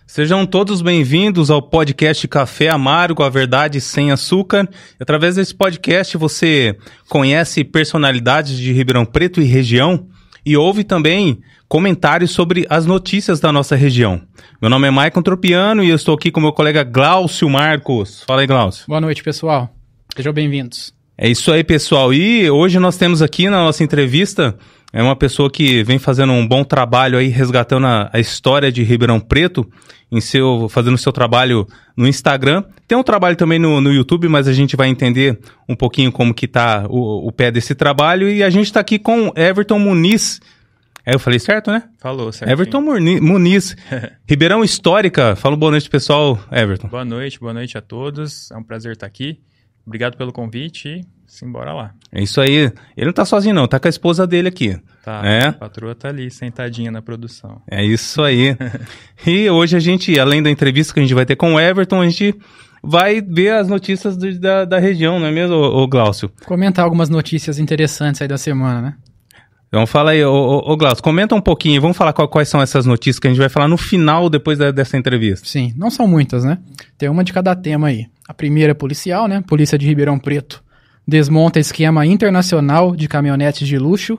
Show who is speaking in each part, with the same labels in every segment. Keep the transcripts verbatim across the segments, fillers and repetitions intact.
Speaker 1: Sejam todos bem-vindos ao podcast Café Amargo, a verdade sem açúcar. Através desse podcast você conhece personalidades de Ribeirão Preto e região e ouve também comentários sobre as notícias da nossa região. Meu nome é Maicon Tropiano e eu estou aqui com meu colega Glaucio Marcos. Fala aí, Glaucio.
Speaker 2: Boa noite, pessoal. Sejam bem-vindos.
Speaker 1: É isso aí, pessoal. E hoje nós temos aqui na nossa entrevista é uma pessoa que vem fazendo um bom trabalho aí, resgatando a, a história de Ribeirão Preto, em seu, fazendo o seu trabalho no Instagram. Tem um trabalho também no, no YouTube, mas a gente vai entender um pouquinho como que tá o, o pé desse trabalho. E a gente está aqui com Everton Muniz. É, eu falei certo, né?
Speaker 3: Falou, certo.
Speaker 1: Everton Muniz, Ribeirão Histórica. Fala boa noite, pessoal, Everton.
Speaker 3: Boa noite, boa noite a todos. É um prazer estar aqui. Obrigado pelo convite e simbora lá.
Speaker 1: É isso aí. Ele não tá sozinho não, tá com a esposa dele aqui.
Speaker 3: Tá,
Speaker 1: é.
Speaker 3: A patroa tá ali, sentadinha na produção.
Speaker 1: É isso aí. E hoje a gente, além da entrevista que a gente vai ter com o Everton, a gente vai ver as notícias do, da, da região, não é mesmo, ô, ô Glaucio?
Speaker 2: Comentar algumas notícias interessantes aí da semana, né?
Speaker 1: Então fala aí, ô, ô, ô Glaucio, comenta um pouquinho, vamos falar qual, quais são essas notícias que a gente vai falar no final, depois da, dessa entrevista.
Speaker 2: Sim, não são muitas, né? Tem uma de cada tema aí. A primeira é policial, né? Polícia de Ribeirão Preto desmonta esquema internacional de caminhonetes de luxo.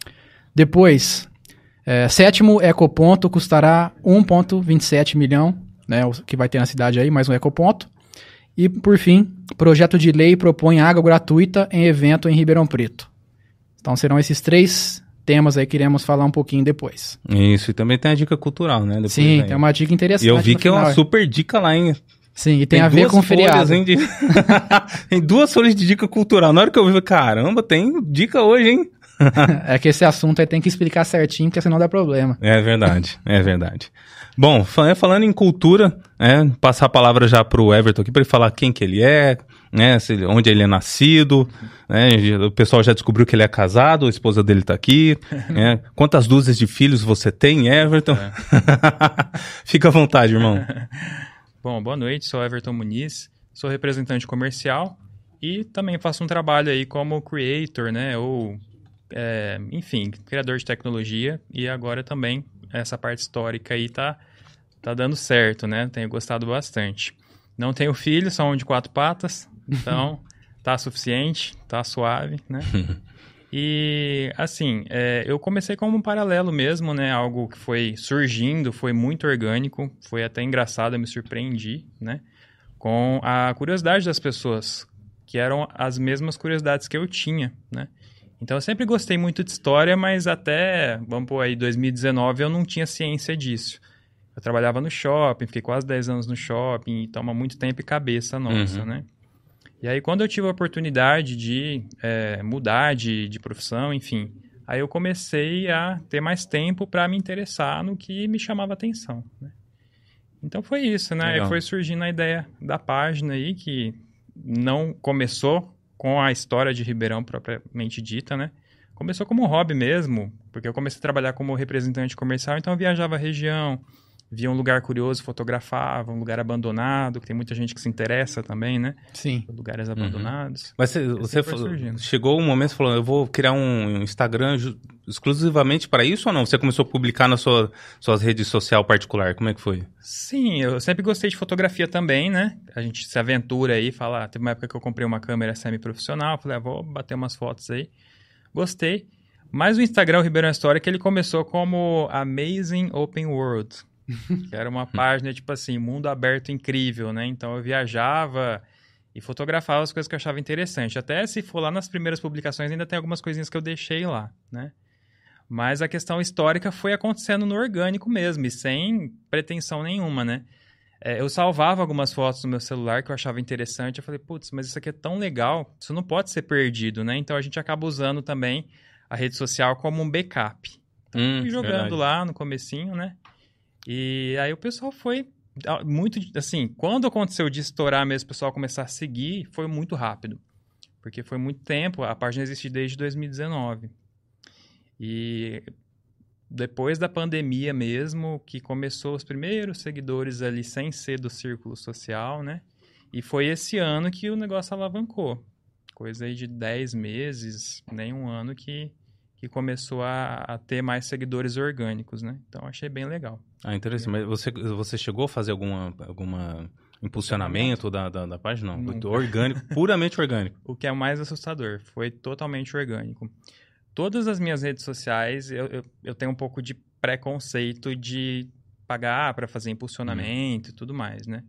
Speaker 2: Depois, é, sétimo ecoponto custará um vírgula vinte e sete milhão, né? O que vai ter na cidade aí, mais um ecoponto. E, por fim, projeto de lei propõe água gratuita em evento em Ribeirão Preto. Então serão esses três temas aí que iremos falar um pouquinho depois.
Speaker 1: Isso, e também tem a dica cultural, né? Depois,
Speaker 2: Sim,
Speaker 1: aí.
Speaker 2: Tem uma dica interessante.
Speaker 1: E eu vi que
Speaker 2: final,
Speaker 1: é uma
Speaker 2: é.
Speaker 1: super dica lá, hein?
Speaker 2: Sim, e tem, tem a ver com o feriado.
Speaker 1: Hein, de... tem duas folhas de dica cultural. Na hora que eu vi, caramba, tem dica hoje, hein?
Speaker 2: É que esse assunto aí tem que explicar certinho, porque senão dá problema.
Speaker 1: É verdade, é verdade. Bom, falando em cultura, é, passar a palavra já pro Everton aqui para ele falar quem que ele é, né, se, onde ele é nascido, né, o pessoal já descobriu que ele é casado, a esposa dele tá aqui, né, quantas dúzias de filhos você tem, Everton? É. Fica à vontade, irmão.
Speaker 3: Bom, boa noite, sou Everton Muniz, sou representante comercial e também faço um trabalho aí como creator, né, ou, é, enfim, criador de tecnologia e agora também essa parte histórica aí tá, tá dando certo, né? Tenho gostado bastante. Não tenho filho, só um de quatro patas, então tá suficiente, tá suave, né? E, assim, é, eu comecei como um paralelo mesmo, né? Algo que foi surgindo, foi muito orgânico, foi até engraçado, eu me surpreendi, né? Com a curiosidade das pessoas, que eram as mesmas curiosidades que eu tinha, né? Então, eu sempre gostei muito de história, mas até, vamos pôr aí, dois mil e dezenove, eu não tinha ciência disso. Eu trabalhava no shopping, fiquei quase dez anos no shopping, e toma muito tempo e cabeça nossa, uhum. né? E aí, quando eu tive a oportunidade de é, mudar de, de profissão, enfim, aí eu comecei a ter mais tempo para me interessar no que me chamava atenção, né? Então, foi isso, né? Aí foi surgindo a ideia da página aí, que não começou com a história de Ribeirão propriamente dita, né? Começou como um hobby mesmo, porque eu comecei a trabalhar como representante comercial, então eu viajava a região, via um lugar curioso, fotografava, um lugar abandonado, que tem muita gente que se interessa também, né?
Speaker 2: Sim.
Speaker 3: Lugares abandonados.
Speaker 1: Uhum. Mas você, você falou, chegou um momento e falou, eu vou criar um Instagram exclusivamente para isso ou não? Você começou a publicar na sua suas redes sociais particular? Como é que foi?
Speaker 3: Sim, eu sempre gostei de fotografia também, né? A gente se aventura aí, fala, teve uma época que eu comprei uma câmera semi-profissional, falei, ah, vou bater umas fotos aí. Gostei. Mas o Instagram, o Ribeirão Histórica, ele começou como Amazing Open World, que era uma página, tipo assim, mundo aberto incrível, né? Então eu viajava e fotografava as coisas que eu achava interessante. Até se for lá nas primeiras publicações, ainda tem algumas coisinhas que eu deixei lá, né? Mas a questão histórica foi acontecendo no orgânico mesmo, e sem pretensão nenhuma, né? É, eu salvava algumas fotos no meu celular que eu achava interessante. Eu falei, putz, mas isso aqui é tão legal, isso não pode ser perdido, né? Então a gente acaba usando também a rede social como um backup. Então, hum, fui jogando verdade. Lá no comecinho, né? E aí o pessoal foi muito, assim, quando aconteceu de estourar mesmo, o pessoal começar a seguir, foi muito rápido. Porque foi muito tempo, a página existe desde dois mil e dezenove. E depois da pandemia mesmo, que começou os primeiros seguidores ali sem ser do círculo social, né? E foi esse ano que o negócio alavancou. Coisa aí de dez meses, nem um ano que, que que começou a, a ter mais seguidores orgânicos, né? Então, achei bem legal.
Speaker 1: Ah, interessante. Mas você, você chegou a fazer alguma, alguma impulsionamento da, da, da página? Não,
Speaker 3: Nunca.
Speaker 1: Orgânico, puramente orgânico.
Speaker 3: O que é o mais assustador, foi totalmente orgânico. Todas as minhas redes sociais, eu, eu, eu tenho um pouco de preconceito de pagar para fazer impulsionamento hum. e tudo mais, né?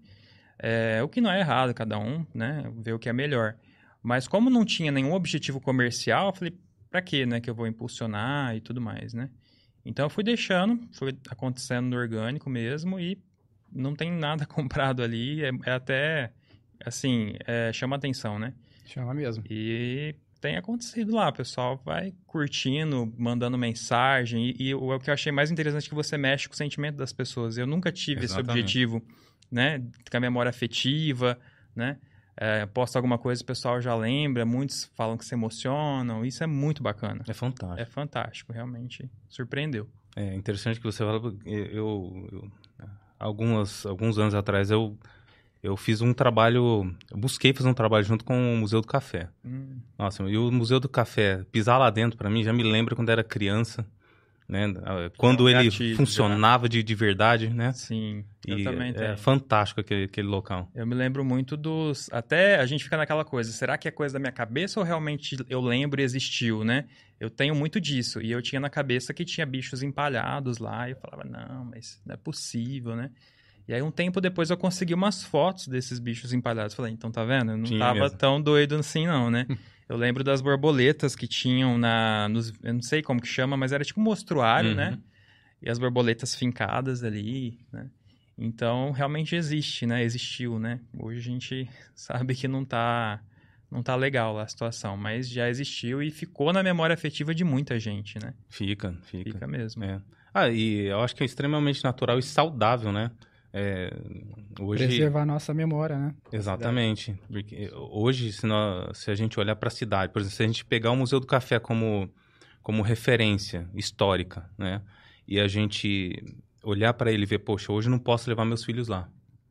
Speaker 3: É, o que não é errado, cada um, né? Ver o que é melhor. Mas como não tinha nenhum objetivo comercial, eu falei, pra quê, né? Que eu vou impulsionar e tudo mais, né? Então, eu fui deixando, foi acontecendo no orgânico mesmo e não tem nada comprado ali. É, é até, assim, é, chama atenção, né?
Speaker 2: Chama mesmo.
Speaker 3: E tem acontecido lá, o pessoal vai curtindo, mandando mensagem. E, e o, o que eu achei mais interessante é que você mexe com o sentimento das pessoas. Eu nunca tive Exatamente. esse objetivo, né? Com a memória afetiva, né? É, posta alguma coisa, o pessoal já lembra, muitos falam que se emocionam, isso é muito bacana.
Speaker 1: É fantástico.
Speaker 3: É fantástico, realmente surpreendeu.
Speaker 1: É interessante que você fala, eu, eu algumas, alguns anos atrás eu, eu fiz um trabalho, eu busquei fazer um trabalho junto com o Museu do Café. Hum. Nossa, e o Museu do Café, pisar lá dentro pra mim, já me lembra quando era criança. Né? Quando é um ele gatilho, funcionava de, de verdade, né?
Speaker 3: Sim, eu
Speaker 1: e
Speaker 3: também
Speaker 1: é,
Speaker 3: tenho.
Speaker 1: É fantástico aquele, aquele local.
Speaker 3: Eu me lembro muito dos... Até a gente fica naquela coisa, será que é coisa da minha cabeça ou realmente eu lembro e existiu, né? Eu tenho muito disso. E eu tinha na cabeça que tinha bichos empalhados lá. E eu falava, não, mas não é possível, né? E aí um tempo depois eu consegui umas fotos desses bichos empalhados. Falei, então tá vendo? Eu não tinha tava mesmo. Tão doido assim não, né? Eu lembro das borboletas que tinham na... Nos, eu não sei como que chama, mas era tipo um mostruário, uhum. né? E as borboletas fincadas ali, né? Então, realmente existe, né? Existiu, né? Hoje a gente sabe que não tá, não tá legal a situação, mas já existiu e ficou na memória afetiva de muita gente, né?
Speaker 1: Fica, fica.
Speaker 3: Fica mesmo.
Speaker 1: É. Ah, e eu acho que é extremamente natural e saudável, né? É, hoje...
Speaker 2: Preservar a nossa memória, né?
Speaker 1: Exatamente. Porque hoje, se, nós, se a gente olhar para a cidade, por exemplo, se a gente pegar o Museu do Café como, como referência histórica, né? E a gente olhar para ele e ver, poxa, hoje eu não posso levar meus filhos lá.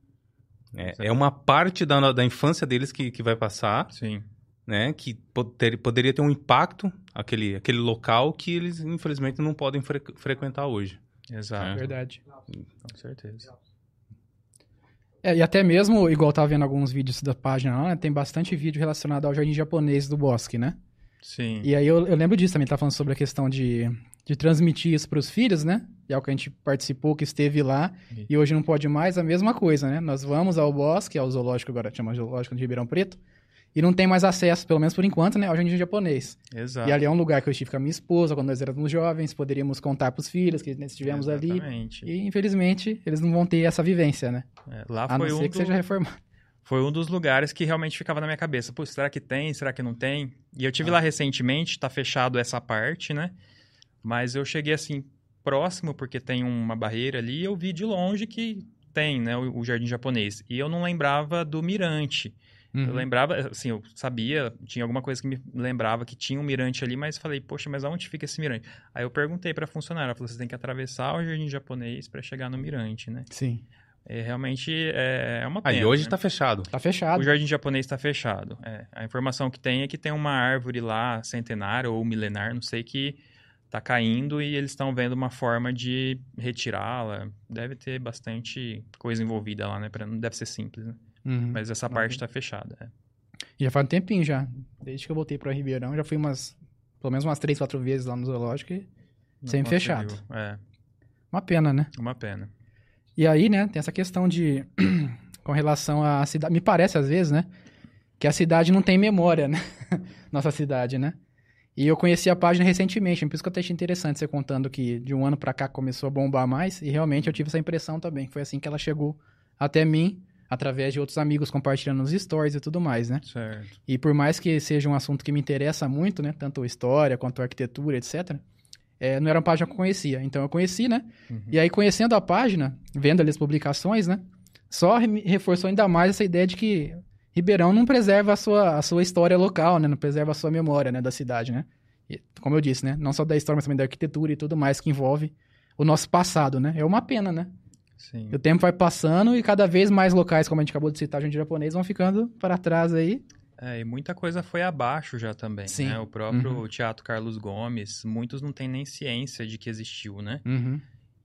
Speaker 1: É, é uma parte da, da infância deles que, que vai passar.
Speaker 3: Sim.
Speaker 1: Né? Que poder, poderia ter um impacto, aquele, aquele local que eles, infelizmente, não podem fre, frequentar hoje.
Speaker 3: Exato.
Speaker 2: É. Verdade.
Speaker 3: Com certeza.
Speaker 2: É, e até mesmo, igual eu tava vendo alguns vídeos da página lá, né, tem bastante vídeo relacionado ao jardim japonês do bosque, né?
Speaker 3: Sim.
Speaker 2: E aí eu, eu lembro disso também, tá falando sobre a questão de, de transmitir isso pros filhos, né? E é o que a gente participou, que esteve lá, Sim. e hoje não pode mais, a mesma coisa, né? Nós vamos ao bosque, ao zoológico agora, chama zoológico de Ribeirão Preto, e não tem mais acesso, pelo menos por enquanto, né, ao jardim japonês.
Speaker 3: Exato.
Speaker 2: E ali é um lugar que eu estive com a minha esposa, quando nós éramos jovens, poderíamos contar pros filhos que estivemos
Speaker 3: Exatamente.
Speaker 2: ali. E, infelizmente, eles não vão ter essa vivência, né?
Speaker 3: É, lá
Speaker 2: a
Speaker 3: foi
Speaker 2: não
Speaker 3: um
Speaker 2: ser que
Speaker 3: do...
Speaker 2: seja reformado.
Speaker 3: Foi um dos lugares que realmente ficava na minha cabeça. Pô, será que tem? Será que não tem? E eu tive ah. lá recentemente, tá fechado essa parte, né? Mas eu cheguei, assim, próximo, porque tem uma barreira ali, e eu vi de longe que tem, né, o, o jardim japonês. E eu não lembrava do mirante. Uhum. Eu lembrava, assim, eu sabia, tinha alguma coisa que me lembrava que tinha um mirante ali, mas falei, poxa, mas aonde fica esse mirante? Aí eu perguntei pra funcionária, ela falou, você tem que atravessar o jardim japonês pra chegar no mirante, né?
Speaker 2: Sim.
Speaker 3: É, realmente é, é uma pena.
Speaker 1: Aí hoje
Speaker 3: né?
Speaker 1: tá fechado.
Speaker 2: Tá fechado.
Speaker 3: O jardim japonês tá fechado. É. A informação que tem é que tem uma árvore lá, centenária ou milenar, não sei, que tá caindo e eles estão vendo uma forma de retirá-la. Deve ter bastante coisa envolvida lá, né? Pra, não deve ser simples, né? Uhum. Mas essa parte está fechada. É.
Speaker 2: E já faz um tempinho já. Desde que eu voltei para Ribeirão, já fui umas, pelo menos umas três, quatro vezes lá no zoológico e não sempre fechado.
Speaker 3: É.
Speaker 2: Uma pena, né?
Speaker 3: Uma pena.
Speaker 2: E aí, né, tem essa questão de, com relação à cidade, me parece às vezes, né, que a cidade não tem memória, né? Nossa cidade, né? E eu conheci a página recentemente, por isso que eu até achei interessante você contando que de um ano para cá começou a bombar mais, e realmente eu tive essa impressão também. Foi assim que ela chegou até mim, através de outros amigos compartilhando nos stories e tudo mais, né?
Speaker 3: Certo.
Speaker 2: E por mais que seja um assunto que me interessa muito, né? Tanto a história quanto a arquitetura, etcétera. É, não era uma página que eu conhecia. Então eu conheci, né? Uhum. E aí conhecendo a página, vendo ali as publicações, né? Só re- reforçou ainda mais essa ideia de que Ribeirão não preserva a sua, a sua história local, né? Não preserva a sua memória, né? Da cidade, né? E, como eu disse, né? Não só da história, mas também da arquitetura e tudo mais que envolve o nosso passado, né? É uma pena, né?
Speaker 3: Sim.
Speaker 2: O tempo vai passando e cada vez mais locais, como a gente acabou de citar, a gente japonês, vão ficando para trás aí.
Speaker 3: É, e muita coisa foi abaixo já também,
Speaker 2: Sim.
Speaker 3: né? O próprio
Speaker 2: Uhum.
Speaker 3: Teatro Carlos Gomes, muitos não têm nem ciência de que existiu, né?
Speaker 2: Uhum.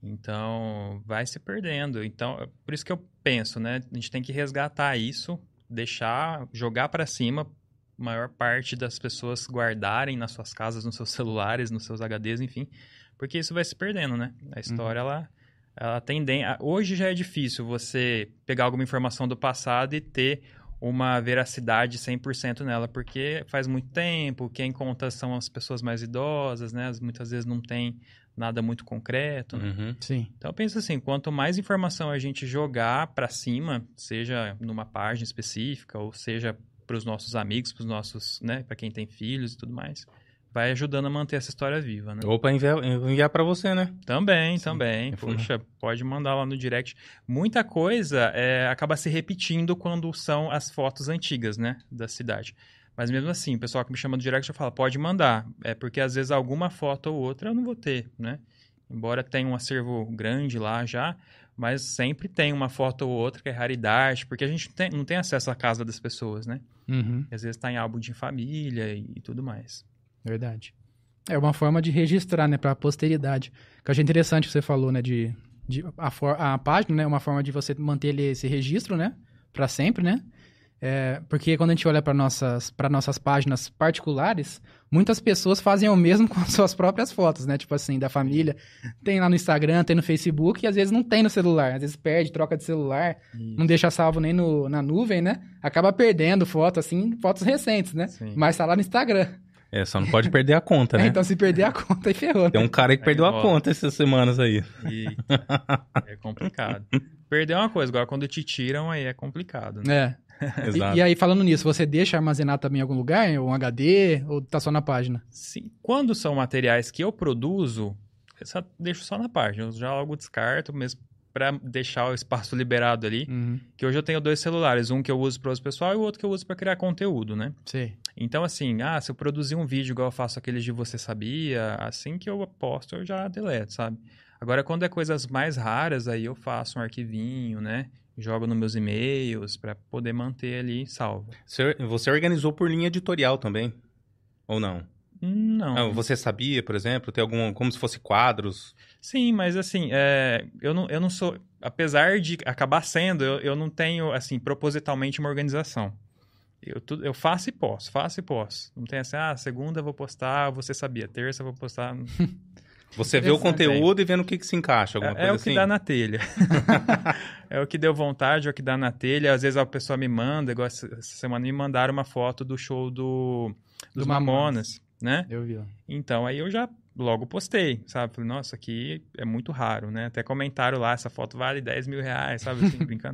Speaker 3: Então, vai se perdendo. Então, por isso que eu penso, né? A gente tem que resgatar isso, deixar, jogar para cima, a maior parte das pessoas guardarem nas suas casas, nos seus celulares, nos seus H Ds, enfim, porque isso vai se perdendo, né? A história,
Speaker 2: Uhum.
Speaker 3: ela, ela tem... Hoje já é difícil você pegar alguma informação do passado e ter uma veracidade cem por cento nela, porque faz muito tempo, quem conta são as pessoas mais idosas, né? Muitas vezes não tem nada muito concreto, né?
Speaker 1: Uhum.
Speaker 2: Sim.
Speaker 3: Então, eu penso assim, quanto mais informação a gente jogar para cima, seja numa página específica, ou seja para os nossos amigos, para os nossos, né, para quem tem filhos e tudo mais, vai ajudando a manter essa história viva, né?
Speaker 1: Ou para enviar, enviar para você, né?
Speaker 3: Também,
Speaker 1: Sim,
Speaker 3: também.
Speaker 1: é
Speaker 3: Poxa, pode mandar lá no direct. Muita coisa é, acaba se repetindo quando são as fotos antigas, né, da cidade. Mas mesmo assim, o pessoal que me chama no direct já fala, pode mandar. É porque às vezes alguma foto ou outra eu não vou ter, né? Embora tenha um acervo grande lá já, mas sempre tem uma foto ou outra que é raridade, porque a gente tem, não tem acesso à casa das pessoas, né?
Speaker 2: Uhum.
Speaker 3: E às vezes está em álbum de família e, e tudo mais.
Speaker 2: Verdade. É uma forma de registrar, né, para a posteridade. Que eu achei interessante o que você falou, né, de, de a, for, a página, né, uma forma de você manter ele, esse registro, né, para sempre, né? É, porque quando a gente olha para nossas para nossas páginas particulares, muitas pessoas fazem o mesmo com as suas próprias fotos, né? Tipo assim, da família. Tem lá no Instagram, tem no Facebook, e às vezes não tem no celular. Às vezes perde, troca de celular,
Speaker 3: Isso.
Speaker 2: não deixa salvo nem no, na nuvem, né? Acaba perdendo foto, assim, fotos recentes, né?
Speaker 3: Sim.
Speaker 2: Mas tá lá no Instagram.
Speaker 1: É, só não pode perder a conta, né?
Speaker 2: É, então se perder a conta, aí ferrou.
Speaker 1: Tem um cara que
Speaker 3: Aí
Speaker 1: perdeu a
Speaker 3: rola.
Speaker 1: conta essas semanas aí.
Speaker 3: E é complicado. Perder é uma coisa, agora quando te tiram, aí é complicado, né?
Speaker 2: É.
Speaker 1: Exato.
Speaker 2: E, e aí, falando nisso, você deixa armazenar também em algum lugar? Um H D? Ou tá só na página?
Speaker 3: Sim. Quando são materiais que eu produzo, eu só deixo só na página. Eu já logo descarto mesmo para deixar o espaço liberado ali.
Speaker 2: Uhum.
Speaker 3: Que hoje eu tenho dois celulares. Um que eu uso para uso pessoal e o outro que eu uso para criar conteúdo, né?
Speaker 2: Sei.
Speaker 3: Então, assim, ah, se eu produzir um vídeo igual eu faço aqueles de Você Sabia, assim que eu posto, eu já deleto, sabe? Agora, quando é coisas mais raras, aí eu faço um arquivinho, né? Jogo nos meus e-mails para poder manter ali salvo.
Speaker 1: Você, você organizou por linha editorial também? Ou não?
Speaker 3: Não.
Speaker 1: Ah, você sabia, por exemplo, ter algum... Como se fosse quadros?
Speaker 3: Sim, mas assim, é, eu, não, eu não sou... Apesar de acabar sendo, eu, eu não tenho, assim, propositalmente uma organização. Eu, tu, eu faço e posso, faço e posso. Não tem assim, ah, segunda eu vou postar, Você Sabia, terça eu vou postar...
Speaker 1: Você vê o conteúdo e vendo o que, que se encaixa, alguma
Speaker 3: É,
Speaker 1: coisa
Speaker 3: é o
Speaker 1: assim?
Speaker 3: que dá na telha. É o que deu vontade, é o que dá na telha. Às vezes a pessoa me manda, igual essa essa semana me mandaram uma foto do show do, dos
Speaker 2: Do
Speaker 3: Mamonas, né?
Speaker 2: Eu vi. Ó.
Speaker 3: Então aí eu já logo postei, sabe? Falei, nossa, aqui é muito raro, né? Até comentaram lá, essa foto vale dez mil reais, sabe? Assim, brincando.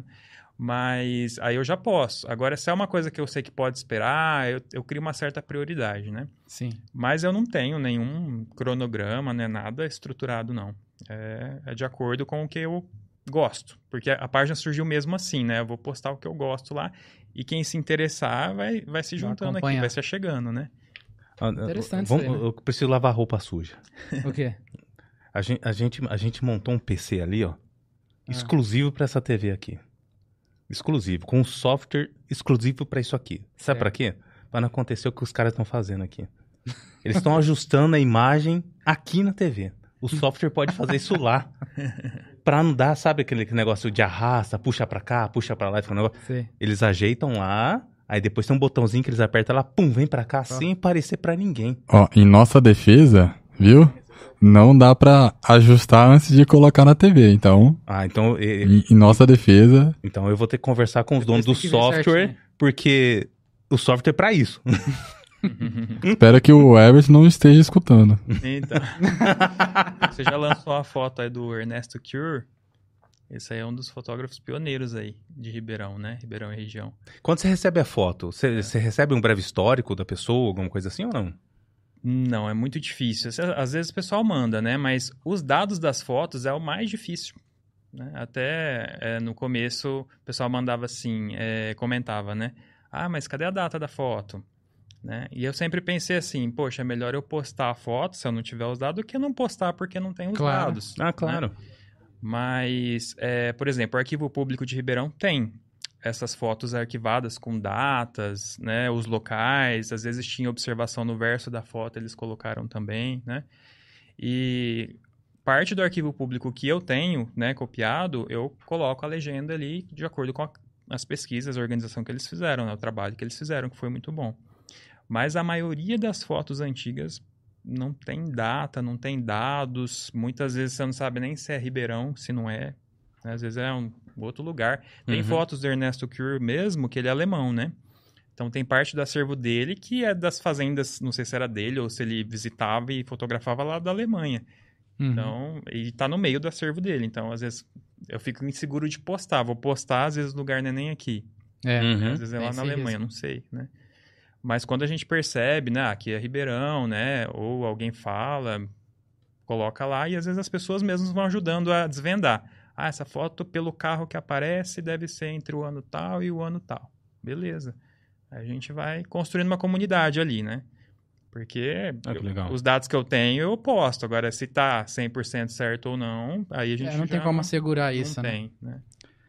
Speaker 3: Mas aí eu já posso. Agora, se é uma coisa que eu sei que pode esperar, eu, eu crio uma certa prioridade, né?
Speaker 2: Sim.
Speaker 3: Mas eu não tenho nenhum cronograma, né? Nada estruturado, não. É, é de acordo com o que eu gosto. Porque a página surgiu mesmo assim, né? Eu vou postar o que eu gosto lá e quem se interessar vai, vai se
Speaker 2: Vai
Speaker 3: juntando aqui,
Speaker 2: acompanhar.
Speaker 3: vai se achegando, né?
Speaker 1: Ah,
Speaker 2: Interessante
Speaker 1: vamos-
Speaker 2: isso aí, né?
Speaker 1: Eu preciso lavar roupa suja.
Speaker 2: O quê?
Speaker 1: A gente, a, gente, a gente montou um P C ali, ó.
Speaker 2: Ah.
Speaker 1: Exclusivo pra essa T V aqui. Exclusivo. Com um software exclusivo pra isso aqui. Sabe
Speaker 2: Certo.
Speaker 1: pra quê? Pra não acontecer o que os caras estão fazendo aqui. Eles estão ajustando a imagem aqui na T V. O software pode fazer isso lá. Pra não dar, sabe aquele negócio de arrasta, puxa pra cá, puxa pra lá. Fica um negócio...
Speaker 2: Sei.
Speaker 1: Eles ajeitam lá, aí depois tem um botãozinho que eles apertam lá, pum, vem pra cá, sem aparecer pra ninguém.
Speaker 4: Ó, em nossa defesa, viu? Não dá pra ajustar antes de colocar na T V. Então,
Speaker 1: Ah, então, e-
Speaker 4: em, em nossa defesa,
Speaker 1: então eu vou ter que conversar com os
Speaker 2: Depois
Speaker 1: donos do
Speaker 2: tem que ver
Speaker 1: software,
Speaker 2: certinho.
Speaker 1: porque o software é pra isso.
Speaker 4: espero que o Everett não esteja escutando.
Speaker 3: Então, você já lançou a foto aí do Ernesto Cure? Esse aí é um dos fotógrafos pioneiros aí de Ribeirão, né? Ribeirão e região.
Speaker 1: Quando você recebe a foto, você, você recebe um breve histórico da pessoa, alguma coisa assim ou não?
Speaker 3: Não, é muito difícil. Às vezes o pessoal manda, né? Mas os dados das fotos é o mais difícil. Né? Até é, no começo o pessoal mandava assim, é, comentava, né? Ah, mas cadê a data da foto? Né? E eu sempre pensei assim, poxa, é melhor eu postar a foto se eu não tiver os dados do que não postar porque não tem os
Speaker 2: Claro.
Speaker 3: dados.
Speaker 1: Ah,
Speaker 3: né?
Speaker 1: claro.
Speaker 3: Mas, é, por exemplo, o Arquivo Público de Ribeirão tem essas fotos arquivadas com datas, né, os locais, às vezes tinha observação no verso da foto, eles colocaram também, né, e parte do arquivo público que eu tenho, né, copiado, eu coloco a legenda ali de acordo com a, as pesquisas, a organização que eles fizeram, né, o trabalho que eles fizeram, que foi muito bom. Mas a maioria das fotos antigas não tem data, não tem dados, muitas vezes você não sabe nem se é Ribeirão, se não é, né? Às vezes é um outro lugar. Tem
Speaker 1: Uhum.
Speaker 3: fotos do Ernesto Kür mesmo, que ele é alemão, né? Então tem parte do acervo dele que é das fazendas, não sei se era dele ou se ele visitava e fotografava lá da Alemanha.
Speaker 2: Uhum.
Speaker 3: Então, e tá no meio do acervo dele. Então, às vezes, eu fico inseguro de postar. Vou postar, às vezes o lugar não é nem aqui.
Speaker 2: É.
Speaker 1: Uhum.
Speaker 3: Né? Às vezes é lá
Speaker 2: Tem
Speaker 3: na
Speaker 2: esse
Speaker 3: Alemanha,
Speaker 2: risco.
Speaker 3: não sei, né? Mas quando a gente percebe, né, aqui é Ribeirão, né, ou alguém fala, coloca lá e às vezes as pessoas mesmas vão ajudando a desvendar. Ah, essa foto pelo carro que aparece deve ser entre o ano tal e o ano tal. Beleza. A gente vai construindo uma comunidade ali, né? Porque
Speaker 1: Ah, que
Speaker 3: eu-
Speaker 1: legal.
Speaker 3: os dados que eu tenho eu posto. Agora, se tá cem por cento certo ou não, aí a gente
Speaker 2: É, não tem
Speaker 3: já
Speaker 2: como assegurar
Speaker 3: não
Speaker 2: isso, né?
Speaker 3: tem, né?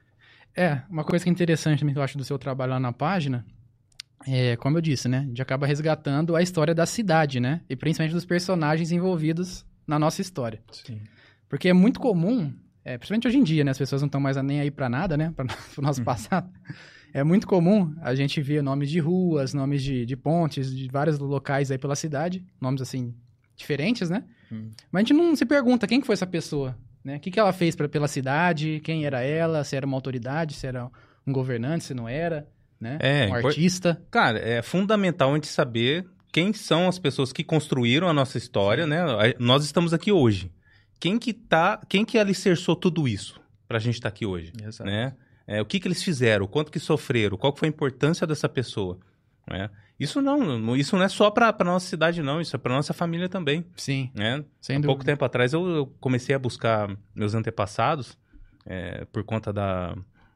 Speaker 2: É, uma coisa que é interessante também que eu acho do seu trabalho lá na página, é, como eu disse, né? A gente acaba resgatando a história da cidade, né? E principalmente dos personagens envolvidos na nossa história.
Speaker 3: Sim.
Speaker 2: Porque é muito comum, é, principalmente hoje em dia, né? As pessoas não estão mais nem aí pra nada, né? Para o nosso passado. É muito comum a gente ver nomes de ruas, nomes de, de pontes, de vários locais aí pela cidade, nomes assim, diferentes, né?
Speaker 3: Hum.
Speaker 2: Mas a gente não se pergunta quem que foi essa pessoa, né? O que, que ela fez pra, pela cidade, quem era ela, se era uma autoridade, se era um governante, se não era, né?
Speaker 1: É,
Speaker 2: um
Speaker 1: impor-
Speaker 2: artista.
Speaker 1: Cara, é fundamental a gente saber quem são as pessoas que construíram a nossa história, né? A- Nós estamos aqui hoje. Quem que tá, quem que alicerçou tudo isso pra gente estar aqui hoje,
Speaker 3: Exato.
Speaker 1: né? É, o que que eles fizeram, o quanto que sofreram, qual que foi a importância dessa pessoa, né? Isso não, não- isso não é só pra, pra nossa cidade não, isso é pra nossa família também,
Speaker 2: Sim,
Speaker 1: né?
Speaker 2: sem
Speaker 1: Há
Speaker 2: dúvida.
Speaker 1: pouco tempo atrás eu, eu comecei a buscar meus antepassados é, por conta da,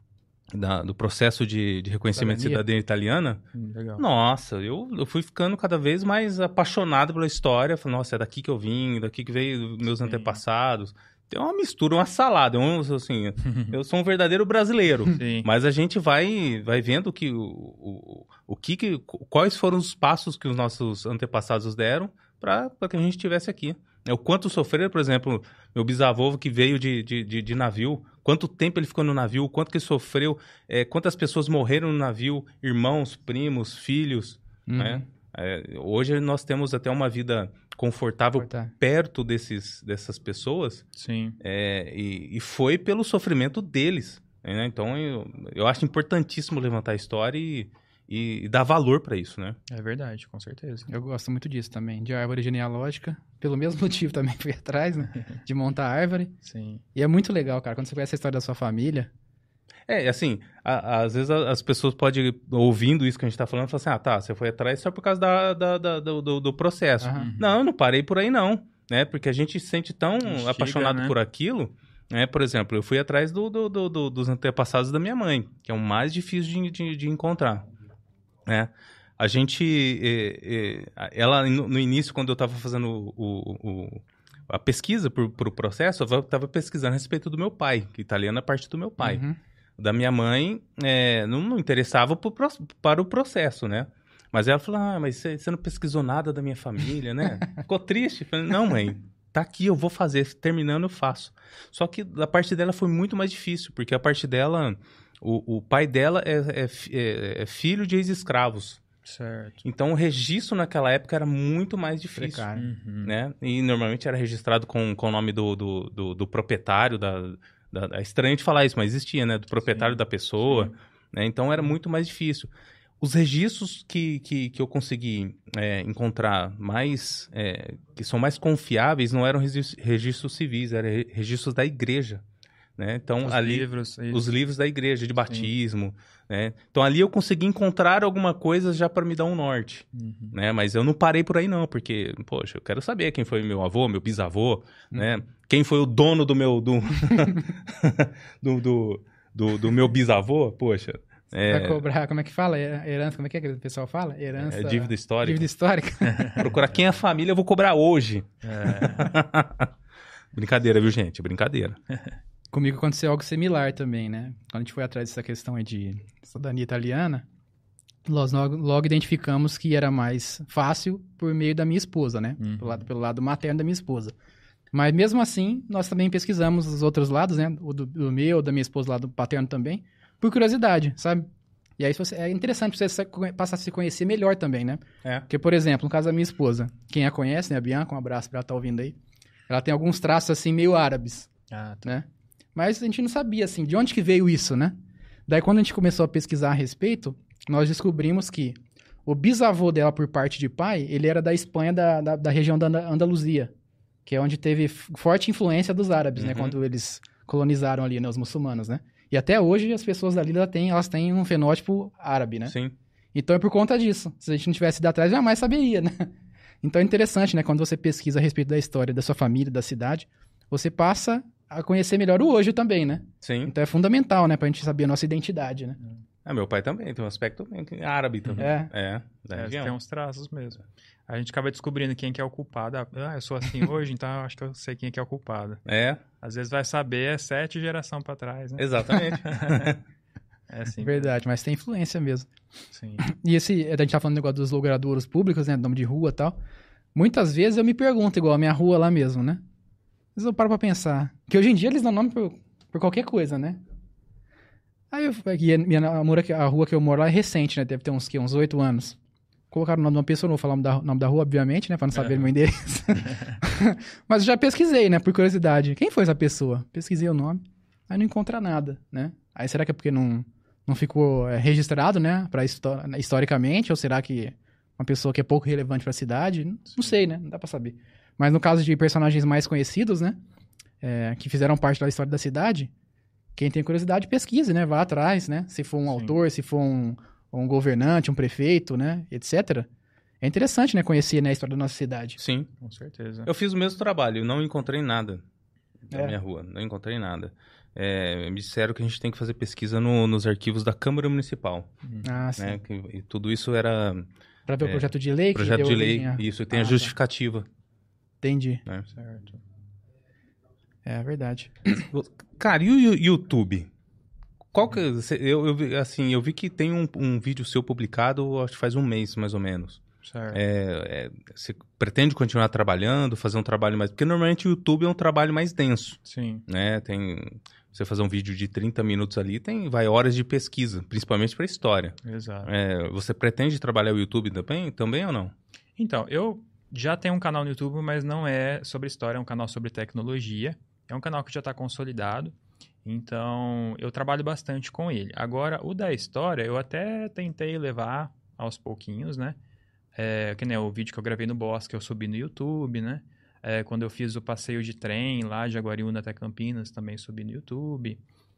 Speaker 1: da- do processo de, de reconhecimento de
Speaker 2: Cidadania.
Speaker 1: cidadania italiana.
Speaker 3: Hum, Legal.
Speaker 1: Nossa, eu, eu fui ficando cada vez mais apaixonado pela história. Falei, nossa, é daqui que eu vim, daqui que veio meus
Speaker 3: Sim.
Speaker 1: antepassados. Tem uma mistura, uma salada. Um, assim, eu sou um verdadeiro brasileiro.
Speaker 3: Sim.
Speaker 1: Mas a gente vai, vai vendo que o, o, o que, que quais foram os passos que os nossos antepassados deram para que a gente estivesse aqui. É, o quanto sofreram, por exemplo, meu bisavô que veio de, de, de, de navio, quanto tempo ele ficou no navio, quanto que ele sofreu, é, quantas pessoas morreram no navio, irmãos, primos, filhos,
Speaker 2: Uhum.
Speaker 1: né? É, hoje nós temos até uma vida confortável
Speaker 2: Cortar.
Speaker 1: perto desses, dessas pessoas,
Speaker 3: Sim.
Speaker 1: é, e, e foi pelo sofrimento deles, né? Então eu, eu acho importantíssimo levantar a história e, e, e dar valor para isso, né?
Speaker 3: É verdade, com certeza.
Speaker 2: Eu gosto muito disso também, de árvore genealógica. Pelo mesmo motivo também fui atrás, né? De montar árvore.
Speaker 3: Sim.
Speaker 2: E é muito legal, cara, quando você conhece a história da sua família.
Speaker 1: É, assim, a- às vezes a- as pessoas podem, ouvindo isso que a gente tá falando, falar assim, ah, tá, você foi atrás só por causa da, da- da- do, do- do processo.
Speaker 2: Aham.
Speaker 1: Não, eu não parei por aí não, né? Porque a gente se sente tão
Speaker 3: Instiga,
Speaker 1: apaixonado
Speaker 3: né?
Speaker 1: por aquilo, né? Por exemplo, eu fui atrás do, do- do- do- dos antepassados da minha mãe, que é o mais difícil de, de- de encontrar, né? A gente, eh, eh, ela, no, no início, quando eu tava fazendo o- o- o- a pesquisa pro, pro processo, eu tava pesquisando a respeito do meu pai, que italiano é parte do meu pai.
Speaker 2: Uhum.
Speaker 1: Da minha mãe, é, não, não interessava pro pro- para o processo, né? Mas ela falou, ah, mas você você não pesquisou nada da minha família, né? Ficou triste. Falei, não, mãe, tá aqui, eu vou fazer. Terminando, eu faço. Só que da parte dela foi muito mais difícil, porque a parte dela, o, o pai dela é, é fi- é- é filho de ex-escravos.
Speaker 3: Certo.
Speaker 1: Então o registro naquela época era muito mais difícil.
Speaker 2: Precário.
Speaker 3: Uhum.
Speaker 1: Né? E normalmente era registrado com, com o nome do, do, do, do proprietário, da, da, é estranho de falar isso, mas existia, né? Do proprietário
Speaker 3: Sim,
Speaker 1: da pessoa,
Speaker 3: sim.
Speaker 1: né? Então era muito mais difícil. Os registros que, que, que eu consegui é, encontrar mais, é, que são mais confiáveis, não eram regis- registros civis, eram re- registros da igreja, né? Então
Speaker 3: Os
Speaker 1: ali
Speaker 3: livros. isso.
Speaker 1: os livros da igreja de batismo, né? Então ali eu consegui encontrar alguma coisa já para me dar um norte,
Speaker 3: Uhum.
Speaker 1: né? Mas eu não parei por aí não, porque, poxa, eu quero saber quem foi meu avô, meu bisavô, né? Quem foi o dono do meu do do, do, do, do meu bisavô, poxa, é,
Speaker 2: Vai cobrar, como é que fala? Her- Herança, como é que é que o pessoal fala? Herança.
Speaker 1: é dívida histórica.
Speaker 2: Dívida histórica.
Speaker 1: Procurar quem é a família, eu vou cobrar hoje.
Speaker 3: É.
Speaker 1: Brincadeira, viu, gente? Brincadeira.
Speaker 2: Comigo aconteceu algo similar também, né? Quando a gente foi atrás dessa questão aí de cidadania italiana, nós logo, logo identificamos que era mais fácil por meio da minha esposa, né?
Speaker 3: Uhum.
Speaker 2: Pelo, lado, pelo lado materno da minha esposa. Mas mesmo assim, nós também pesquisamos os outros lados, né? O do, do meu, da minha esposa, lado paterno também, por curiosidade, sabe? E aí você, é interessante você se- passar a se conhecer melhor também, né?
Speaker 1: É.
Speaker 2: Porque, por exemplo, no caso da minha esposa, quem a conhece, né? A Bianca, um abraço pra ela estar ouvindo aí. Ela tem alguns traços, assim, meio árabes,
Speaker 3: Ah, tá.
Speaker 2: né? Mas a gente não sabia, assim, de onde que veio isso, né? Daí, quando a gente começou a pesquisar a respeito, nós descobrimos que o bisavô dela, por parte de pai, ele era da Espanha, da, da, da região da Anda- Andaluzia, que é onde teve f- forte influência dos árabes, né?
Speaker 1: Uhum.
Speaker 2: Quando eles colonizaram ali, né? Os muçulmanos, né? E até hoje, as pessoas dali, elas têm, elas têm um fenótipo árabe, né?
Speaker 1: Sim.
Speaker 2: Então é por conta disso. Se a gente não tivesse ido atrás, jamais saberia, né? Então é interessante, né? Quando você pesquisa a respeito da história da sua família, da cidade, você passa a conhecer melhor o hoje também, né?
Speaker 1: Sim.
Speaker 2: Então é fundamental, né? Pra gente saber a nossa identidade, né?
Speaker 1: Ah, meu pai também tem um aspecto bem árabe também.
Speaker 2: É.
Speaker 1: É, da
Speaker 3: É,
Speaker 1: região.
Speaker 3: tem uns traços mesmo. A gente acaba descobrindo quem que é o culpado. Ah, eu sou assim hoje, então eu acho que eu sei quem que é o culpado.
Speaker 1: É,
Speaker 3: Às vezes vai saber é sete gerações pra trás, né?
Speaker 1: exatamente.
Speaker 3: É assim.
Speaker 2: Verdade, mas tem influência mesmo.
Speaker 3: Sim.
Speaker 2: E esse, a gente tá falando do negócio dos logradouros públicos, né? Nome de rua e tal. Muitas vezes eu me pergunto, igual a minha rua lá mesmo, né? Mas eu paro pra pensar. Que hoje em dia eles dão nome por, por qualquer coisa, né? Aí eu, e a, minha, a, mora que- a rua que eu moro lá é recente, né? Deve ter uns, quê? Uns oito anos. Colocaram o nome de uma pessoa, não vou falar o nome da, nome da rua, obviamente, né? Pra não saber
Speaker 3: Aham.
Speaker 2: meu endereço. Mas eu já pesquisei, né? Por curiosidade. Quem foi essa pessoa? Pesquisei o nome. Aí não encontra nada, né? Aí será que é porque não, não ficou é, registrado, né? Pra histó- historicamente? Ou será que uma pessoa que é pouco relevante pra cidade? Não, não sei, né? Não dá pra saber. Mas no caso de personagens mais conhecidos, né? É, que fizeram parte da história da cidade, quem tem curiosidade, pesquise, né? Vá atrás, né? Se for um
Speaker 3: Sim.
Speaker 2: autor, se for um, um governante, um prefeito, né? Etcétera. É interessante, né? Conhecer, né, a história da nossa cidade.
Speaker 1: Sim.
Speaker 3: Com certeza.
Speaker 1: Eu fiz o mesmo trabalho, não encontrei nada na
Speaker 2: É.
Speaker 1: minha rua, não encontrei nada. É, me disseram que a gente tem que fazer pesquisa no- nos arquivos da Câmara Municipal,
Speaker 2: Ah, sim.
Speaker 1: né? Que, e tudo isso era
Speaker 2: Pra ver o
Speaker 1: É.
Speaker 2: projeto de lei? que
Speaker 1: projeto
Speaker 2: deu
Speaker 1: de lei,
Speaker 2: origem a-
Speaker 1: isso, e tem
Speaker 2: Ah,
Speaker 1: a
Speaker 2: tá.
Speaker 1: justificativa,
Speaker 2: Entendi.
Speaker 1: né?
Speaker 3: Certo.
Speaker 2: É verdade.
Speaker 1: Cara, e o Yu- YouTube? Qual que, cê- eu, eu vi- assim, eu vi que tem um, um vídeo seu publicado, acho que faz um mês, mais ou menos.
Speaker 3: Certo.
Speaker 1: É, é, você pretende continuar trabalhando, fazer um trabalho mais... Porque normalmente o YouTube é um trabalho mais denso,
Speaker 3: Sim.
Speaker 1: né? Tem... Você fazer um vídeo de trinta minutos ali, tem, vai horas de pesquisa, principalmente para história.
Speaker 3: Exato.
Speaker 1: É, você pretende trabalhar o YouTube também, também ou não?
Speaker 3: Então, eu já tenho um canal no YouTube, mas não é sobre história, é um canal sobre tecnologia. É um canal que já está consolidado, então eu trabalho bastante com ele. Agora, o da história, eu até tentei levar aos pouquinhos, né? É, que nem o vídeo que eu gravei no Bosque, eu subi no YouTube, né? É, quando eu fiz o passeio de trem lá de Jaguariúna até Campinas, também subi no YouTube.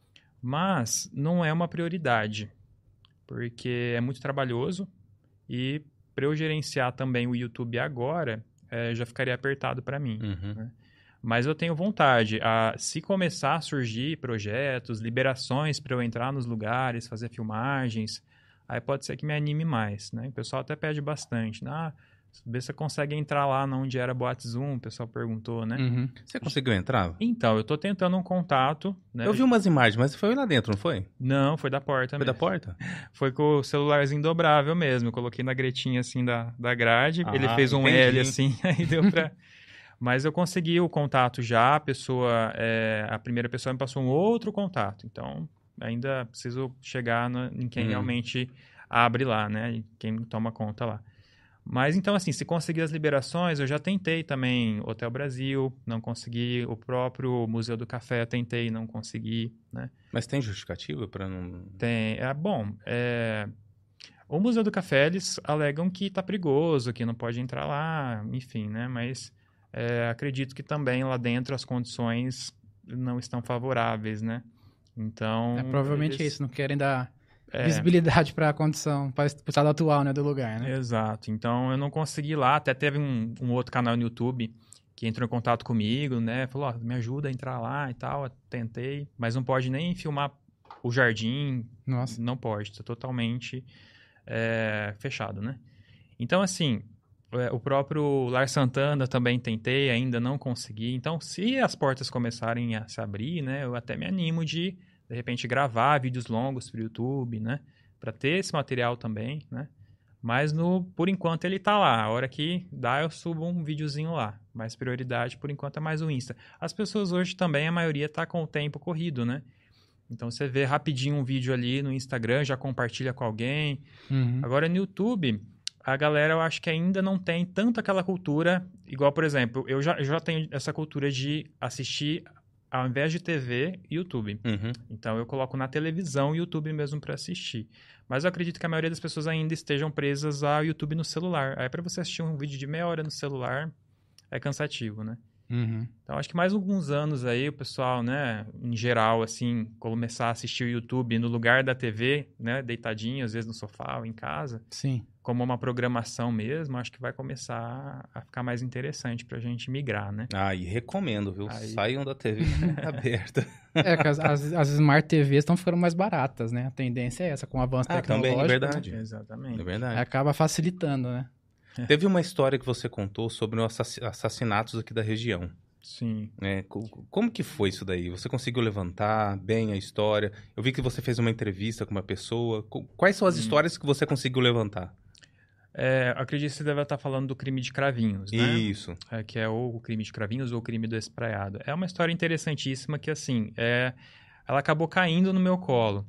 Speaker 3: Mas não é uma prioridade, porque é muito trabalhoso e para eu gerenciar também o YouTube agora, é, já ficaria apertado para mim.
Speaker 1: Uhum.
Speaker 3: Mas eu tenho vontade. A, se começar a surgir projetos, liberações para eu entrar nos lugares, fazer filmagens, aí pode ser que me anime mais, né? O pessoal até pede bastante. Ah, vê se você consegue entrar lá onde era Boate Zoom, o pessoal perguntou, né?
Speaker 2: Uhum.
Speaker 1: Você conseguiu entrar?
Speaker 3: Então, eu tô tentando um contato, né?
Speaker 1: Eu vi umas imagens, mas foi lá dentro, não foi?
Speaker 3: Não, foi da porta
Speaker 1: Foi
Speaker 3: mesmo.
Speaker 1: da porta?
Speaker 3: Foi com o celularzinho dobrável mesmo. Eu coloquei na gretinha assim da, da grade.
Speaker 1: Ah,
Speaker 3: ele fez um
Speaker 1: entendi.
Speaker 3: L assim, aí deu pra. Mas eu consegui o contato já. A pessoa, é, a primeira pessoa me passou um outro contato. Então, ainda preciso chegar no, em quem
Speaker 1: Hum.
Speaker 3: realmente abre lá, né? E quem toma conta lá. Mas então, assim, se conseguir as liberações, eu já tentei também Hotel Brasil, não consegui. O próprio Museu do Café tentei, não consegui, né?
Speaker 1: Mas tem justificativa para não...
Speaker 3: Tem. É, bom, é, o Museu do Café, eles alegam que tá perigoso, que não pode entrar lá, enfim, né? Mas é, acredito que também lá dentro as condições não estão favoráveis, né? Então...
Speaker 2: É, provavelmente
Speaker 3: eles-
Speaker 2: é isso, não querem dar
Speaker 3: é,
Speaker 2: visibilidade pra condição, para o estado atual, né, do lugar, né?
Speaker 3: Exato. Então, eu não consegui ir lá. Até teve um, um outro canal no YouTube que entrou em contato comigo, né? Falou, ó, me ajuda a entrar lá e tal. Eu tentei, mas não pode nem filmar o jardim.
Speaker 2: Nossa.
Speaker 3: Não pode. Está totalmente é, fechado, né? Então, assim, o próprio Lar Santana também tentei, ainda não consegui. Então, se as portas começarem a se abrir, né, eu até me animo de, de repente, gravar vídeos longos para o YouTube, né, para ter esse material também, né. Mas, no, por enquanto, ele tá lá. A hora que dá, eu subo um videozinho lá. Mas prioridade, por enquanto, é mais o Insta. As pessoas hoje também, a maioria tá com o tempo corrido, né. Então, você vê rapidinho um vídeo ali no Instagram, já compartilha com alguém.
Speaker 2: Uhum.
Speaker 3: Agora, no YouTube, a galera, eu acho que ainda não tem tanto aquela cultura, igual, por exemplo, eu já, eu já tenho essa cultura de assistir, ao invés de T V, YouTube.
Speaker 1: Uhum.
Speaker 3: Então, eu coloco na televisão o YouTube mesmo para assistir. Mas eu acredito que a maioria das pessoas ainda estejam presas ao YouTube no celular. Aí, para você assistir um vídeo de meia hora no celular, é cansativo, né?
Speaker 2: Uhum.
Speaker 3: Então, acho que mais alguns anos aí, o pessoal, né, em geral, assim, começar a assistir o YouTube no lugar da T V, né, deitadinho, às vezes no sofá ou em casa,
Speaker 2: Sim.
Speaker 3: como uma programação mesmo, acho que vai começar a ficar mais interessante pra gente migrar, né?
Speaker 1: Ah, e recomendo, viu?
Speaker 3: Aí.
Speaker 1: Saiam da T V aberta.
Speaker 2: É que as, as, as Smart T Vs estão ficando mais baratas, né? A tendência é essa, com o avanço
Speaker 1: Ah, também,
Speaker 2: tecnológico.
Speaker 1: é verdade.
Speaker 2: né?
Speaker 3: Exatamente.
Speaker 1: É verdade.
Speaker 2: Acaba facilitando, né?
Speaker 1: Teve uma história que você contou sobre os assass- assassinatos aqui da região.
Speaker 3: Sim.
Speaker 1: Né? Co- Como que foi isso daí? Você conseguiu levantar bem a história? Eu vi que você fez uma entrevista com uma pessoa. Co- Quais são as
Speaker 3: Hum.
Speaker 1: histórias que você conseguiu levantar?
Speaker 3: É, acredito que você deve estar falando do crime de Cravinhos, né?
Speaker 1: Isso.
Speaker 3: É, que é ou o crime de Cravinhos ou o crime do Espraiado. É uma história interessantíssima que, assim, é, ela acabou caindo no meu colo.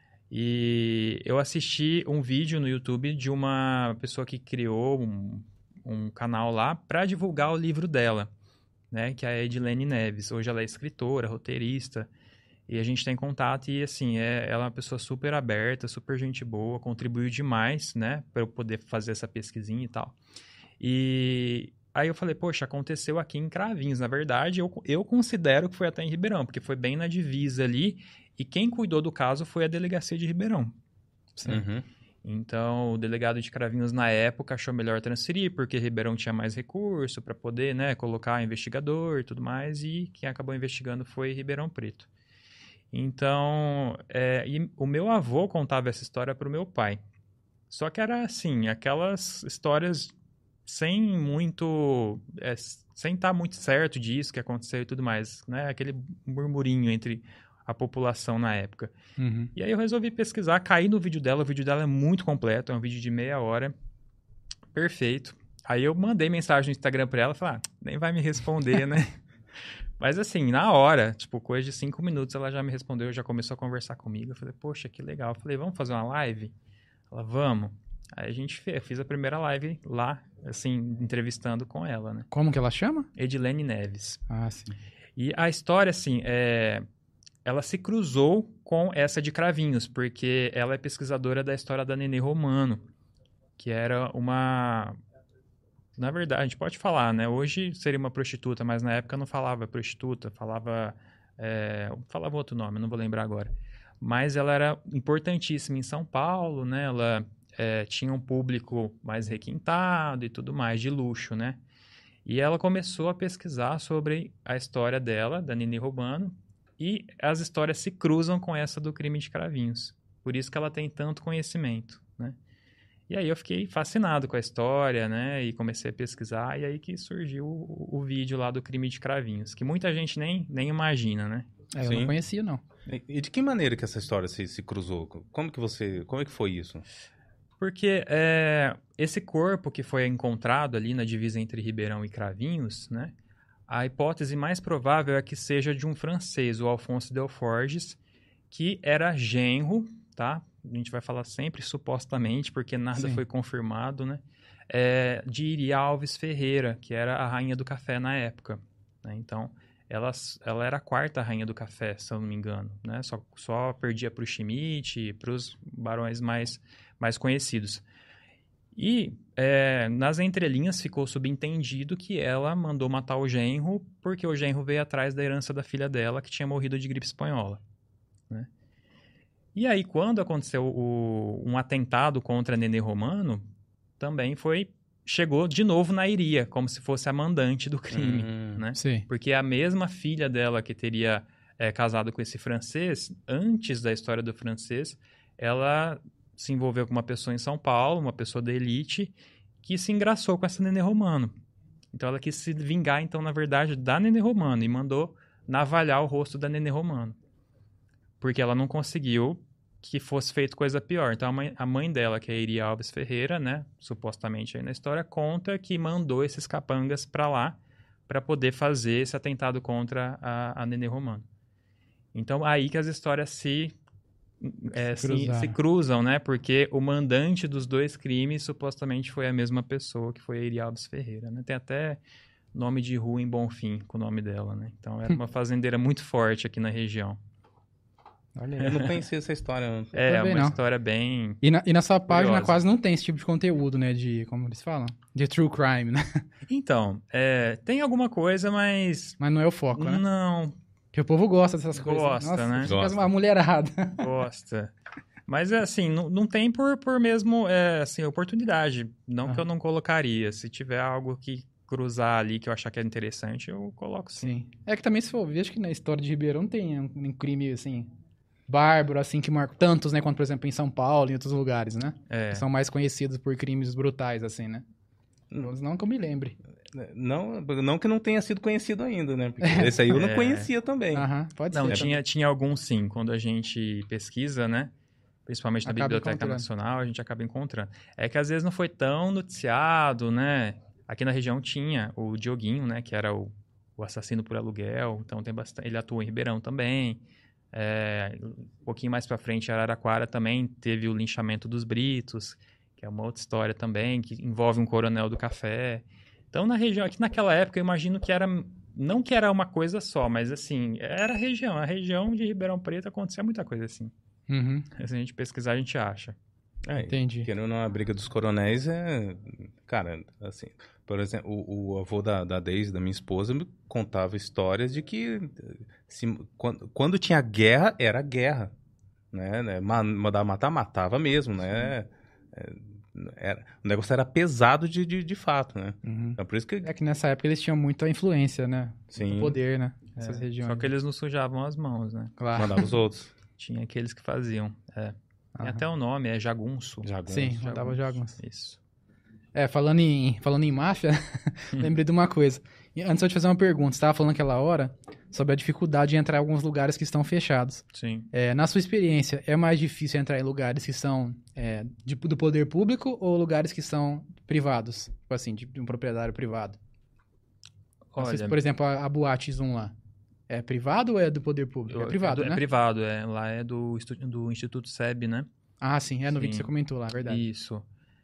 Speaker 3: E eu assisti um vídeo no YouTube de uma pessoa que criou um, um canal lá para divulgar o livro dela, né? Que é a Edilene Neves. Hoje ela é escritora, roteirista, e a gente tem contato e, assim, é, ela é uma pessoa super aberta, super gente boa, contribuiu demais, né? Para eu poder fazer essa pesquisinha e tal. E aí eu falei, poxa, aconteceu aqui em Cravinhos. Na verdade, eu, eu considero que foi até em Ribeirão, porque foi bem na divisa ali, e quem cuidou do caso foi a delegacia de Ribeirão.
Speaker 1: Uhum.
Speaker 3: Então, o delegado de Cravinhos, na época, achou melhor transferir, porque Ribeirão tinha mais recurso para poder, né, colocar investigador e tudo mais, e quem acabou investigando foi Ribeirão Preto. Então, é, e o meu avô contava essa história para o meu pai. Só que era, assim, aquelas histórias sem muito... É, sem estar muito certo disso que aconteceu e tudo mais, né? Aquele murmurinho entre a população na época.
Speaker 2: Uhum.
Speaker 3: E aí eu resolvi pesquisar, caí no vídeo dela, o vídeo dela é muito completo, é um vídeo de meia hora, perfeito. Aí eu mandei mensagem no Instagram pra ela, falei, ah, nem vai me responder, né? Mas assim, na hora, tipo, coisa de cinco minutos, ela já me respondeu, já começou a conversar comigo. Eu falei, poxa, que legal. Eu falei, vamos fazer uma live? Ela, vamos. Aí a gente fez, fiz a primeira live lá, assim, entrevistando com ela, né?
Speaker 2: Como que ela chama?
Speaker 3: Edilene Neves.
Speaker 2: Ah, sim.
Speaker 3: E a história, assim, é... ela se cruzou com essa de Cravinhos, porque ela é pesquisadora da história da Nenê Romano, que era uma... Na verdade, a gente pode falar, né? Hoje seria uma prostituta, mas na época não falava prostituta, falava... É... falava outro nome, não vou lembrar agora. Mas ela era importantíssima em São Paulo, né? Ela é, tinha um público mais requintado e tudo mais, de luxo, né? E ela começou a pesquisar sobre a história dela, da Nenê Romano, e as histórias se cruzam com essa do crime de Cravinhos. Por isso que ela tem tanto conhecimento, né? E aí eu fiquei fascinado com a história, né? E comecei a pesquisar, e aí que surgiu o, o vídeo lá do crime de Cravinhos, que muita gente nem, nem imagina, né?
Speaker 2: É, eu
Speaker 1: Sim.
Speaker 2: não conhecia, não.
Speaker 1: E e de que maneira que essa história se, se cruzou? Como que você... Como é que foi isso?
Speaker 3: Porque é, esse corpo que foi encontrado ali na divisa entre Ribeirão e Cravinhos, né? A hipótese mais provável é que seja de um francês, o Alphonse Delforges, que era genro, tá? A gente vai falar sempre supostamente, porque nada
Speaker 2: Sim.
Speaker 3: foi confirmado, né? É, de Iria Alves Ferreira, que era a rainha do café na época, né? Então, ela, ela era a quarta rainha do café, se eu não me engano, né? Só, só perdia para o Schmidt e para os barões mais, mais conhecidos. E é, nas entrelinhas ficou subentendido que ela mandou matar o genro porque o genro veio atrás da herança da filha dela, que tinha morrido de gripe espanhola, né? E aí, quando aconteceu o, um atentado contra a Nenê Romano, também foi... chegou de novo na Iria, como se fosse a mandante do crime,
Speaker 1: Hum.
Speaker 3: né?
Speaker 2: Sim.
Speaker 3: Porque a mesma filha dela que teria é, casado com esse francês, antes da história do francês, ela se envolveu com uma pessoa em São Paulo, uma pessoa da elite, que se engraçou com essa Nenê Romano. Então ela quis se vingar, então, na verdade, da Nenê Romano e mandou navalhar o rosto da Nenê Romano. Porque ela não conseguiu que fosse feito coisa pior. Então a mãe, a mãe dela, que é a Iri Alves Ferreira, né, supostamente aí na história, conta que mandou esses capangas pra lá para poder fazer esse atentado contra a, a Nenê Romano. Então aí que as histórias se, é,
Speaker 2: Se
Speaker 3: se,
Speaker 2: cruzaram.
Speaker 3: se cruzam, né? Porque o mandante dos dois crimes supostamente foi a mesma pessoa, que foi a Iri Alves Ferreira, né? Tem até nome de rua em Bonfim com o nome dela, né? Então era uma fazendeira muito forte aqui na região.
Speaker 2: Olha
Speaker 1: Eu
Speaker 2: aí.
Speaker 1: não conhecia essa história. Não.
Speaker 3: É,
Speaker 2: também
Speaker 3: uma
Speaker 2: não.
Speaker 3: história bem...
Speaker 2: E na, e na sua página
Speaker 3: Curiosa.
Speaker 2: quase não tem esse tipo de conteúdo, né? De, como eles falam? De true crime, né?
Speaker 3: Então, é, tem alguma coisa, mas...
Speaker 2: Mas não é o foco, né?
Speaker 3: Não,
Speaker 2: Porque o povo gosta dessas coisas.
Speaker 3: Gosta,
Speaker 2: Nossa,
Speaker 3: né?
Speaker 2: fica
Speaker 1: Gosta.
Speaker 2: uma mulherada.
Speaker 3: gosta. Mas, é assim, não, não tem por, por mesmo, é, assim, oportunidade. Não
Speaker 2: Ah.
Speaker 3: que eu não colocaria. Se tiver algo que cruzar ali que eu achar que é interessante, eu coloco sim.
Speaker 2: Sim. É que também, se for ver, acho que na história de Ribeirão tem um, um crime, assim, bárbaro, assim, que marca tantos, né? Quanto, por exemplo, em São Paulo e em outros lugares, né?
Speaker 3: É.
Speaker 2: Que são mais conhecidos por crimes brutais, assim, né? Mas não que eu me lembre.
Speaker 1: Não, não que não tenha sido conhecido ainda, né? Porque esse aí eu não
Speaker 3: É.
Speaker 1: conhecia também.
Speaker 2: Aham, pode
Speaker 3: Não,
Speaker 2: ser.
Speaker 3: tinha, tinha alguns sim. Quando a gente pesquisa, né? Principalmente na
Speaker 2: Acaba
Speaker 3: Biblioteca
Speaker 2: encontrando.
Speaker 3: Nacional, a gente acaba encontrando. É que às vezes não foi tão noticiado, né? Aqui na região tinha o Dioguinho, né? Que era o, o assassino por aluguel. Então tem bastante. Ele atuou em Ribeirão também. É, um pouquinho mais pra frente, Araraquara também teve o linchamento dos Britos, que é uma outra história também, que envolve um coronel do café. Então, na região, aqui naquela época, eu imagino que era, não que era uma coisa só, mas assim, era a região. A região de Ribeirão Preto acontecia muita coisa assim.
Speaker 2: Uhum,
Speaker 3: Se a gente pesquisar, a gente acha.
Speaker 1: É,
Speaker 2: entendi.
Speaker 1: Querendo ou não, a briga dos coronéis é... Cara, assim... Por exemplo, o, o avô da, da Deise, da minha esposa, me contava histórias de que se, quando, quando tinha guerra, era guerra. Né? né? Ma- Mandava matar, matava mesmo, né? É, era, o negócio era pesado de, de, de fato, né?
Speaker 2: Uhum.
Speaker 1: Então, por isso que...
Speaker 2: É que nessa época eles tinham muita influência, né?
Speaker 1: Sim.
Speaker 2: Muito poder, né? Nessas regiões.
Speaker 3: Só que eles não sujavam as mãos, né?
Speaker 2: Claro.
Speaker 1: Mandava os outros.
Speaker 3: Tinha aqueles que faziam. É. Tem
Speaker 2: Aham.
Speaker 3: até o nome, é jagunço.
Speaker 1: Jagunço.
Speaker 2: Sim, mandava jagunço.
Speaker 3: Isso.
Speaker 2: É, falando em, falando em máfia, lembrei de uma coisa. E antes eu te fazer uma pergunta, você estava falando aquela hora sobre a dificuldade de entrar em alguns lugares que estão fechados.
Speaker 3: Sim.
Speaker 2: É, na sua experiência, é mais difícil entrar em lugares que são é, de- do poder público ou lugares que são privados? Tipo assim, de, de um proprietário privado? Não sei se,
Speaker 3: Olha,
Speaker 2: por exemplo, a, a Boate Zoom lá. É privado ou é do poder público? É privado,
Speaker 3: é,
Speaker 2: né?
Speaker 3: É privado, é. Lá é do, estu- do Instituto S E B, né?
Speaker 2: Ah, sim, é no vídeo que
Speaker 3: Sim.
Speaker 2: você comentou lá, verdade.
Speaker 3: Isso.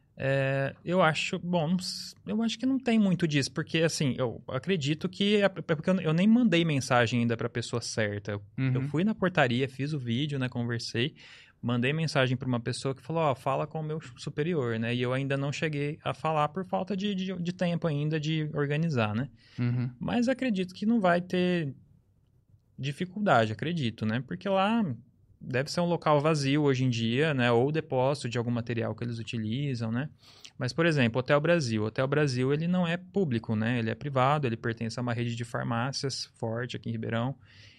Speaker 3: É, eu acho, bom, não s- eu acho que não tem muito disso, porque assim, eu acredito que é é porque eu, eu nem mandei mensagem ainda pra pessoa certa. Eu,
Speaker 2: Uhum.
Speaker 3: eu fui na portaria, fiz o vídeo, né, conversei, mandei mensagem pra uma pessoa que falou, ó, fala com o meu superior, né, e eu ainda não cheguei a falar por falta de, de, de tempo ainda de organizar, né.
Speaker 2: Uhum.
Speaker 3: Mas acredito que não vai ter dificuldade, acredito, né? Porque lá deve ser um local vazio hoje em dia, né? Ou depósito de algum material que eles utilizam, né? Mas, por exemplo, Hotel Brasil. Hotel Brasil, ele não é público, né? Ele é privado, ele pertence a uma rede de farmácias forte aqui em Ribeirão.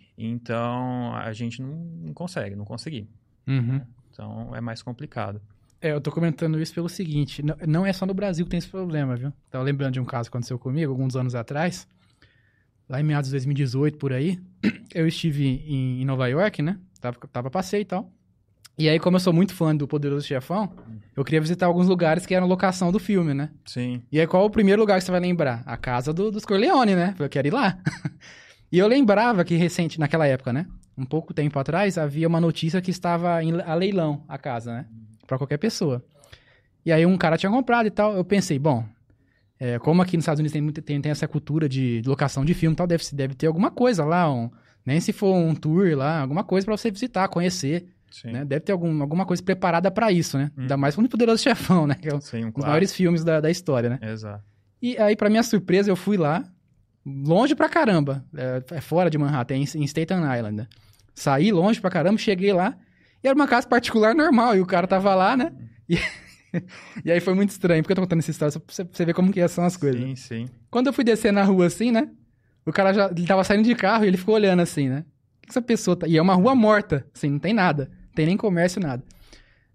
Speaker 3: Então, a gente não, não consegue, não consegui.
Speaker 2: Uhum.
Speaker 3: Então, é mais complicado.
Speaker 2: É, eu tô comentando isso pelo seguinte, não, não é só no Brasil que tem esse problema, viu? Tava lembrando de um caso que aconteceu comigo alguns anos atrás, lá em meados de dois mil e dezoito, por aí, eu estive em, em Nova York, né? Tava, tava passeio e tal. E aí, como eu sou muito fã do Poderoso Chefão, eu queria visitar alguns lugares que eram locação do filme, né?
Speaker 3: Sim.
Speaker 2: E aí, qual o primeiro lugar que você vai lembrar? A casa do, dos Corleone, né? Eu quero ir lá. E eu lembrava que recente, naquela época, né? Um pouco tempo atrás, havia uma notícia que estava em, a leilão a casa, né? Pra qualquer pessoa. E aí um cara tinha comprado e tal. Eu pensei, bom, é, como aqui nos Estados Unidos tem, muito, tem, tem essa cultura de locação de filme e tal, deve, deve ter alguma coisa lá, um, nem se for um tour lá, alguma coisa pra você visitar, conhecer,
Speaker 3: Sim.
Speaker 2: né? Deve ter algum, alguma coisa preparada pra isso, né?
Speaker 3: Hum.
Speaker 2: Ainda mais quando o Poderoso Chefão, né? Que é um
Speaker 3: Sim, um
Speaker 2: dos
Speaker 3: clássico.
Speaker 2: maiores filmes da, da história, né?
Speaker 3: Exato.
Speaker 2: E aí, pra minha surpresa, eu fui lá, longe pra caramba, é, é fora de Manhattan, é em, em Staten Island, né? Saí longe pra caramba, cheguei lá, e era uma casa particular normal, e o cara tava lá, né? E, e aí foi muito estranho, porque eu tô contando essa história, só pra você, pra você ver como que são as coisas.
Speaker 3: Sim, sim.
Speaker 2: Quando eu fui descer na rua assim, né? O cara já ele tava saindo de carro e ele ficou olhando assim, né? O que essa pessoa tá... E é uma rua morta, assim, não tem nada. Não tem nem comércio, nada.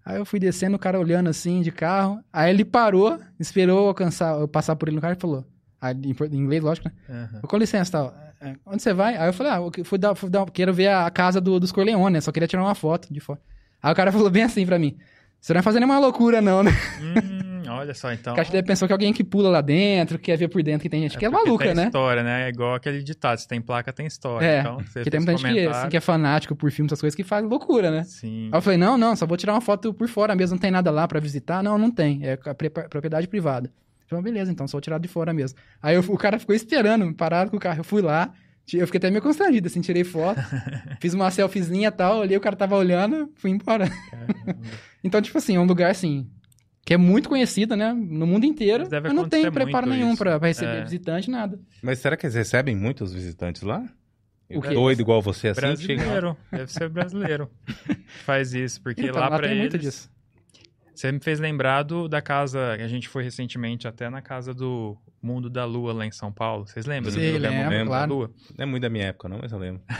Speaker 2: Aí eu fui descendo, o cara olhando assim, de carro. Aí ele parou, esperou eu alcançar, eu passar por ele no carro e falou... Aí, em, em inglês, lógico, né?
Speaker 3: Aham.
Speaker 2: Com licença, tal. É, onde você vai? Aí eu falei, ah, eu fui dar, fui dar, quero ver a casa do, dos Corleone, né? Só queria tirar uma foto de fora. Aí o cara falou bem assim pra mim, você não vai fazer nenhuma loucura não, né?
Speaker 3: Hum, olha só, então...
Speaker 2: Porque acho que ele pensou que alguém que pula lá dentro, quer ver por dentro, que tem gente que é
Speaker 3: porque
Speaker 2: maluca,
Speaker 3: tem
Speaker 2: né?
Speaker 3: história, né? É igual aquele ditado, se tem placa, tem história.
Speaker 2: É,
Speaker 3: Então, você
Speaker 2: porque tem
Speaker 3: fez
Speaker 2: muita gente que,
Speaker 3: comentário.
Speaker 2: assim, que é fanático por filmes, essas coisas, que faz loucura, né?
Speaker 3: Sim.
Speaker 2: Aí eu falei, não, não, só vou tirar uma foto por fora mesmo, não tem nada lá pra visitar. Não, não tem, é a pre- propriedade privada. Eu falei, beleza, então, só vou tirar de fora mesmo. Aí eu- o cara ficou esperando, parado com o carro, eu fui lá, eu fiquei até meio constrangido, assim, tirei foto, fiz uma selfiezinha e tal, olhei, o cara tava olhando, fui embora. Então, tipo assim, é um lugar, assim, que é muito conhecido, né, no mundo inteiro,
Speaker 3: Mas deve
Speaker 2: mas não tem
Speaker 3: acontecer
Speaker 2: preparo
Speaker 3: muito
Speaker 2: nenhum
Speaker 3: isso.
Speaker 2: pra, pra receber
Speaker 3: É.
Speaker 2: visitante, nada.
Speaker 1: Mas será que eles recebem muitos visitantes lá?
Speaker 2: O quê?
Speaker 1: Doido igual você, assim, chega...
Speaker 3: Brasileiro, deve ser brasileiro que faz isso, porque
Speaker 2: Então,
Speaker 3: lá,
Speaker 2: lá
Speaker 3: pra
Speaker 2: tem
Speaker 3: eles...
Speaker 2: muito disso.
Speaker 3: Você me fez lembrar do, da casa, que a gente foi recentemente até na casa do Mundo da Lua lá em São Paulo. Vocês lembram?
Speaker 2: Sei,
Speaker 3: do lugar
Speaker 2: lembro,
Speaker 3: Mundo
Speaker 2: claro.
Speaker 3: da Lua?
Speaker 1: Não é muito da minha época, não, mas eu lembro.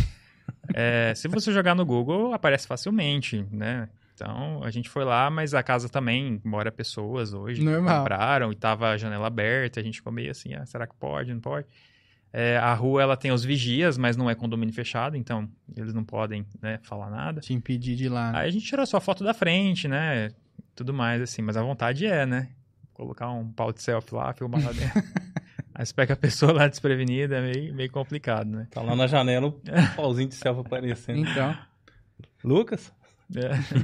Speaker 3: É, se você jogar no Google, aparece facilmente, né? Então, a gente foi lá, mas a casa também mora pessoas hoje.
Speaker 2: Normal.
Speaker 3: Compraram e tava a janela aberta, a gente ficou meio assim, ah, será que pode, não pode? É, a rua, ela tem os vigias, mas não é condomínio fechado, então eles não podem, né, falar nada.
Speaker 2: Te impedir de ir lá. né?
Speaker 3: Aí a gente tirou só foto da frente, né? Tudo mais, assim, mas a vontade é, né? Colocar um pau de selfie lá, filmar lá dentro. Aí você pega a pessoa lá desprevenida, é meio, meio complicado, né?
Speaker 1: Tá lá na janela, o pauzinho de selfie aparecendo.
Speaker 2: Então...
Speaker 1: Lucas?
Speaker 3: É.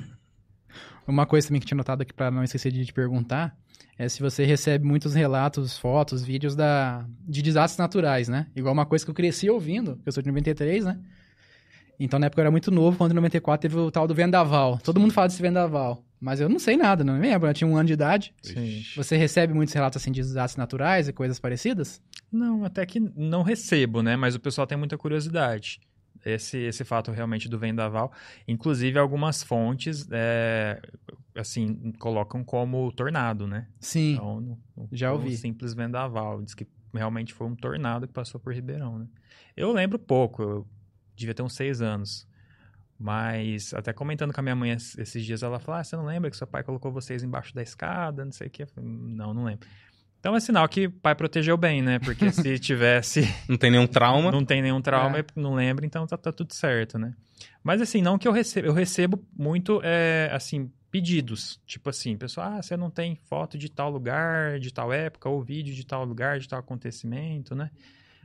Speaker 2: Uma coisa também que tinha notado aqui pra não esquecer de te perguntar é se você recebe muitos relatos, fotos, vídeos da, de desastres naturais, né? Igual uma coisa que eu cresci ouvindo, que eu sou de noventa e três, né? Então na época eu era muito novo, quando em noventa e quatro teve o tal do vendaval. Todo mundo fala desse vendaval, mas eu não sei nada, não me lembro, eu tinha um ano de idade.
Speaker 3: Sim.
Speaker 2: Você recebe muitos relatos assim de desastres naturais e coisas parecidas?
Speaker 3: Não, até que não recebo, né? Mas o pessoal tem muita curiosidade. Esse, esse fato realmente do vendaval. Inclusive, algumas fontes, é, assim, colocam como tornado, né?
Speaker 2: Sim.
Speaker 3: Então, no, no,
Speaker 2: Já
Speaker 3: no
Speaker 2: ouvi.
Speaker 3: simples vendaval. Diz que realmente foi um tornado que passou por Ribeirão, né? Eu lembro pouco, eu devia ter uns seis anos. Mas, até comentando com a minha mãe es- esses dias, ela falou, ah, você não lembra que seu pai colocou vocês embaixo da escada, não sei o quê? Eu falei, não, não lembro. Então é sinal que o pai protegeu bem, né? Porque se tivesse...
Speaker 1: Não tem nenhum trauma?
Speaker 3: Não tem nenhum trauma,
Speaker 2: É.
Speaker 3: não lembro, então tá, tá tudo certo, né? Mas assim, não que eu recebo, eu recebo muito, é, assim, pedidos. Tipo assim, pessoal, ah, você não tem foto de tal lugar, de tal época, ou vídeo de tal lugar, de tal acontecimento, né?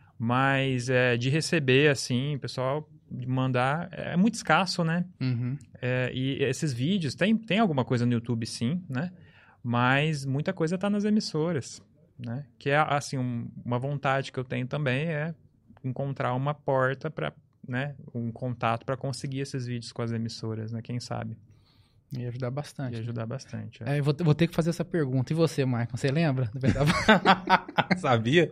Speaker 3: Mas é, de receber, assim, o pessoal de mandar, é muito escasso, né?
Speaker 2: Uhum.
Speaker 3: É, e esses vídeos, tem, tem alguma coisa no YouTube, sim, né? Mas muita coisa tá nas emissoras, né? Que é, assim, um- uma vontade que eu tenho também é encontrar uma porta para, né? Um contato para conseguir esses vídeos com as emissoras, né? Quem sabe?
Speaker 2: Ia ajudar bastante.
Speaker 3: Ia ajudar bastante. é.
Speaker 2: É, eu vou, vou ter que fazer essa pergunta. E você, Marco? Você lembra do vendaval?
Speaker 1: Sabia?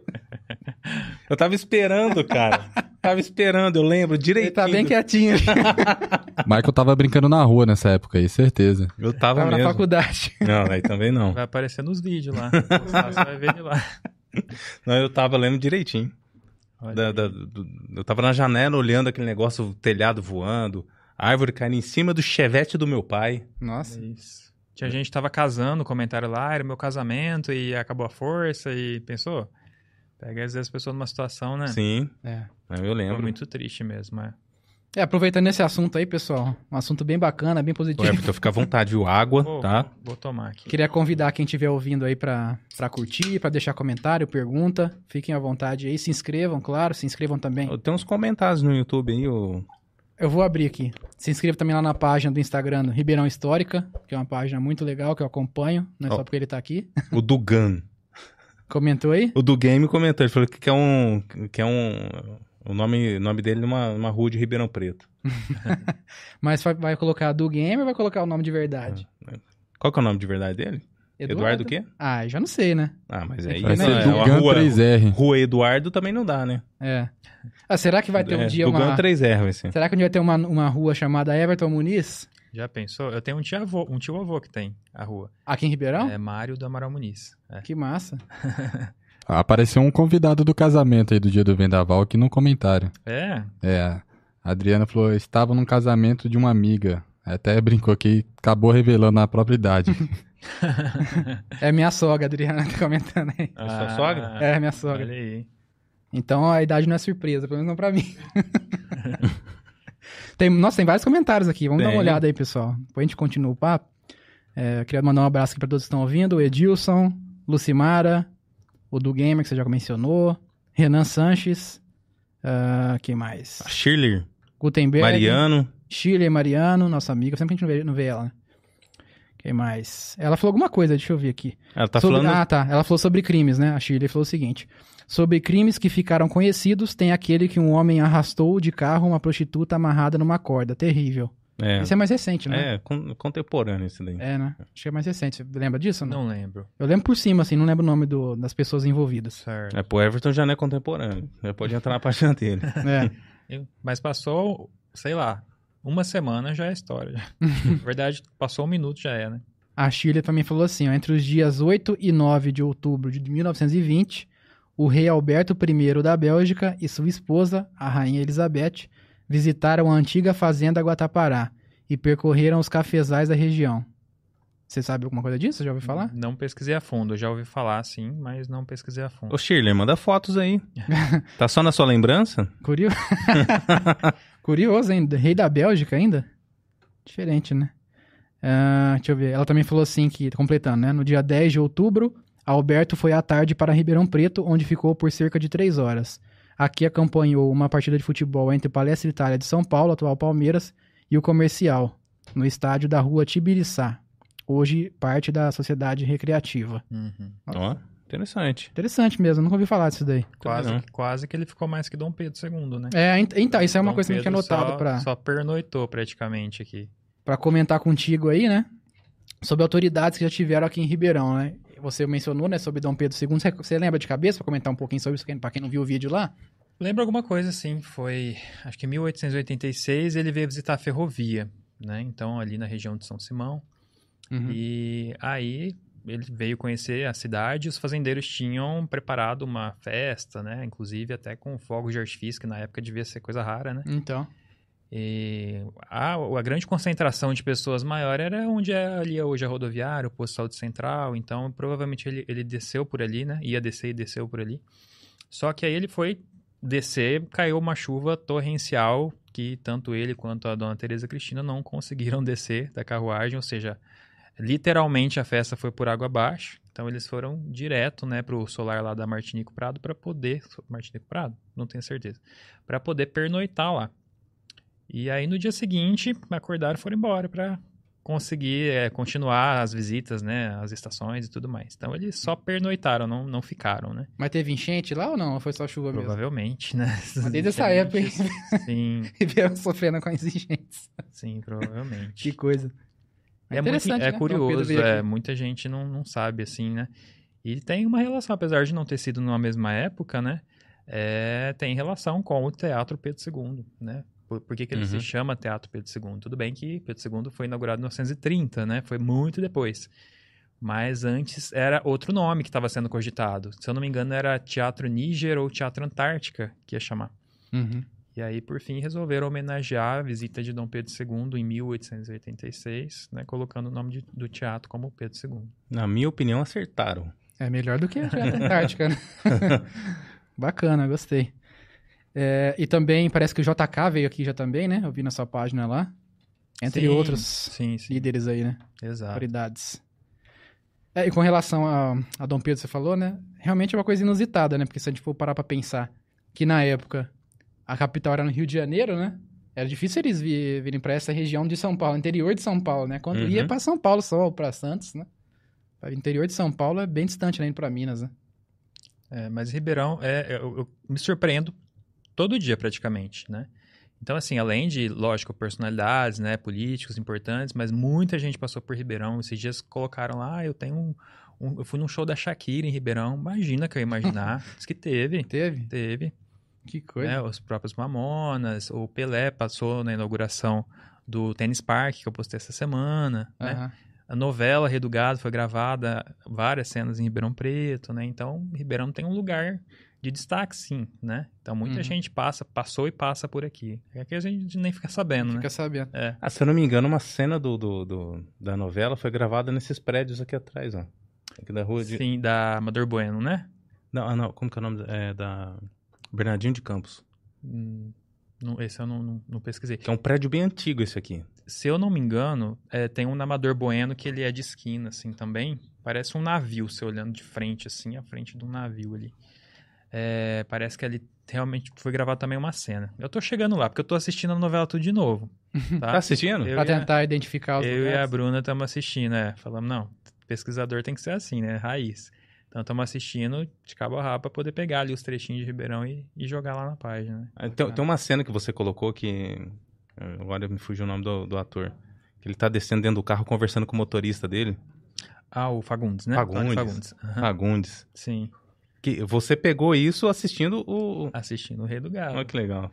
Speaker 1: Eu tava esperando, cara. Tava esperando, eu lembro
Speaker 2: Ele
Speaker 1: direitinho.
Speaker 2: tá bem quietinho.
Speaker 4: Michael tava brincando na rua nessa época aí, certeza.
Speaker 1: Eu tava
Speaker 2: Tava na
Speaker 1: mesmo.
Speaker 2: faculdade.
Speaker 1: Não, aí também não.
Speaker 3: Vai aparecer nos vídeos lá. Você vai ver de lá.
Speaker 1: Não, eu tava lendo direitinho.
Speaker 3: Olha
Speaker 1: Da-
Speaker 3: aí.
Speaker 1: da- do- eu tava na janela olhando aquele negócio, o telhado voando, a árvore caindo em cima do chevette do meu pai.
Speaker 2: Nossa.
Speaker 3: Isso. Tinha gente que tava casando, comentário lá, era meu casamento e acabou a força e pensou. Pega às vezes a pessoa numa situação, né?
Speaker 1: Sim,
Speaker 2: É.
Speaker 1: eu
Speaker 3: Foi
Speaker 1: lembro.
Speaker 3: muito triste mesmo, é.
Speaker 2: É, aproveitando esse assunto aí, pessoal, um assunto bem bacana, bem
Speaker 1: Ô,
Speaker 2: positivo.
Speaker 1: Everton, fica à vontade, viu? Água,
Speaker 3: Vou,
Speaker 1: tá?
Speaker 3: vou, vou tomar aqui.
Speaker 2: Queria convidar quem estiver ouvindo aí pra, pra curtir, pra deixar comentário, pergunta. Fiquem à vontade aí, se inscrevam, claro, se inscrevam também.
Speaker 1: Tem uns comentários no YouTube aí, o...
Speaker 2: Eu vou abrir aqui. Se inscreva também lá na página do Instagram do Ribeirão Histórica, que é uma página muito legal, que eu acompanho, não é
Speaker 1: Ó.
Speaker 2: só porque ele tá aqui.
Speaker 1: o Dugan.
Speaker 2: Comentou aí?
Speaker 1: O do game comentou, ele falou que quer um... Que é um... O nome, nome dele numa, numa rua de Ribeirão Preto.
Speaker 2: Mas vai, vai colocar do game ou vai colocar o nome de verdade?
Speaker 1: Qual que é o nome de verdade dele? Eduardo o quê?
Speaker 2: Ah, eu já não sei, né?
Speaker 1: Ah, mas aí...
Speaker 2: Vai
Speaker 4: Vai
Speaker 1: não,
Speaker 2: ser
Speaker 4: ser
Speaker 1: é uma
Speaker 4: Dugan
Speaker 1: rua,
Speaker 4: três R.
Speaker 1: rua Eduardo também não dá, né?
Speaker 2: É. Ah, será que vai ter um
Speaker 1: É,
Speaker 2: dia
Speaker 1: Dugan
Speaker 2: uma...
Speaker 1: três R vai ser.
Speaker 2: Será que um dia vai ter uma, uma rua chamada Everton Muniz?
Speaker 3: Já pensou? Eu tenho um tio avô, um tio avô que tem a rua.
Speaker 2: Aqui em Ribeirão?
Speaker 3: É Mário do Amaral Muniz. É.
Speaker 2: Que massa.
Speaker 4: Apareceu um convidado do casamento aí do dia do vendaval aqui no comentário.
Speaker 3: É?
Speaker 4: É, a Adriana falou, estava num casamento de uma amiga. Até brincou que acabou revelando a própria idade.
Speaker 2: É minha sogra, a Adriana tá comentando aí.
Speaker 1: É sua sogra?
Speaker 2: É, minha sogra.
Speaker 3: Olha aí.
Speaker 2: Então a idade não é surpresa, pelo menos não pra mim. Tem, nossa, tem vários comentários aqui. Vamos
Speaker 1: Tem.
Speaker 2: dar uma olhada aí, pessoal. Depois a gente continua o papo. É, eu queria mandar um abraço aqui pra todos que estão ouvindo. O Edilson, Lucimara, o do Gamer, que você já mencionou. Renan Sanches. Uh, quem mais?
Speaker 1: A Shirley,
Speaker 2: Gutenberg.
Speaker 1: Mariano.
Speaker 2: Shirley Mariano, nossa amiga. Sempre que a gente não vê, não vê ela, né? Quem mais? Ela falou alguma coisa, deixa eu ver aqui.
Speaker 1: Ela tá
Speaker 2: Sobre-
Speaker 1: falando...
Speaker 2: Ah, tá. Ela falou sobre crimes, né? A Shirley falou o seguinte. Sobre crimes que ficaram conhecidos, tem aquele que um homem arrastou de carro uma prostituta amarrada numa corda. Terrível.
Speaker 1: É,
Speaker 2: Esse é mais recente, né?
Speaker 1: é con- contemporâneo esse daí.
Speaker 2: É, né? Acho que é mais recente. Você lembra disso ou não?
Speaker 3: Não lembro.
Speaker 2: Eu lembro por cima, assim, não lembro o nome do- das pessoas envolvidas.
Speaker 3: Certo.
Speaker 1: É, pô, Everton já não é contemporâneo. Já pode entrar na página dele.
Speaker 2: É.
Speaker 3: Eu- Mas passou, sei lá, uma semana já é história. Na verdade, passou um minuto já é, né?
Speaker 2: A Shirley também falou assim, ó, entre os dias oito e nove de outubro de mil novecentos e vinte, o rei Alberto I da Bélgica e sua esposa, a rainha Elizabeth, visitaram a antiga fazenda Guatapará e percorreram os cafezais da região. Você sabe alguma coisa disso? Já ouviu falar?
Speaker 3: Não pesquisei a fundo. Eu já ouvi falar, sim, mas não pesquisei a fundo.
Speaker 1: Ô, Shirley, manda fotos aí. Tá só na sua lembrança?
Speaker 2: Curio... Curioso, hein? Rei da Bélgica ainda? Diferente, né? Ah, deixa eu ver. Ela também falou assim, que completando, né? No dia dez de outubro, Alberto foi à tarde para Ribeirão Preto, onde ficou por cerca de três horas. Aqui acompanhou uma partida de futebol entre Palestra Itália de São Paulo, atual Palmeiras, e o Comercial, no estádio da rua Tibiriçá, hoje parte da Sociedade Recreativa.
Speaker 3: Uhum.
Speaker 1: Ó, interessante.
Speaker 2: Interessante mesmo, nunca ouvi falar disso daí.
Speaker 3: Quase,
Speaker 1: não.
Speaker 3: quase que ele ficou mais que Dom Pedro segundo, né?
Speaker 2: É, ent- então, isso é uma
Speaker 3: Dom
Speaker 2: coisa que eu tinha
Speaker 3: Pedro
Speaker 2: notado
Speaker 3: só,
Speaker 2: pra...
Speaker 3: Só pernoitou praticamente aqui.
Speaker 2: Para comentar contigo aí, né? Sobre autoridades que já tiveram aqui em Ribeirão, né? Você mencionou, né, sobre Dom Pedro segundo. Você, você lembra de cabeça para comentar um pouquinho sobre isso, para quem não viu o vídeo lá?
Speaker 3: Lembro alguma coisa, sim. Foi, acho que em mil oitocentos e oitenta e seis ele veio visitar a ferrovia, né? Então, ali na região de São Simão.
Speaker 2: Uhum.
Speaker 3: E aí ele veio conhecer a cidade. Os fazendeiros tinham preparado uma festa, né? Inclusive até com fogos de artifício, que na época devia ser coisa rara, né?
Speaker 2: Então,
Speaker 3: E a, a grande concentração de pessoas maior era onde é ali hoje a rodoviária, o posto de saúde central. Então, provavelmente ele, ele desceu por ali, né? Ia descer e desceu por ali. Só que aí ele foi descer, caiu uma chuva torrencial que tanto ele quanto a dona Tereza Cristina não conseguiram descer da carruagem. Ou seja, literalmente a festa foi por água abaixo. Então, eles foram direto, né, pro solar lá da Martinico Prado para poder... Martinico Prado? Não tenho certeza. Para poder pernoitar lá. E aí, no dia seguinte, acordaram e foram embora para conseguir é, continuar as visitas, né, as estações e tudo mais. Então, eles só pernoitaram, não, não ficaram, né?
Speaker 2: mas teve enchente lá ou não? Ou foi só chuva mesmo?
Speaker 3: Provavelmente, né?
Speaker 2: Mas desde essa época, hein?
Speaker 3: Sim,
Speaker 2: Ribeirão sofrendo com as enchentes.
Speaker 3: sim, provavelmente.
Speaker 2: Que coisa.
Speaker 3: É, muito,
Speaker 2: interessante,
Speaker 3: é
Speaker 2: né? Dom
Speaker 3: curioso,
Speaker 2: Pedro veio
Speaker 3: é,
Speaker 2: aqui.
Speaker 3: muita gente não, não sabe, assim, né? E tem uma relação, apesar de não ter sido numa mesma época, né? É, tem relação com o Teatro Pedro segundo, né? Por, por que, que ele
Speaker 1: Uhum.
Speaker 3: se chama Teatro Pedro segundo? Tudo bem que Pedro segundo foi inaugurado em mil novecentos e trinta, né? Foi muito depois. Mas antes era outro nome que estava sendo cogitado. Se eu não me engano, era Teatro Níger ou Teatro Antártica, que ia chamar.
Speaker 2: Uhum.
Speaker 3: E aí, por fim, resolveram homenagear a visita de Dom Pedro segundo em mil oitocentos e oitenta e seis, né? Colocando o nome de- do teatro como Pedro segundo.
Speaker 1: Na minha opinião, acertaram.
Speaker 2: É melhor do que a Dieta Antártica, né? Bacana, gostei. É, e também parece que o J K veio aqui já também, né? Eu vi na sua página lá. Entre
Speaker 3: Sim,
Speaker 2: outros
Speaker 3: Sim, sim.
Speaker 2: líderes aí, né?
Speaker 3: Exato.
Speaker 2: Autoridades. É, e com relação a, a Dom Pedro, você falou, né? Realmente é uma coisa inusitada, né? Porque se a gente for parar pra pensar que na época a capital era no Rio de Janeiro, né? Era difícil eles vi- virem pra essa região de São Paulo, interior de São Paulo, né? Quando
Speaker 1: Uhum.
Speaker 2: ia pra São Paulo só, ou pra Santos, né? O interior de São Paulo é bem distante, né? Indo pra Minas, né?
Speaker 3: É, mas Ribeirão, é, eu, eu me surpreendo todo dia praticamente, né? Então, assim, além de, lógico, personalidades, né, políticos importantes, mas muita gente passou por Ribeirão. Esses dias colocaram lá, ah, eu tenho um, um- eu fui num show da Shakira em Ribeirão. Imagina que eu ia imaginar. Diz que teve,
Speaker 2: Teve?
Speaker 3: teve.
Speaker 2: Que coisa.
Speaker 3: Né, os próprios Mamonas, o Pelé passou na inauguração do Tênis Park, que eu postei essa semana, né?
Speaker 2: Aham.
Speaker 3: A novela Rei do Gado foi gravada, várias cenas em Ribeirão Preto, né? Então, Ribeirão tem um lugar de destaque, sim, né? Então, muita
Speaker 2: Uhum.
Speaker 3: gente passa, passou e passa por aqui. É que a gente nem fica sabendo,
Speaker 2: Fica
Speaker 3: né?
Speaker 2: sabendo.
Speaker 3: É.
Speaker 1: Ah, se eu não me engano, uma cena do, do, do- da novela foi gravada nesses prédios aqui atrás, ó. Aqui da rua de...
Speaker 3: Sim, da Amador Bueno, né?
Speaker 1: Não, ah, não, como que é o nome? É da Bernardinho de Campos.
Speaker 3: Hum, não, esse eu não, não, não pesquisei.
Speaker 1: Que é um prédio bem antigo esse aqui.
Speaker 3: Se eu não me engano, é, tem um na Amador Bueno que ele é de esquina, assim, também. Parece um navio, você olhando de frente, assim, a frente de um navio ali. É, parece que ali realmente foi gravado também uma cena. Eu tô chegando lá, porque eu tô assistindo a novela tudo de novo. Tá,
Speaker 1: Tá assistindo?
Speaker 3: Eu
Speaker 2: Pra
Speaker 3: e a-
Speaker 2: tentar identificar os
Speaker 3: Eu e
Speaker 2: lugares.
Speaker 3: a Bruna estamos assistindo, é. Falamos, não, pesquisador tem que ser assim, né? Raiz. Então estamos assistindo de cabo a rabo pra poder pegar ali os trechinhos de Ribeirão e, e jogar lá na página, né?
Speaker 1: Ah, Tem, tem uma cena que você colocou que... Agora me fugiu o nome do, do ator. Que ele tá descendo dentro do carro conversando com o motorista dele.
Speaker 3: Ah, o Fagundes, né?
Speaker 1: Fagundes.
Speaker 3: Antônio Fagundes. Aham.
Speaker 1: Fagundes.
Speaker 3: Sim,
Speaker 1: Que você pegou isso assistindo o...
Speaker 3: assistindo o Rei do Gado.
Speaker 1: Olha que legal.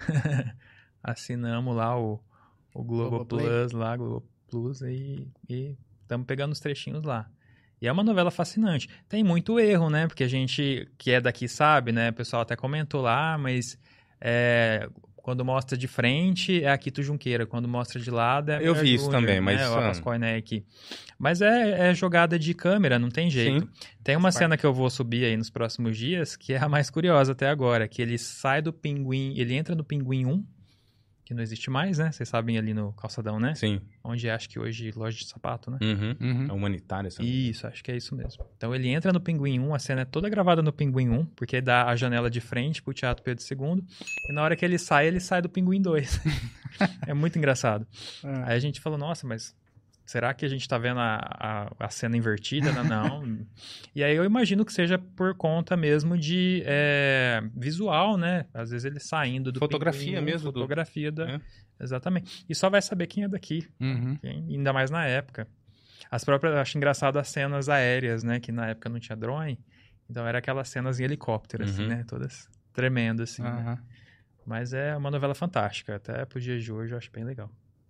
Speaker 3: Assinamos lá o, o Globo
Speaker 2: Globoplay.
Speaker 3: Plus, lá, Globo Plus, e estamos pegando os trechinhos lá. E é uma novela fascinante. Tem muito erro, né? Porque a gente que é daqui sabe, né? O pessoal até comentou lá, mas é, quando mostra de frente é a Quito Junqueira, quando mostra de lado é a
Speaker 1: Eu
Speaker 3: Mera
Speaker 1: vi isso
Speaker 3: Júnior,
Speaker 1: também, mas,
Speaker 3: né? O
Speaker 1: ah,
Speaker 3: Pascoal aqui. Mas é, é jogada de câmera, não tem jeito. Tem uma cena que eu vou subir aí nos próximos dias, que é a mais curiosa até agora, que ele sai do Pinguim, ele entra no Pinguim um, que não existe mais, né? Vocês sabem ali no Calçadão, né?
Speaker 1: Sim.
Speaker 3: Onde é, acho que hoje loja de sapato, né?
Speaker 1: Uhum.
Speaker 2: Uhum.
Speaker 1: É humanitário. Essa...
Speaker 3: Isso, acho que é isso mesmo. Então ele entra no Pinguim um, a cena é toda gravada no Pinguim um, porque dá a janela de frente pro Teatro Pedro segundo, e na hora que ele sai, ele sai do Pinguim dois. É muito engraçado.
Speaker 2: É.
Speaker 3: Aí a gente falou, nossa, mas será que a gente tá vendo a, a, a cena invertida? Não, não. E aí eu imagino que seja por conta mesmo de é, visual, né? Às vezes ele saindo do
Speaker 1: Fotografia
Speaker 3: Pinguim um,
Speaker 1: mesmo do-
Speaker 3: Fotografia da...
Speaker 1: É.
Speaker 3: Exatamente. E só vai saber quem é daqui.
Speaker 2: Uhum.
Speaker 3: Quem- ainda mais na época. As próprias, eu acho engraçado as cenas aéreas, né? Que na época não tinha drone. Então era aquelas cenas em helicóptero, assim,
Speaker 1: Uhum.
Speaker 3: né? Todas tremendas, assim. né?
Speaker 2: Aham.
Speaker 3: Mas é uma novela fantástica. Até pro dia de hoje eu acho bem legal.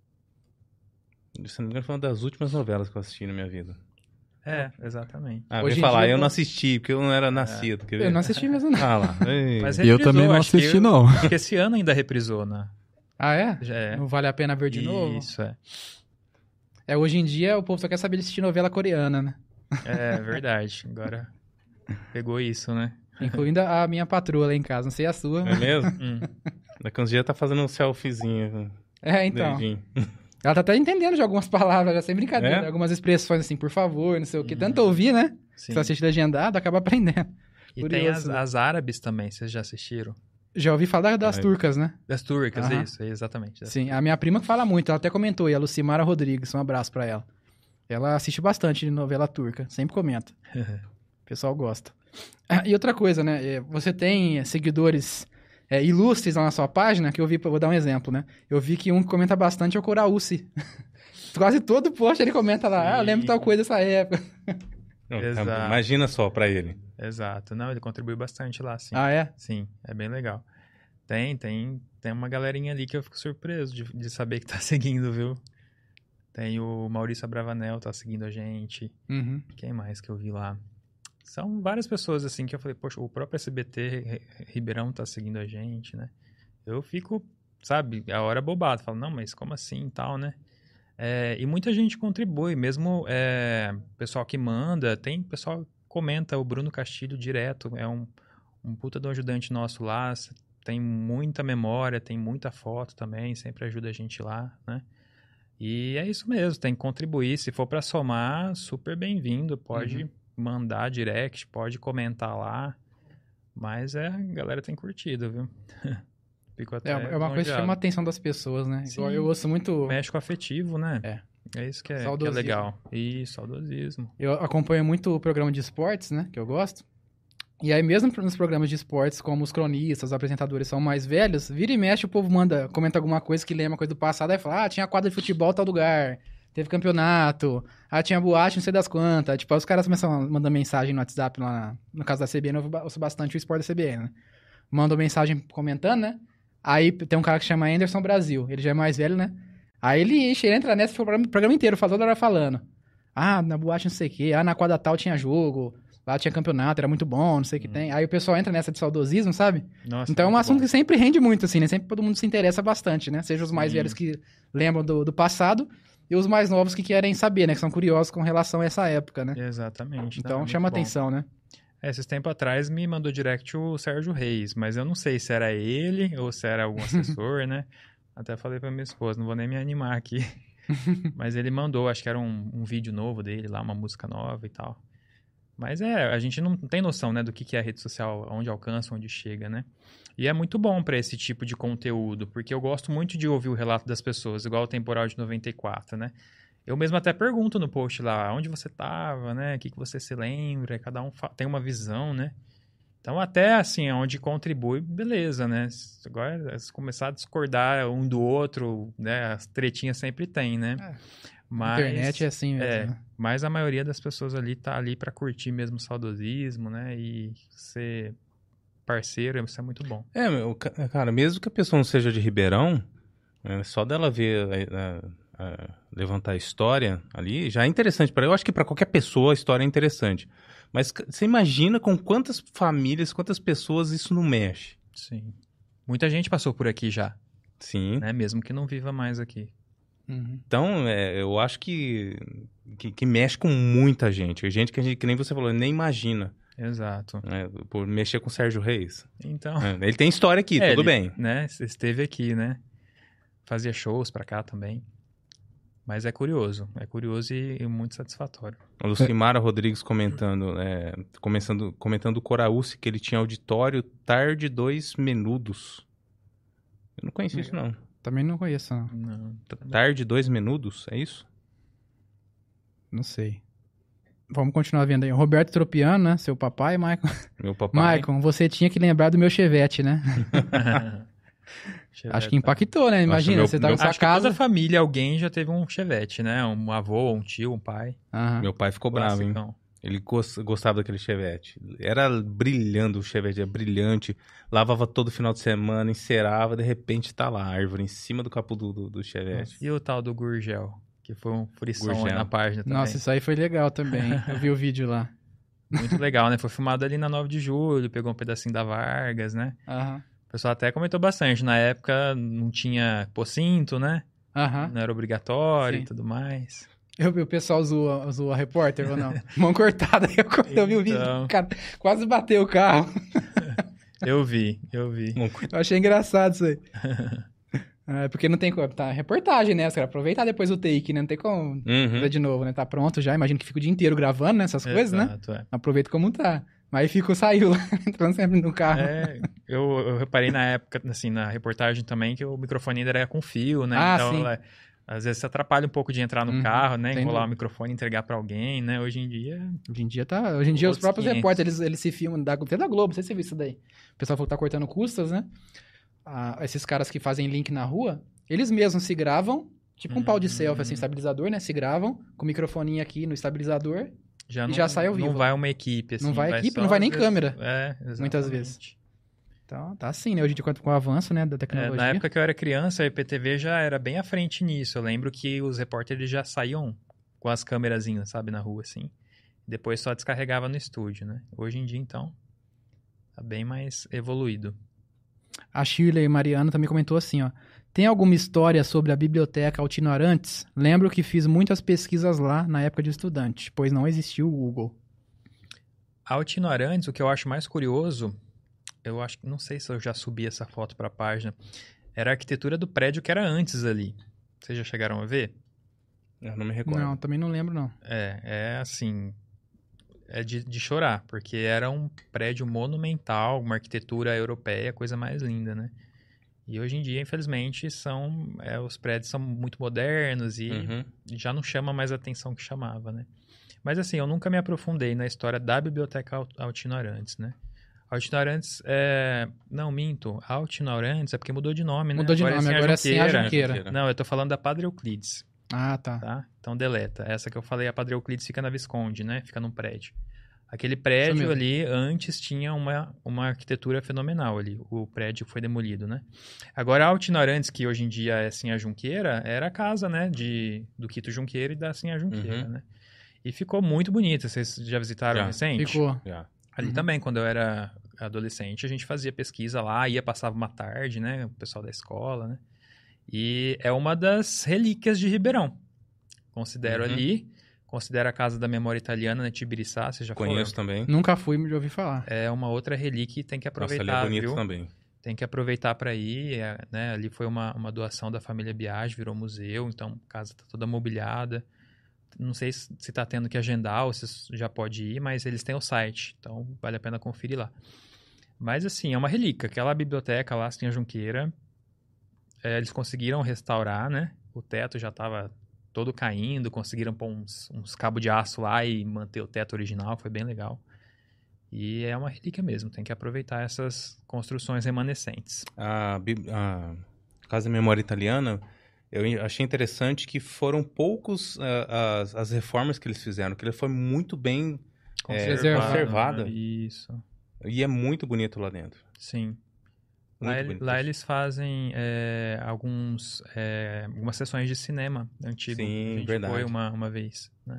Speaker 1: Se não me engano, foi uma das últimas novelas que eu assisti na minha vida.
Speaker 3: É, exatamente.
Speaker 1: Ah, eu
Speaker 2: Hoje
Speaker 1: ia
Speaker 2: em
Speaker 1: falar,
Speaker 2: dia
Speaker 1: eu
Speaker 2: eu
Speaker 1: não
Speaker 2: tô-
Speaker 1: assisti, porque eu não era nascido. Quer ver?
Speaker 2: Eu não assisti mesmo, não.
Speaker 1: Ah lá. Ei.
Speaker 3: Mas
Speaker 4: E eu
Speaker 3: reprisou,
Speaker 4: também não
Speaker 3: acho que
Speaker 4: assisti,
Speaker 3: eu-
Speaker 4: não.
Speaker 3: Acho que esse ano ainda reprisou, né?
Speaker 2: Ah, é?
Speaker 3: Já é.
Speaker 2: Não vale a pena ver de novo?
Speaker 3: Isso, é.
Speaker 2: É, hoje em dia o povo só quer saber de assistir novela coreana, né?
Speaker 3: É verdade. Agora pegou isso, né?
Speaker 2: Incluindo a minha patroa lá em casa, não sei a sua.
Speaker 1: É mesmo?
Speaker 3: Hum.
Speaker 1: Daqui uns dias tá fazendo um selfiezinho.
Speaker 2: É, então.
Speaker 1: dedinho.
Speaker 2: Ela tá até entendendo de algumas palavras, já sem brincadeira.
Speaker 1: É?
Speaker 2: Algumas expressões assim, por favor, não sei o quê. Tanto ouvir, né?
Speaker 3: Sim.
Speaker 2: Se você assiste legendado, acaba aprendendo.
Speaker 3: E
Speaker 2: Curioso.
Speaker 3: tem as, as árabes também, vocês já assistiram?
Speaker 2: Já ouvi falar das
Speaker 1: Ai.
Speaker 2: turcas, né?
Speaker 3: Das turcas,
Speaker 2: Aham.
Speaker 3: isso, exatamente.
Speaker 2: Sim, a minha prima que fala muito, ela até comentou, e a Lucimara Rodrigues, um abraço pra ela. Ela assiste bastante de novela turca, sempre comenta. O pessoal gosta. Ah, e outra coisa, né? é, Você tem seguidores é, ilustres lá na sua página, que eu vi, vou dar um exemplo, né? Eu vi que um que comenta bastante é o Coraúci. Quase todo post ele comenta lá, ah, eu lembro
Speaker 3: Sim.
Speaker 2: tal coisa dessa época.
Speaker 1: Não,
Speaker 3: Exato.
Speaker 1: imagina só pra ele.
Speaker 3: Exato. Não, ele contribui bastante lá, sim.
Speaker 2: Ah, é?
Speaker 3: Sim, é bem legal. Tem, tem, tem uma galerinha ali que eu fico surpreso de, de saber que tá seguindo, viu? Tem o Maurício Abravanel, tá seguindo a gente.
Speaker 2: Uhum.
Speaker 3: Quem mais que eu vi lá? São várias pessoas, assim, que eu falei, poxa, o próprio S B T Ri- Ribeirão tá seguindo a gente, né? Eu fico, sabe, a hora bobado. Falo, não, mas como assim e tal, né? É, e muita gente contribui, mesmo é, pessoal que manda, tem pessoal que comenta, o Bruno Castilho direto, é um, um puta do ajudante nosso lá, tem muita memória, tem muita foto também, sempre ajuda a gente lá, né? E é isso mesmo, tem que contribuir. Se for para somar, super bem-vindo. Pode
Speaker 2: Uhum.
Speaker 3: mandar direct, pode comentar lá. Mas é, a galera tem curtido, viu? Fico até
Speaker 2: É, é uma coisa que
Speaker 3: lisonjeado.
Speaker 2: chama a atenção das pessoas, né? Igual
Speaker 3: Sim.
Speaker 2: eu ouço muito...
Speaker 3: México afetivo, né?
Speaker 2: É.
Speaker 3: É isso que é, que é
Speaker 2: Saudosismo.
Speaker 3: legal. E saudosismo.
Speaker 2: Eu acompanho muito o programa de esportes, né? Que eu gosto. E aí, mesmo nos programas de esportes, como os cronistas, os apresentadores são mais velhos, vira e mexe, o povo manda, comenta alguma coisa que lembra coisa do passado, aí fala, ah, tinha quadra de futebol em tal lugar, teve campeonato, ah, tinha boate, não sei das quantas. Tipo, aí os caras começam a mandar mensagem no WhatsApp, lá, no caso da C B N, eu ouço bastante o esporte da C B N, né? Mandam mensagem comentando, né? Aí tem um cara que chama Anderson Brasil, ele já é mais velho, né? Aí ele ixi, ele entra nessa, fica o programa, o programa inteiro, fala toda hora falando. Ah, na boate não sei o quê, ah, na quadra tal tinha jogo. lá tinha campeonato, era muito bom, não sei o que tem. Aí o pessoal entra nessa de saudosismo, sabe?
Speaker 3: Nossa,
Speaker 2: Então é um
Speaker 3: muito
Speaker 2: assunto
Speaker 3: bom.
Speaker 2: que sempre rende muito, assim, né? Sempre todo mundo se interessa bastante, né? Seja os mais
Speaker 3: Sim.
Speaker 2: velhos que lembram do, do passado e os mais novos que querem saber, né? Que são curiosos com relação a essa época, né?
Speaker 3: Exatamente.
Speaker 2: Então
Speaker 3: Não, é
Speaker 2: chama
Speaker 3: muito bom.
Speaker 2: atenção, né?
Speaker 3: É, esses tempos atrás me mandou direct o Sérgio Reis, mas eu não sei se era ele ou se era algum assessor, né? Até falei pra minha esposa, não vou nem me animar aqui. Mas ele mandou, acho que era um, um vídeo novo dele lá, uma música nova e tal. Mas é, a gente não tem noção, né, do que, que é a rede social, onde alcança, onde chega, né? E é muito bom pra esse tipo de conteúdo, porque eu gosto muito de ouvir o relato das pessoas, igual o Temporal de noventa e quatro, né? Eu mesmo até pergunto no post lá, onde você tava, né? O que, que você se lembra? Cada um fa- tem uma visão, né? Então, até assim, onde contribui, beleza, né? Agora, se começar a discordar um do outro, né? As tretinhas sempre tem, né?
Speaker 2: É.
Speaker 3: Mas,
Speaker 2: A internet é assim mesmo,
Speaker 3: é,
Speaker 2: né?
Speaker 3: mas a maioria das pessoas ali tá ali pra curtir mesmo o saudosismo, né? E ser parceiro, isso é muito bom.
Speaker 1: É, meu, ca- cara, mesmo que a pessoa não seja de Ribeirão, é, só dela ver, a- a- a- levantar a história ali, já é interessante. Pra, eu acho que para qualquer pessoa a história é interessante. Mas c- você imagina com quantas famílias, quantas pessoas isso não mexe?
Speaker 3: Sim. Muita gente passou por aqui já,
Speaker 1: Sim.
Speaker 3: né? Mesmo que não viva mais aqui.
Speaker 2: Uhum.
Speaker 1: Então, é, eu acho que, que, que mexe com muita gente. Gente que, a gente, que nem você falou, nem imagina.
Speaker 3: Exato.
Speaker 1: Né, por mexer com o Sérgio Reis.
Speaker 3: Então,
Speaker 1: É, ele tem história aqui,
Speaker 3: É,
Speaker 1: tudo
Speaker 3: ele,
Speaker 1: bem.
Speaker 3: né? Esteve aqui, né? Fazia shows pra cá também. Mas é curioso. É curioso e, e muito satisfatório.
Speaker 1: A Lucimara Rodrigues comentando, é, começando, comentando o Coraúce, que ele tinha auditório tarde dois menudos. Eu não conheci isso, não.
Speaker 2: Também não conheço, não.
Speaker 3: Não.
Speaker 1: Tarde dois menudos, é isso?
Speaker 2: Não sei. Vamos continuar vendo aí. O Roberto Tropiano, né? Seu papai, Maicon.
Speaker 1: Meu papai.
Speaker 2: Maicon, você tinha que lembrar do meu Chevette, né? Acho que impactou, né? Imagina,
Speaker 1: meu-
Speaker 2: você tá
Speaker 1: meu-
Speaker 2: na sua
Speaker 3: Acho que
Speaker 2: casa.
Speaker 3: toda família, alguém já teve um Chevette, né? Um avô, um tio, um pai.
Speaker 2: Aham.
Speaker 1: Meu pai ficou bravo, hein?
Speaker 3: Classicão.
Speaker 1: Ele gos- gostava daquele Chevette. Era brilhando o Chevette, era brilhante. Lavava todo final de semana, encerava, de repente tá lá a árvore em cima do capô do, do, do Chevette.
Speaker 3: E o tal do Gurgel, que foi um frição aí
Speaker 1: Gurgel.
Speaker 3: na página também.
Speaker 2: Nossa, isso aí foi legal também. Eu vi o vídeo lá.
Speaker 3: Muito legal, né? Foi filmado ali na nove de julho, pegou um pedacinho da Vargas, né?
Speaker 2: Aham.
Speaker 3: O pessoal até comentou bastante. Na época não tinha pocinto, né?
Speaker 2: Aham.
Speaker 3: Não era obrigatório
Speaker 2: Sim.
Speaker 3: e tudo mais.
Speaker 2: Eu vi o pessoal zoa, zoa a repórter ou não? Mão cortada. Eu, eu vi o vídeo.
Speaker 3: Então.
Speaker 2: O cara quase bateu o carro.
Speaker 3: Eu vi, eu vi.
Speaker 2: Eu achei engraçado isso aí. É, porque não tem como. Tá, reportagem, né? Você vai aproveitar depois o take, né? Não tem como
Speaker 1: Uhum.
Speaker 2: fazer de novo, né? Tá pronto já. Imagino que fica o dia inteiro gravando, né? Essas coisas, né?
Speaker 3: Exato, é.
Speaker 2: Aproveita como tá. Mas aí ficou, saiu lá, entrando sempre no carro.
Speaker 3: É, eu, eu reparei na época, assim, na reportagem também, que o microfone ainda era com fio, né?
Speaker 2: Ah,
Speaker 3: então,
Speaker 2: sim.
Speaker 3: ela- às vezes se atrapalha um pouco de entrar no
Speaker 2: Uhum,
Speaker 3: carro, né?
Speaker 2: sem
Speaker 3: Enrolar
Speaker 2: dúvida.
Speaker 3: o microfone e entregar pra alguém, né? Hoje em dia,
Speaker 2: Hoje em dia tá. Hoje em dia os
Speaker 3: Outros
Speaker 2: próprios
Speaker 3: quinhentos.
Speaker 2: repórteres, eles, eles se filmam, da, até da Globo, não sei se você viu isso daí. O pessoal falou que tá cortando custas, né? Ah, esses caras que fazem link na rua, eles mesmos se gravam, tipo um pau de selfie, assim, estabilizador, né? Se gravam, com o microfoninho aqui no estabilizador.
Speaker 3: já
Speaker 2: E
Speaker 3: não,
Speaker 2: já sai ao vivo.
Speaker 3: não vai uma equipe, assim.
Speaker 2: Não vai equipe,
Speaker 3: só,
Speaker 2: não vai nem
Speaker 3: às vezes-
Speaker 2: câmera.
Speaker 3: É, exatamente.
Speaker 2: Muitas vezes. Então, tá assim, né? Hoje em dia, com com o avanço, né, da
Speaker 3: É,
Speaker 2: tecnologia.
Speaker 3: na época que eu era criança, a I P T V já era bem à frente nisso. Eu lembro que os repórteres já saíam com as câmerazinhas, sabe, na rua, assim. Depois só descarregava no estúdio, né? Hoje em dia, então, tá bem mais evoluído.
Speaker 2: A Shirley Mariano também comentou assim, ó. Tem alguma história sobre a biblioteca Altino Arantes? Lembro que fiz muitas pesquisas lá na época de estudante, pois não existiu o Google.
Speaker 3: A Altino Arantes, o que eu acho mais curioso, eu acho que não sei se eu já subi essa foto pra página, era a arquitetura do prédio que era antes ali. Vocês já chegaram a ver?
Speaker 1: Eu não me recordo.
Speaker 2: Não, também não lembro, não.
Speaker 3: É, é assim, é de, de chorar, porque era um prédio monumental, uma arquitetura europeia, coisa mais linda, né? E hoje em dia, infelizmente, são, é, os prédios são muito modernos e
Speaker 1: Uhum.
Speaker 3: já não chama mais a atenção que chamava, né? Mas assim, eu nunca me aprofundei na história da Biblioteca Al- Altino Arantes, né? Altino Arantes é... Não, minto. Altino Arantes é porque mudou de nome, né?
Speaker 2: Mudou de nome, agora é Sem a Junqueira.
Speaker 3: Não, eu tô falando da Padre Euclides,
Speaker 2: Ah, tá.
Speaker 3: tá? Então deleta. Essa que eu falei, a Padre Euclides fica na Visconde, né? Fica num prédio. Aquele
Speaker 2: Isso
Speaker 3: prédio
Speaker 2: mesmo.
Speaker 3: ali, antes tinha uma, uma arquitetura fenomenal ali. O prédio foi demolido, né? Agora, a Altino Arantes, que hoje em dia é Sem a Junqueira, era a casa, né? De, do Quito Junqueira e da Sem a Junqueira,
Speaker 1: Uhum.
Speaker 3: né? E ficou muito bonito. Vocês já visitaram
Speaker 1: Já.
Speaker 3: recente?
Speaker 2: Ficou.
Speaker 1: Já.
Speaker 3: Ali
Speaker 2: Uhum.
Speaker 3: também, quando eu era adolescente, a gente fazia pesquisa lá, ia, passava uma tarde, né? O pessoal da escola, né? E é uma das relíquias de Ribeirão. Considero
Speaker 1: Uhum.
Speaker 3: ali, considero a Casa da Memória Italiana, né? Tibiriçá, você já
Speaker 1: Conheço
Speaker 3: foram?
Speaker 1: também.
Speaker 2: Nunca fui, mas já ouvi falar.
Speaker 3: É uma outra relíquia e tem que
Speaker 1: Nossa,
Speaker 3: aproveitar,
Speaker 1: ali é bonito
Speaker 3: viu?
Speaker 1: também.
Speaker 3: Tem que aproveitar para ir, é, né? Ali foi uma, uma doação da família Biagi, virou museu, então a casa tá toda mobiliada. Não sei se se tá tendo que agendar ou se já pode ir, mas eles têm o site, então vale a pena conferir lá. Mas assim, é uma relíquia. Aquela biblioteca lá, Sinha Junqueira, é, eles conseguiram restaurar, né? O teto já estava todo caindo, conseguiram pôr uns, uns cabos de aço lá e manter o teto original, foi bem legal. E é uma relíquia mesmo, tem que aproveitar essas construções remanescentes.
Speaker 1: A, Bib- a Casa da Memória Italiana, eu achei interessante que foram poucos ah, as, as reformas que eles fizeram, que ele foi muito bem é,
Speaker 2: Conservado.
Speaker 1: conservada.
Speaker 3: né? Isso,
Speaker 1: E é muito bonito lá dentro.
Speaker 3: sim.
Speaker 1: Muito
Speaker 3: Lá,
Speaker 1: bonito.
Speaker 3: lá eles fazem é, alguns, é, algumas sessões de cinema antigo.
Speaker 1: Sim,
Speaker 3: a gente
Speaker 1: verdade.
Speaker 3: foi uma, uma vez, né?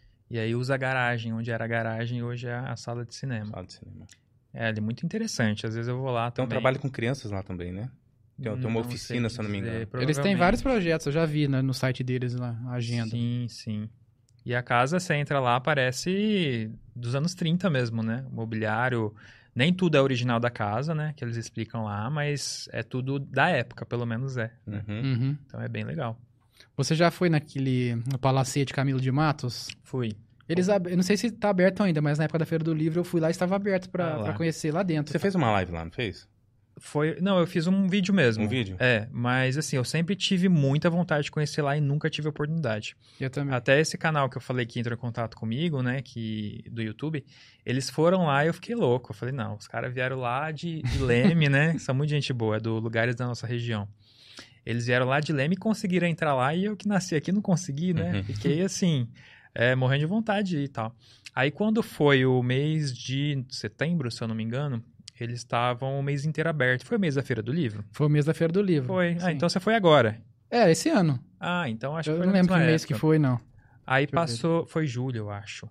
Speaker 3: E aí usa a garagem, onde era a garagem, hoje é a sala de cinema.
Speaker 1: Sala de cinema.
Speaker 3: É, ele é muito interessante. Às vezes eu vou lá
Speaker 1: Tem um
Speaker 3: também.
Speaker 1: trabalho com crianças lá também, né? Tem, tem uma
Speaker 3: Não
Speaker 1: oficina,
Speaker 3: sei
Speaker 1: se eu não me
Speaker 3: dizer,
Speaker 1: engano.
Speaker 2: Eles têm
Speaker 3: provavelmente.
Speaker 2: vários projetos, eu já vi né, no site deles lá, a agenda.
Speaker 3: Sim, sim. E a casa, você entra lá, parece dos anos trinta mesmo, né? O mobiliário, nem tudo é original da casa, né? Que eles explicam lá, mas é tudo da época, pelo menos é.
Speaker 1: Uhum.
Speaker 2: Uhum.
Speaker 3: Então é bem legal.
Speaker 2: Você já foi naquele no Palacete Camilo de Matos?
Speaker 3: Fui.
Speaker 2: Eles, ab- eu não sei se tá aberto ainda, mas na época da Feira do Livro eu fui lá e estava aberto pra,
Speaker 3: Ah, lá.
Speaker 2: pra conhecer lá dentro.
Speaker 1: Você fez uma live lá, não fez?
Speaker 3: Foi, não, eu fiz um vídeo mesmo.
Speaker 1: Um vídeo?
Speaker 3: É, mas assim, eu sempre tive muita vontade de conhecer lá e nunca tive oportunidade.
Speaker 2: Eu também.
Speaker 3: Até esse canal que eu falei que entrou em contato comigo, né, que, do YouTube, eles foram lá e eu fiquei louco. Eu falei, não, os caras vieram lá de, de Leme, né, são muito gente boa, é do Lugares da Nossa Região. Eles vieram lá de Leme e conseguiram entrar lá e eu que nasci aqui não consegui, né,
Speaker 1: Uhum.
Speaker 3: fiquei assim, é, morrendo de vontade e tal. Aí quando foi o mês de setembro, se eu não me engano, eles estavam o mês inteiro aberto. Foi o mês da Feira do Livro?
Speaker 2: Foi o mês da Feira do Livro.
Speaker 3: Foi. Ah,
Speaker 2: Sim.
Speaker 3: então você foi agora.
Speaker 2: É, esse ano.
Speaker 3: Ah, então acho
Speaker 2: Eu
Speaker 3: que foi
Speaker 2: não
Speaker 3: na
Speaker 2: lembro que
Speaker 3: mesma
Speaker 2: mês
Speaker 3: época.
Speaker 2: que foi, não.
Speaker 3: Aí
Speaker 2: Deixa eu
Speaker 3: passou, foi julho, eu acho.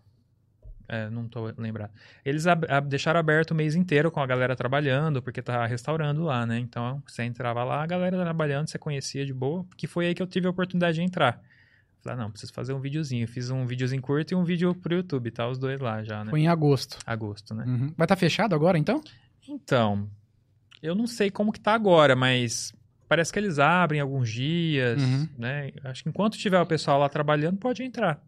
Speaker 3: É, não tô lembrado. Eles ab- ab- deixaram aberto o mês inteiro com a galera trabalhando, porque tá restaurando lá, né? Então, você entrava lá, a galera trabalhando, você conhecia de boa, que foi aí que eu tive a oportunidade de entrar. Falei, ah, não, preciso fazer um videozinho. Eu fiz um videozinho curto e um vídeo pro YouTube, tá? Os dois lá já, né?
Speaker 2: Foi em agosto.
Speaker 3: Agosto, né?
Speaker 2: Uhum. Vai estar fechado agora, então?
Speaker 3: Então, eu não sei como que tá agora, mas parece que eles abrem alguns dias,
Speaker 2: Uhum.
Speaker 3: né? Acho que enquanto tiver o pessoal lá trabalhando, pode entrar.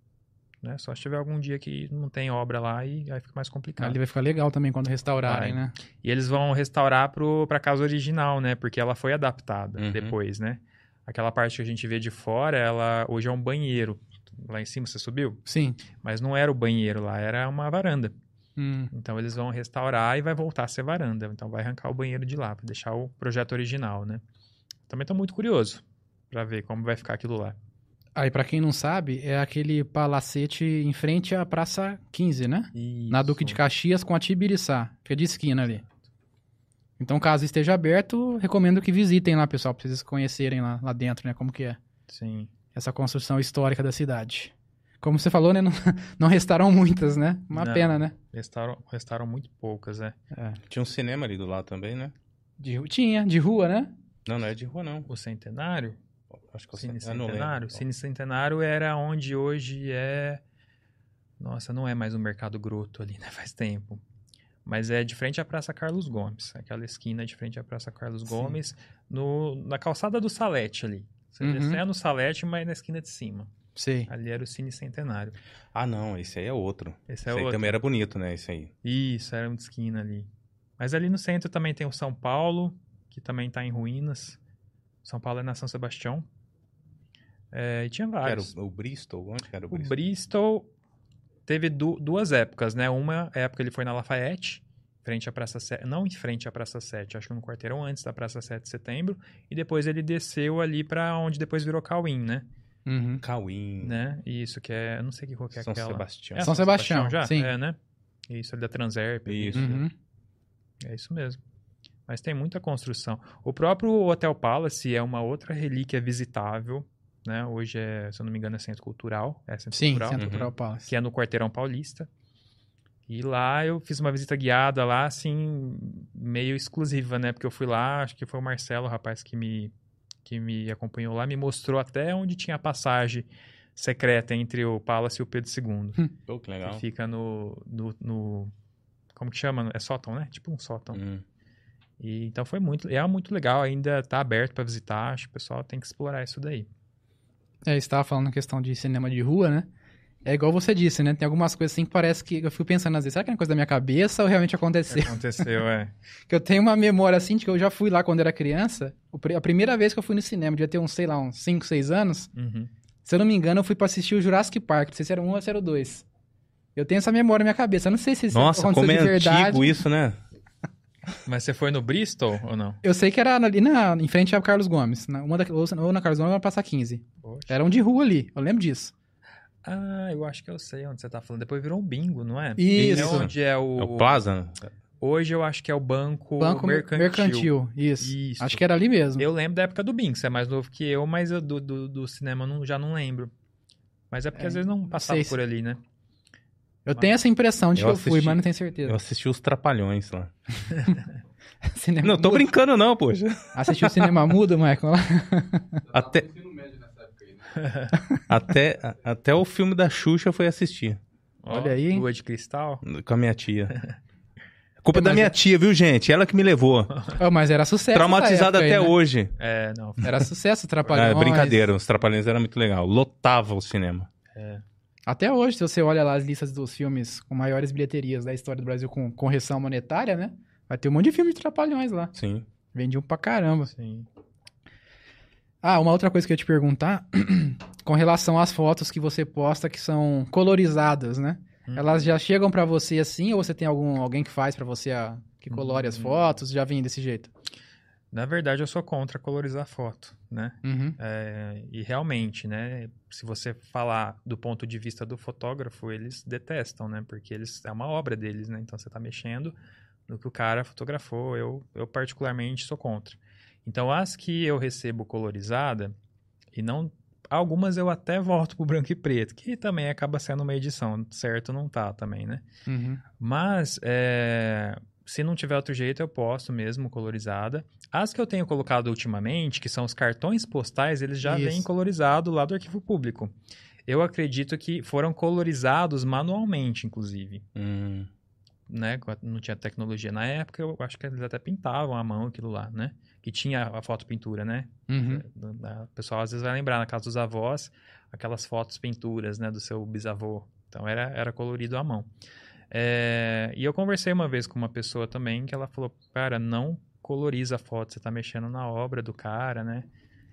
Speaker 3: Né? Só se tiver algum dia que não tem obra lá e aí fica mais complicado.
Speaker 2: Ali vai ficar legal também quando restaurarem,
Speaker 3: Vai.
Speaker 2: né?
Speaker 3: E eles vão restaurar pro, pra casa original, né? Porque ela foi adaptada
Speaker 1: Uhum.
Speaker 3: depois, né? Aquela parte que a gente vê de fora, ela hoje é um banheiro. Lá em cima você subiu?
Speaker 2: Sim.
Speaker 3: Mas não era o banheiro lá, era uma varanda.
Speaker 2: Hum.
Speaker 3: Então eles vão restaurar e vai voltar a ser varanda. Então vai arrancar o banheiro de lá, para deixar o projeto original, né? Também tô muito curioso para ver como vai ficar aquilo lá.
Speaker 2: Aí, pra quem não sabe, é aquele palacete em frente à Praça quinze, né? Na Duque de Caxias com a Tibiriçá. Fica de esquina ali. Então, caso esteja aberto, recomendo que visitem lá, pessoal, pra vocês conhecerem lá, lá dentro, né? Como que é
Speaker 3: Sim.
Speaker 2: essa construção histórica da cidade. Como você falou, né? Não, não restaram muitas, né? Uma
Speaker 3: Não.
Speaker 2: pena, né?
Speaker 3: Restaram, restaram muito poucas, né?
Speaker 2: É.
Speaker 1: Tinha um cinema ali do lado também, né?
Speaker 2: De, ru- tinha, de rua, né?
Speaker 1: Não, não é de rua, não.
Speaker 3: O Centenário?
Speaker 1: Acho que eu
Speaker 3: Cine
Speaker 1: sei- eu não
Speaker 3: Centenário?
Speaker 1: lembro.
Speaker 3: Cine Centenário era onde hoje é... Nossa, não é mais o Mercado Groto ali, né? Faz tempo. Mas é de frente à Praça Carlos Gomes. Aquela esquina de frente à Praça Carlos
Speaker 2: Sim.
Speaker 3: Gomes, no, na calçada do Salete ali. Você
Speaker 2: Uhum.
Speaker 3: desce no Salete, mas na esquina de cima.
Speaker 2: Sei.
Speaker 3: Ali era o Cine Centenário.
Speaker 1: Ah, não, esse aí é outro.
Speaker 3: Esse é
Speaker 1: esse aí
Speaker 3: outro.
Speaker 1: também era bonito, né? Esse aí.
Speaker 3: Isso, era um de esquina ali. Mas ali no centro também tem o São Paulo, que também está em ruínas. São Paulo é na São Sebastião. É, e tinha
Speaker 1: Que era
Speaker 3: vários.
Speaker 1: o, o Bristol? Onde que era o
Speaker 3: O
Speaker 1: Bristol?
Speaker 3: Bristol teve du- duas épocas, né? Uma época ele foi na Lafayette, frente à Praça sete, não em frente à Praça sete, acho que no quarteirão antes da Praça sete de Setembro, e depois ele desceu ali para onde depois virou Cauim, né?
Speaker 2: Uhum.
Speaker 1: Cauim.
Speaker 3: né? Isso que é, eu não sei que rua que é
Speaker 1: São
Speaker 3: aquela.
Speaker 1: Sebastião.
Speaker 3: É a
Speaker 2: São Sebastião,
Speaker 3: já?
Speaker 2: sim.
Speaker 3: É, né? Isso ali da Transerp.
Speaker 1: Isso.
Speaker 2: Uhum.
Speaker 3: É isso mesmo. Mas tem muita construção. O próprio Hotel Palace é uma outra relíquia visitável. né? Hoje é, se eu não me engano, é Centro Cultural. É Centro
Speaker 2: Sim,
Speaker 3: Cultural,
Speaker 2: Centro
Speaker 1: Uhum.
Speaker 2: Cultural Palace.
Speaker 3: que é no Quarteirão Paulista. E lá eu fiz uma visita guiada lá, assim, meio exclusiva, né? Porque eu fui lá, acho que foi o Marcelo, o rapaz que me, que me acompanhou lá, me mostrou até onde tinha a passagem secreta entre o Palace e o Pedro segundo.
Speaker 1: Pô, que legal.
Speaker 3: Que fica no, no, no... Como que chama? É sótão, né? Tipo um sótão.
Speaker 1: Hum.
Speaker 3: E, então foi muito... É muito legal, ainda tá aberto pra visitar. Acho que o pessoal tem que explorar isso daí.
Speaker 2: É, você estava falando na questão de cinema de rua, né? É igual você disse, né? Tem algumas coisas assim que parece que... Eu fico pensando às vezes, será que é uma coisa da minha cabeça ou realmente aconteceu?
Speaker 3: Aconteceu, é.
Speaker 2: Que eu tenho uma memória assim de que eu já fui lá quando era criança. O pri- A primeira vez que eu fui no cinema, devia ter uns, sei lá, uns cinco, seis anos.
Speaker 3: Uhum.
Speaker 2: Se eu não me engano, eu fui pra assistir o Jurassic Park. Não sei se era um ou se era o dois. Eu tenho essa memória na minha cabeça. Eu não sei se isso
Speaker 1: Nossa,
Speaker 2: aconteceu
Speaker 1: como é
Speaker 2: de verdade.
Speaker 1: antigo isso, né?
Speaker 3: Mas você foi no Bristol ou não?
Speaker 2: Eu sei que era ali na, em frente ao Carlos Gomes. Na, uma da, ou, ou na Carlos Gomes ou na Praça quinze.
Speaker 3: Poxa.
Speaker 2: Era um de rua ali. Eu lembro disso.
Speaker 3: Ah, eu acho que eu sei onde você tá falando. Depois virou um bingo, não é?
Speaker 2: Isso.
Speaker 3: É onde é o...
Speaker 1: É o Plaza?
Speaker 3: Hoje eu acho que é o Banco,
Speaker 2: Banco
Speaker 3: Mercantil.
Speaker 2: Mercantil. Isso.
Speaker 3: Isso.
Speaker 2: Acho que era ali mesmo.
Speaker 3: Eu lembro da época do bingo. Você é mais novo que eu, mas eu do, do, do cinema eu não, já não lembro. Mas é porque
Speaker 2: É,
Speaker 3: às vezes não passava
Speaker 2: sei se-
Speaker 3: por ali, né?
Speaker 2: Eu tenho essa impressão de
Speaker 1: Eu
Speaker 2: que eu fui,
Speaker 1: assisti-
Speaker 2: mas não tenho
Speaker 1: Eu
Speaker 2: certeza.
Speaker 1: assisti os Trapalhões lá.
Speaker 2: Cinema
Speaker 1: Não, tô
Speaker 2: mudo.
Speaker 1: brincando não, poxa.
Speaker 2: Assistiu o cinema mudo, Michael?
Speaker 1: Até, até, a- até o filme da Xuxa foi assistir
Speaker 2: Olha
Speaker 3: Ó,
Speaker 2: aí.
Speaker 3: Lua de Cristal.
Speaker 1: com a minha tia. Culpa da
Speaker 2: Mas
Speaker 1: minha
Speaker 2: é-
Speaker 1: tia, viu, gente? Ela que me levou.
Speaker 2: Oh, mas era sucesso.
Speaker 1: Traumatizada
Speaker 2: essa época
Speaker 1: até
Speaker 2: aí, né?
Speaker 1: hoje.
Speaker 3: É, não.
Speaker 2: Era sucesso,
Speaker 1: Ah,
Speaker 2: Trapalhões.
Speaker 1: brincadeira, os Trapalhões era muito legal. Lotava o cinema.
Speaker 2: Até hoje, se você olha lá as listas dos filmes com maiores bilheterias da história do Brasil com correção monetária, né? Vai ter um monte de filme de Trapalhões lá.
Speaker 1: Sim.
Speaker 2: Vendiam pra caramba.
Speaker 3: Sim.
Speaker 2: Ah, uma outra coisa que eu ia te perguntar, com relação às fotos que você posta que são colorizadas, né?
Speaker 3: Hum.
Speaker 2: Elas já chegam pra você assim, ou você tem algum alguém que faz pra você a, que colore as
Speaker 3: Hum.
Speaker 2: fotos? Já vem desse jeito?
Speaker 3: Na verdade, eu sou contra colorizar foto, né?
Speaker 2: Uhum.
Speaker 3: É, e realmente, né? Se você falar do ponto de vista do fotógrafo, eles detestam, né? Porque eles, é uma obra deles, né? Então, você tá mexendo no que o cara fotografou. Eu, eu particularmente, sou contra. Então, as que eu recebo colorizada, e não... Algumas eu até volto pro branco e preto, que também acaba sendo uma edição. Certo não tá também, né?
Speaker 2: Uhum.
Speaker 3: Mas, é, se não tiver outro jeito, eu posto mesmo colorizada. As que eu tenho colocado ultimamente, que são os cartões postais, eles já
Speaker 2: Isso.
Speaker 3: vêm colorizado lá do arquivo público. Eu acredito que foram colorizados manualmente, inclusive.
Speaker 1: Hum.
Speaker 3: Né? Não tinha tecnologia na época, eu acho que eles até pintavam à mão aquilo lá, né? Que tinha a foto-pintura, né?
Speaker 2: Uhum.
Speaker 3: O pessoal às vezes vai lembrar, na casa dos avós, aquelas fotos pinturas, né, do seu bisavô. Então era, era colorido à mão. É, e eu conversei uma vez com uma pessoa também que ela falou, cara, não coloriza a foto, você tá mexendo na obra do cara, né?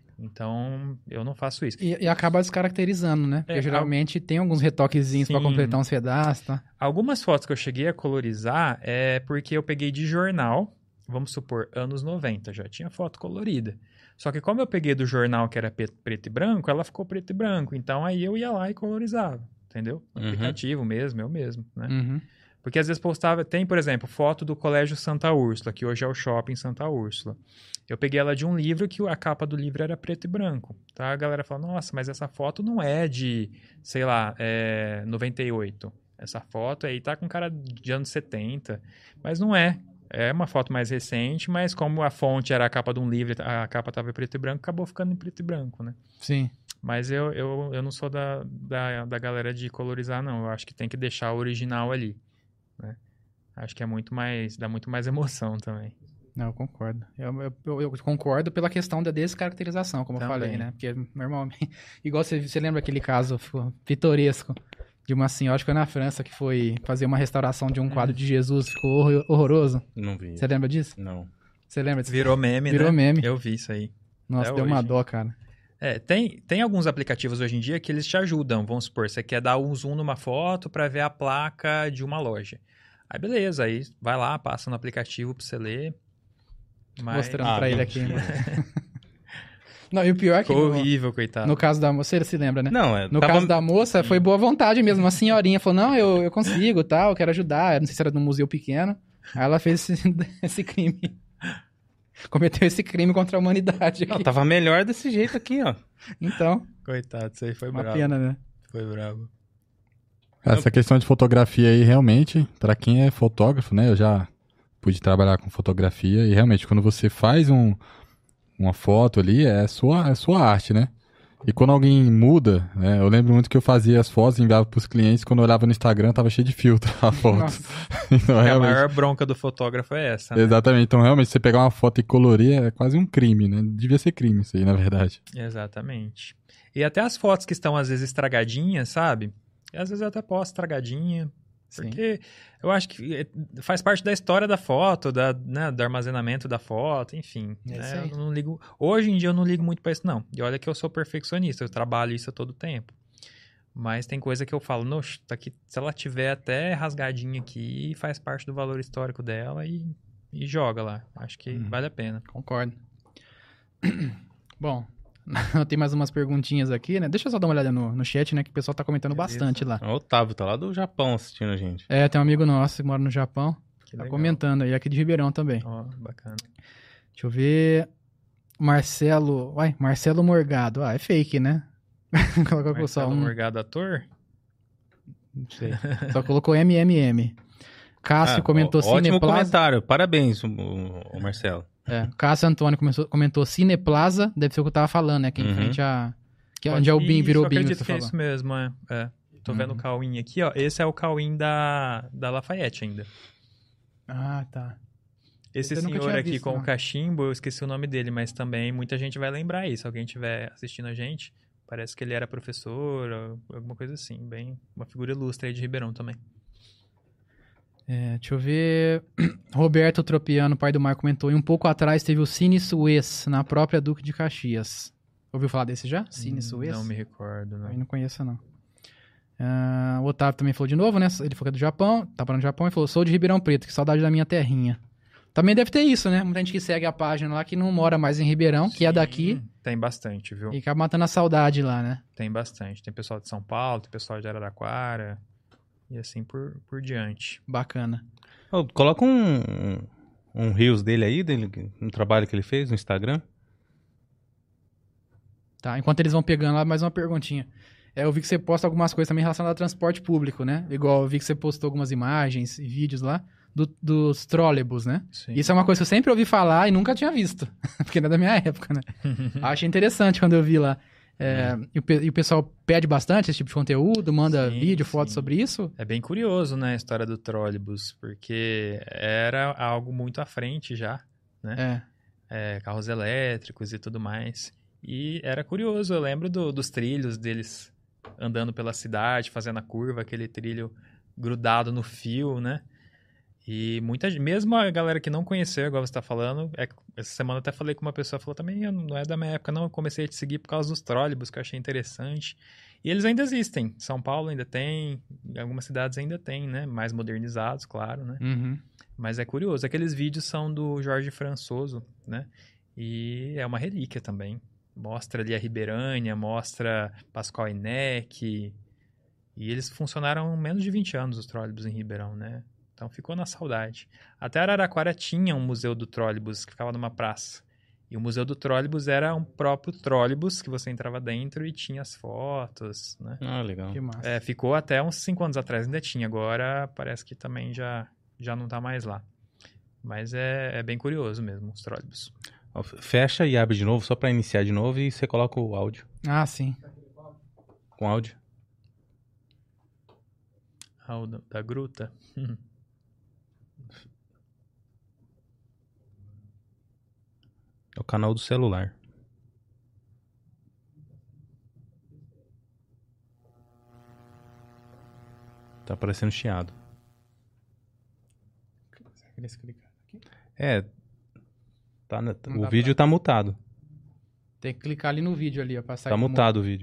Speaker 3: Então eu não faço isso.
Speaker 2: E, e acaba descaracterizando, né? Porque
Speaker 3: É,
Speaker 2: geralmente tem alguns retoquezinhos pra
Speaker 3: Sim.
Speaker 2: completar uns pedaços, tá?
Speaker 3: Algumas fotos que eu cheguei a colorizar é porque eu peguei de jornal, vamos supor, anos noventa, já tinha foto colorida. Só que como eu peguei do jornal que era pe- preto e branco, ela ficou preto e branco. Então aí eu ia lá e colorizava, entendeu? No
Speaker 1: Uhum.
Speaker 3: aplicativo mesmo, eu mesmo, né?
Speaker 2: Uhum.
Speaker 3: Porque às vezes postava, tem, por exemplo, foto do Colégio Santa Úrsula, que hoje é o Shopping Santa Úrsula. Eu peguei ela de um livro que a capa do livro era preto e branco, tá? A galera fala, nossa, mas essa foto não é de, sei lá, é noventa e oito. Essa foto aí tá com cara de anos setenta, mas não é. É uma foto mais recente, mas como a fonte era a capa de um livro, a capa tava em preto e branco, acabou ficando em preto e branco, né?
Speaker 2: Sim.
Speaker 3: Mas eu, eu, eu não sou da, da, da galera de colorizar, não. Eu acho que tem que deixar o original ali, né? Acho que é muito mais, dá muito mais emoção também.
Speaker 2: Não, eu concordo. Eu, eu- eu- eu concordo pela questão da descaracterização, como
Speaker 3: Também.
Speaker 2: eu falei, né? Porque normalmente... Igual você, você lembra aquele caso ficou pitoresco de uma senhora, acho que foi na França, que foi fazer uma restauração de um quadro de Jesus, ficou horror- horroroso.
Speaker 1: Não vi.
Speaker 2: Você lembra disso?
Speaker 1: Não.
Speaker 2: Você lembra disso?
Speaker 3: Virou meme,
Speaker 2: Virou
Speaker 3: né?
Speaker 2: meme.
Speaker 3: Eu vi isso aí.
Speaker 2: Nossa,
Speaker 3: até
Speaker 2: deu uma
Speaker 3: hoje.
Speaker 2: dó, cara.
Speaker 3: É, tem, tem alguns aplicativos hoje em dia que eles te ajudam. Vamos supor, você quer dar um zoom numa foto para ver a placa de uma loja. Aí beleza, aí vai lá, passa no aplicativo pra você ler. Mas
Speaker 2: Mostrando
Speaker 1: Ah,
Speaker 2: pra ele
Speaker 1: não.
Speaker 2: aqui. Não, e o pior é que
Speaker 3: ficou
Speaker 2: no,
Speaker 3: horrível, coitado.
Speaker 2: no caso da moça, você se lembra, né?
Speaker 1: Não, é.
Speaker 2: No
Speaker 1: tava-
Speaker 2: caso da moça, foi boa vontade mesmo. Uma senhorinha falou, não, eu, eu consigo, tal, eu quero ajudar. Eu não sei se era num museu pequeno. Aí ela fez esse, esse crime. Cometeu esse crime contra a humanidade
Speaker 1: Não,
Speaker 2: aqui.
Speaker 1: tava melhor desse jeito aqui, ó.
Speaker 2: Então,
Speaker 3: Coitado, isso aí foi
Speaker 2: Uma
Speaker 3: brabo.
Speaker 2: pena, né?
Speaker 3: Foi brabo.
Speaker 4: Essa questão de fotografia aí, realmente, pra quem é fotógrafo, né? Eu já pude trabalhar com fotografia e realmente, quando você faz um, uma foto ali, é sua, é sua arte, né? E quando alguém muda, né? Eu lembro muito que eu fazia as fotos e enviava pros clientes, quando eu olhava no Instagram, tava cheio de filtro a foto.
Speaker 2: Nossa.
Speaker 4: Então,
Speaker 3: A
Speaker 4: realmente,
Speaker 3: maior bronca do fotógrafo é essa, né?
Speaker 4: exatamente. Então, realmente, você pegar uma foto e colorir é quase um crime, né? Devia ser crime isso aí, na verdade.
Speaker 3: Exatamente. E até as fotos que estão, às vezes, estragadinhas, sabe? E às vezes eu até posto estragadinha.
Speaker 2: Sim.
Speaker 3: Porque eu acho que faz parte da história da foto, da, né, do armazenamento da foto, enfim.
Speaker 2: É isso
Speaker 3: né,
Speaker 2: aí.
Speaker 3: eu não ligo, hoje em dia eu não ligo muito pra isso, não. E olha que eu sou perfeccionista, eu trabalho isso a todo tempo. Mas tem coisa que eu falo, nossa, tá aqui, se ela tiver até rasgadinha aqui, faz parte do valor histórico dela e, e joga lá. Acho que
Speaker 2: Uhum.
Speaker 3: vale a pena.
Speaker 2: Concordo. Bom, tem mais umas perguntinhas aqui, né? Deixa eu só dar uma olhada no, no chat, né? Que o pessoal tá comentando
Speaker 3: Beleza.
Speaker 2: bastante lá.
Speaker 1: O Otávio tá lá do Japão assistindo a gente.
Speaker 2: É, tem um amigo nosso que mora no Japão.
Speaker 3: Que
Speaker 2: Tá
Speaker 3: legal.
Speaker 2: comentando aí, aqui de Ribeirão também.
Speaker 3: Ó, bacana.
Speaker 2: Deixa eu ver. Marcelo. Uai, Marcelo Morgado. Ah, é fake, né? Colocou só
Speaker 3: Marcelo
Speaker 2: um.
Speaker 3: Morgado, ator?
Speaker 2: Não sei. Só colocou M M M. Cássio
Speaker 1: Ah,
Speaker 2: comentou
Speaker 1: ó- Ótimo
Speaker 2: Cineplaza.
Speaker 1: comentário. Parabéns, o, o- o Marcelo.
Speaker 2: É, Cássio Antônio começou- comentou Cineplaza. Deve ser o que eu tava falando, né? Que em
Speaker 1: Uhum.
Speaker 2: frente a. Que é
Speaker 3: Pode-
Speaker 2: onde é o BIM,
Speaker 3: Isso,
Speaker 2: virou
Speaker 3: eu
Speaker 2: BIM.
Speaker 3: acredito
Speaker 2: você
Speaker 3: que é
Speaker 2: falou.
Speaker 3: isso mesmo, é. é. Tô vendo
Speaker 2: Uhum.
Speaker 3: o Cauim aqui, ó. Esse é o Cauim da, da Lafayette ainda.
Speaker 2: Ah, tá.
Speaker 3: Esse
Speaker 2: Eu nunca
Speaker 3: senhor
Speaker 2: tinha
Speaker 3: aqui
Speaker 2: visto,
Speaker 3: com
Speaker 2: não.
Speaker 3: o cachimbo, eu esqueci o nome dele, mas também muita gente vai lembrar isso. Alguém estiver assistindo a gente, parece que ele era professor, ou alguma coisa assim. Bem, uma figura ilustre aí de Ribeirão também.
Speaker 2: É, deixa eu ver. Roberto Tropiano, pai do Marco, comentou. E um pouco atrás teve o Cine Suez, na própria Duque de Caxias. Ouviu falar desse já? Cine
Speaker 3: Hum,
Speaker 2: Suez?
Speaker 3: Não me recordo, não.
Speaker 2: Aí não conheço, não. Ah, o Otávio também falou de novo, né? Ele falou que é do Japão, tá falando do Japão e falou: sou de Ribeirão Preto, que saudade da minha terrinha. Também deve ter isso, né? Muita gente que segue a página lá que não mora mais em Ribeirão, que é
Speaker 3: Sim,
Speaker 2: daqui,
Speaker 3: Tem bastante, viu?
Speaker 2: e acaba matando a saudade lá, né?
Speaker 3: Tem bastante. Tem pessoal de São Paulo, tem pessoal de Araraquara, e assim por, por diante.
Speaker 2: Bacana.
Speaker 1: Ô, coloca um, um, um Reels dele aí, dele, um trabalho que ele fez no Instagram.
Speaker 2: Tá, enquanto eles vão pegando lá, mais uma perguntinha. É, eu vi que você posta algumas coisas também relacionadas ao transporte público, né? Igual eu vi que você postou algumas imagens e vídeos lá do- dos trólebus, né?
Speaker 3: Sim.
Speaker 2: Isso é uma coisa que eu sempre ouvi falar e nunca tinha visto, porque não é da minha época, né? Achei interessante quando eu vi lá. É, e, o, pe- e o pessoal pede bastante esse tipo de conteúdo, manda
Speaker 3: Sim,
Speaker 2: vídeo, foto
Speaker 3: sim.
Speaker 2: sobre isso?
Speaker 3: É bem curioso, né, a história do trólebus, porque era algo muito à frente já,
Speaker 2: É.
Speaker 3: é, carros elétricos e tudo mais. E era curioso, eu lembro do- dos trilhos deles andando pela cidade, fazendo a curva, aquele trilho grudado no fio, né? E muita gente, mesmo a galera que não conheceu, igual você tá falando, é, essa semana eu até falei com uma pessoa, falou também, "Eu não é da minha época não, eu comecei a te seguir por causa dos trólebus, que eu achei interessante. E eles ainda existem, São Paulo ainda tem, em algumas cidades ainda tem, né? Mais modernizados, claro, né?
Speaker 2: Uhum.
Speaker 3: Mas é curioso, aqueles vídeos são do Jorge Françoso, né? E é uma relíquia também. Mostra ali a Ribeirânia, mostra Pascoal Inec. E eles funcionaram menos de vinte anos, os trólebus em Ribeirão, né? Então ficou na saudade. Até Araraquara tinha um museu do trólebus que ficava numa praça. E o museu do trólebus era um próprio trólebus que você entrava dentro e tinha as fotos, né?
Speaker 1: Ah, legal.
Speaker 2: Que massa.
Speaker 3: É, ficou até uns cinco anos atrás, ainda tinha. Agora parece que também já, já não tá mais lá. Mas é, é bem curioso mesmo, os trólebus.
Speaker 1: Ó, fecha e abre de novo, só pra iniciar de novo, e você coloca o áudio.
Speaker 2: Ah, sim.
Speaker 1: Com áudio.
Speaker 3: Ah, o da, da gruta?
Speaker 1: É o canal do celular. Tá aparecendo chiado.
Speaker 2: Eles clicaram aqui.
Speaker 1: É. Tá, na-
Speaker 2: Não
Speaker 1: o
Speaker 2: dá
Speaker 1: vídeo tá mutado.
Speaker 2: Tem que clicar ali no vídeo ali, ó, pra sair
Speaker 1: Tá
Speaker 2: como-
Speaker 1: mutado o vídeo.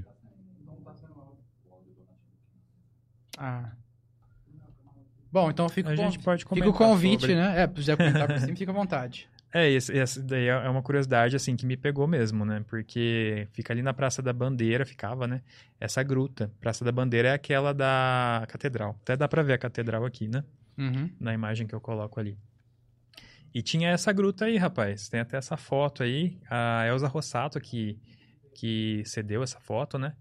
Speaker 2: Ah. Bom, então fica,
Speaker 3: A
Speaker 2: o con-
Speaker 3: gente pode
Speaker 2: fica
Speaker 3: comentar
Speaker 2: o convite,
Speaker 3: sobre.
Speaker 2: né? É, se quiser comentar por cima, fica à vontade.
Speaker 3: É, esse, essa daí é uma curiosidade, assim, que me pegou mesmo, né? Porque fica ali na Praça da Bandeira, ficava, né? Essa gruta. Praça da Bandeira é aquela da Catedral. Até dá pra ver a Catedral aqui, né?
Speaker 2: Uhum.
Speaker 3: Na imagem que eu coloco ali. E tinha essa gruta aí, rapaz. Tem até essa foto aí. A Elza Rossato, que, que cedeu essa foto, né?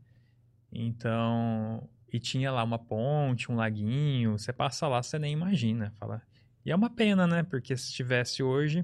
Speaker 3: Então, e tinha lá uma ponte, um laguinho, você passa lá, você nem imagina. Fala. E é uma pena, né? Porque se tivesse hoje,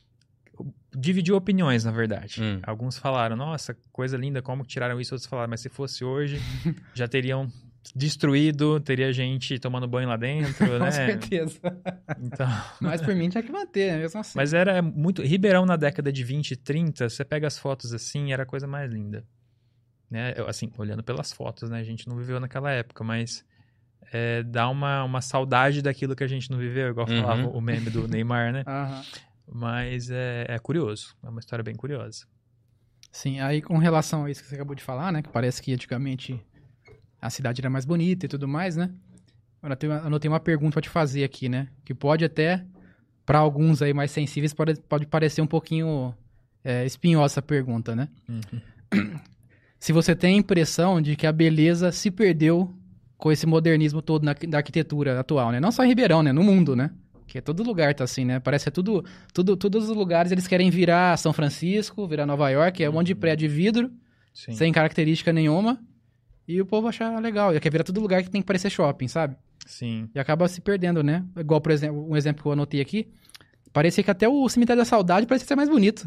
Speaker 3: dividiu opiniões, na verdade.
Speaker 1: Hum.
Speaker 3: Alguns falaram, nossa, coisa linda, como tiraram isso? Outros falaram, mas se fosse hoje, já teriam destruído, teria gente tomando banho lá dentro,
Speaker 2: Com
Speaker 3: né?
Speaker 2: certeza.
Speaker 3: Então...
Speaker 2: Mas por mim tinha que manter, né? Mesmo assim.
Speaker 3: Mas era muito... Ribeirão na década de vinte e trinta, você pega as fotos assim, era a coisa mais linda. Né? Eu, assim, olhando pelas fotos, né? A gente não viveu naquela época, mas é, dá uma, uma saudade daquilo que a gente não viveu, igual
Speaker 1: Uhum.
Speaker 3: falava o meme do Neymar, né?
Speaker 2: Aham.
Speaker 3: Mas é, é curioso, é uma história bem curiosa.
Speaker 2: Sim, aí com relação a isso que você acabou de falar, né? Que parece que antigamente a cidade era mais bonita e tudo mais, né? Eu anotei uma, anotei uma pergunta pra te fazer aqui, né? Que pode até, pra alguns aí mais sensíveis, pode, pode parecer um pouquinho é, espinhosa essa pergunta, né?
Speaker 3: Uhum.
Speaker 2: Se você tem a impressão de que a beleza se perdeu com esse modernismo todo na, da arquitetura atual, né? Não só em Ribeirão, né? No mundo, né? Que todo lugar tá assim, né? Parece que é tudo, tudo... Todos os lugares eles querem virar São Francisco, virar Nova York, é um monte de prédio de vidro,
Speaker 3: Sim.
Speaker 2: sem característica nenhuma, e o povo acha legal. E quer virar todo lugar que tem que parecer shopping, sabe?
Speaker 3: Sim.
Speaker 2: E acaba se perdendo, né? Igual, por exemplo, um exemplo que eu anotei aqui, parecia que até o Cemitério da Saudade parecia ser mais bonito.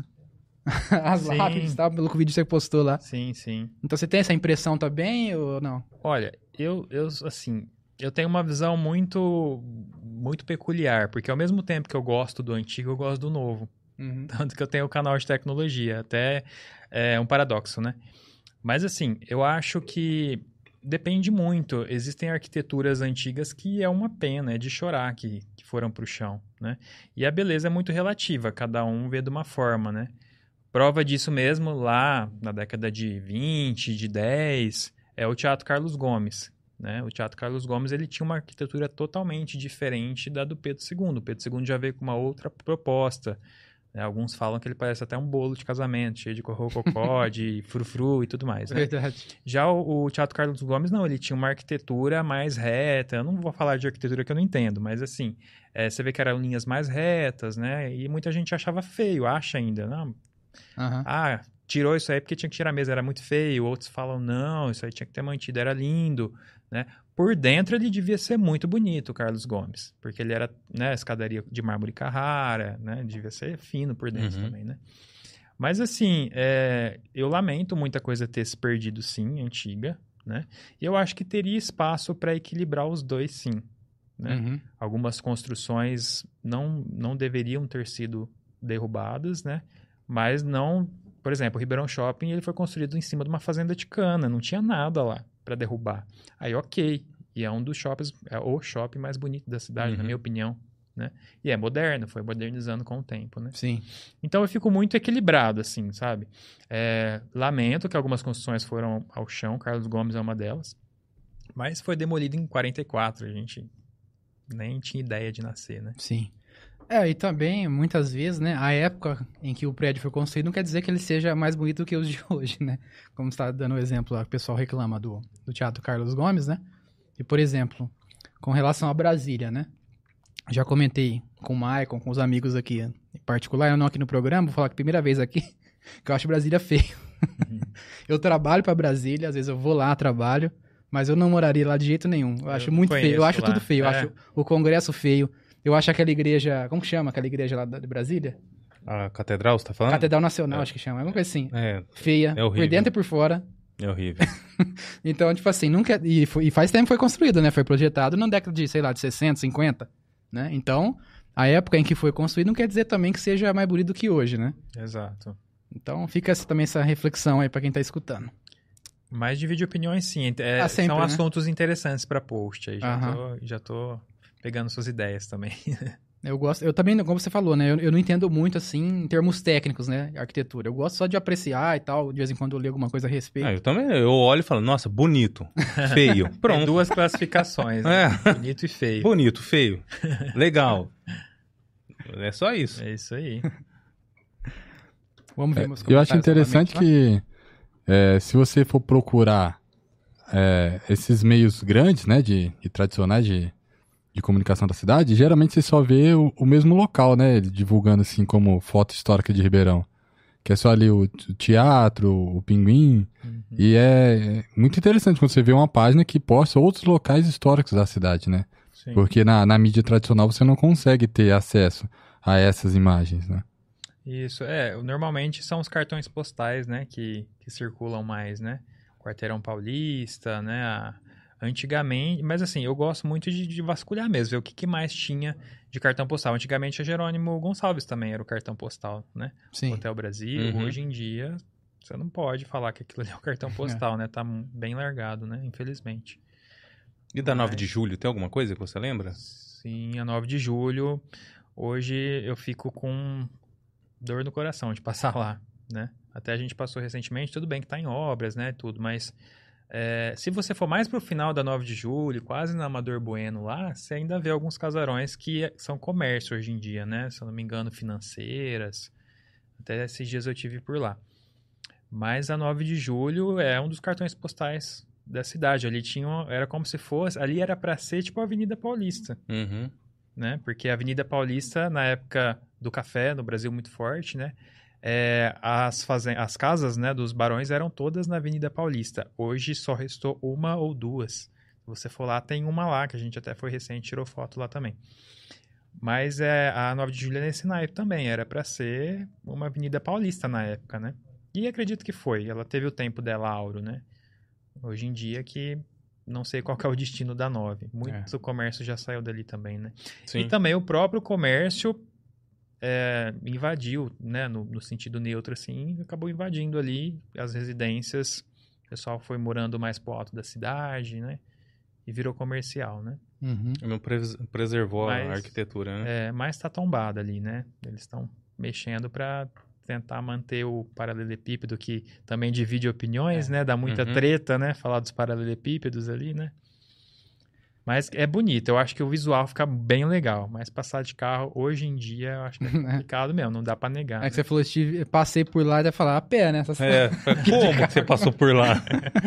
Speaker 2: As
Speaker 3: Sim.
Speaker 2: lápides, tá? Pelo que o vídeo que você postou lá.
Speaker 3: Sim, sim.
Speaker 2: Então você tem essa impressão também ou não?
Speaker 3: Olha, eu, eu assim, eu tenho uma visão muito, muito peculiar, porque ao mesmo tempo que eu gosto do antigo, eu gosto do novo.
Speaker 2: Uhum.
Speaker 3: Tanto que eu tenho o canal de tecnologia, até é um paradoxo, né? Mas assim, eu acho que depende muito. Existem arquiteturas antigas que é uma pena, é de chorar que, que foram pro chão, né? E a beleza é muito relativa, cada um vê de uma forma, né? Prova disso mesmo, lá na década de vinte, de dez, é o Teatro Carlos Gomes, né? O Teatro Carlos Gomes, ele tinha uma arquitetura totalmente diferente da do Pedro segundo. O Pedro segundo já veio com uma outra proposta. Né? Alguns falam que ele parece até um bolo de casamento, cheio de corrococó, de frufru e tudo mais, né?
Speaker 2: Verdade.
Speaker 3: Já o, o Teatro Carlos Gomes, não, ele tinha uma arquitetura mais reta. Eu não vou falar de arquitetura que eu não entendo, mas assim, é, você vê que eram linhas mais retas, né? E muita gente achava feio, acha ainda, não...
Speaker 2: Aham.
Speaker 3: Ah, tirou isso aí porque tinha que tirar mesmo, era muito feio. Outros falam, não, isso aí tinha que ter mantido, era lindo, né? Por dentro ele devia ser muito bonito, o Carlos Gomes, porque ele era, né, escadaria de mármore Carrara, né? Devia ser fino por dentro
Speaker 1: Uhum.
Speaker 3: também, né? Mas assim, é, eu lamento muita coisa ter se perdido, sim, antiga, né? E eu acho que teria espaço para equilibrar os dois, sim, né?
Speaker 2: Uhum.
Speaker 3: Algumas construções não, não deveriam ter sido derrubadas, né? Mas não... Por exemplo, o Ribeirão Shopping ele foi construído em cima de uma fazenda de cana. Não tinha nada lá para derrubar. Aí, ok. E é um dos shoppings... É o shopping mais bonito da cidade,
Speaker 1: Uhum.
Speaker 3: na minha opinião, né? E é moderno. Foi modernizando com o tempo, né?
Speaker 2: Sim.
Speaker 3: Então, eu fico muito equilibrado, assim, sabe? É, lamento que algumas construções foram ao chão. Carlos Gomes é uma delas. Mas foi demolido em quarenta e quatro. A gente nem tinha ideia de nascer, né?
Speaker 2: Sim. É, e também, muitas vezes, né, a época em que o prédio foi construído não quer dizer que ele seja mais bonito do que os de hoje, né? Como você está dando o exemplo, lá, o pessoal reclama do, do Teatro Carlos Gomes, né? E, por exemplo, com relação a Brasília, né? Já comentei com o Maicon, com os amigos aqui em particular, eu não aqui no programa, vou falar que a primeira vez aqui, que eu acho Brasília feio.
Speaker 3: Uhum.
Speaker 2: Eu trabalho para Brasília, às vezes eu vou lá, trabalho, mas eu não moraria lá de jeito nenhum. Eu,
Speaker 3: Eu
Speaker 2: acho muito feio, eu
Speaker 3: conheço
Speaker 2: acho
Speaker 3: lá.
Speaker 2: tudo feio, eu
Speaker 3: É.
Speaker 2: acho o Congresso feio. Eu acho aquela igreja... Como que chama aquela igreja lá da- de Brasília?
Speaker 1: A catedral, você tá falando?
Speaker 2: Catedral Nacional,
Speaker 1: É.
Speaker 2: acho que chama. Alguma coisa assim.
Speaker 1: É,
Speaker 2: Feia.
Speaker 1: É horrível.
Speaker 2: Por dentro e por fora.
Speaker 1: é horrível.
Speaker 2: Então, tipo assim, nunca... E, foi- e faz tempo que foi construído, né? Foi projetado na década de, sei lá, de sessenta, cinquenta. Né? Então, a época em que foi construído não quer dizer também que seja mais bonito do que hoje, né?
Speaker 3: Exato.
Speaker 2: Então, fica essa- também essa reflexão aí pra quem tá escutando.
Speaker 3: Mas divide opiniões, sim. É,
Speaker 2: Ah, sempre,
Speaker 3: são
Speaker 2: né?
Speaker 3: assuntos interessantes para post. Aí já,
Speaker 2: Aham.
Speaker 3: tô, já tô pegando suas ideias também.
Speaker 2: Eu gosto... Eu também, como você falou, né? Eu, eu não entendo muito, assim, em termos técnicos, né? Arquitetura. Eu gosto só de apreciar e tal. De vez em quando eu leio alguma coisa a respeito.
Speaker 1: Ah, eu também, eu olho e falo, nossa, bonito, feio,
Speaker 3: Tem
Speaker 1: pronto.
Speaker 3: duas classificações, né?
Speaker 1: É.
Speaker 3: Bonito e feio.
Speaker 1: Bonito, feio, legal. É só isso.
Speaker 3: É isso aí.
Speaker 2: Vamos ver
Speaker 4: É,
Speaker 2: meus
Speaker 4: eu acho
Speaker 2: comentários
Speaker 4: interessante
Speaker 2: novamente,
Speaker 4: que é, se você for procurar é, esses meios grandes, né, de, de tradicionais de, de comunicação da cidade, geralmente você só vê o, o mesmo local, né, divulgando assim como foto histórica de Ribeirão. que é só ali o, o teatro, o pinguim. Uhum. E é, é muito interessante quando você vê uma página que posta outros locais históricos da cidade, né? Sim. Porque na, na mídia tradicional você não consegue ter acesso a essas imagens, né?
Speaker 3: Isso, é, normalmente são os cartões postais, né, que, que circulam mais, né? Quarteirão Paulista, né, a, antigamente, mas assim, eu gosto muito de, de vasculhar mesmo, ver o que, que mais tinha de cartão postal. Antigamente a Jerônimo Gonçalves também era o cartão postal, né? Sim. Hotel Brasil, uhum. Hoje em dia, você não pode falar que aquilo ali é o cartão postal, é. né? Tá bem largado, né, infelizmente.
Speaker 1: E da mas... nove de julho, tem alguma coisa que você lembra?
Speaker 3: Sim, a nove de julho, hoje eu fico com dor no coração de passar lá, né? Até a gente passou recentemente, tudo bem que tá em obras, né, tudo, mas é, se você for mais pro final da nove de julho, quase na Amador Bueno lá, você ainda vê alguns casarões que são comércio hoje em dia, né? Se eu não me engano, financeiras. Até esses dias eu tive por lá. Mas a nove de julho é um dos cartões postais da cidade. Ali tinha, era como se fosse, ali era para ser tipo a Avenida Paulista.
Speaker 1: Uhum.
Speaker 3: Né? Porque a Avenida Paulista, na época do café, no Brasil muito forte, né? É, as, fazen- as casas, né, dos barões eram todas na Avenida Paulista. Hoje só restou uma ou duas. Se você for lá, tem uma lá, que a gente até foi recente, tirou foto lá também. Mas é, a nove de julho é nesse naipe também. Era para ser uma Avenida Paulista na época, né? E acredito que foi. Ela teve o tempo dela áureo, né? Hoje em dia que... Não sei qual que é o destino da nove. Muito é. comércio já saiu dali também, né? Sim. E também o próprio comércio é, invadiu, né? No, no sentido neutro, assim, acabou invadindo ali as residências. O pessoal foi morando mais pro alto da cidade, né? E virou comercial, né?
Speaker 1: Uhum. Não pres- preservou mas, a arquitetura, né?
Speaker 3: É, mas tá tombada ali, né? Eles estão mexendo para tentar manter o paralelepípedo, que também divide opiniões, é. né? Dá muita uhum. treta, né? Falar dos paralelepípedos ali, né? Mas é bonito. Eu acho que o visual fica bem legal. Mas passar de carro, hoje em dia, eu acho que é complicado mesmo. Não dá pra negar.
Speaker 2: É
Speaker 3: né?
Speaker 2: que você falou, Steve, passei por lá e ia falar a pé, né? Essas
Speaker 1: é, como que você passou por lá?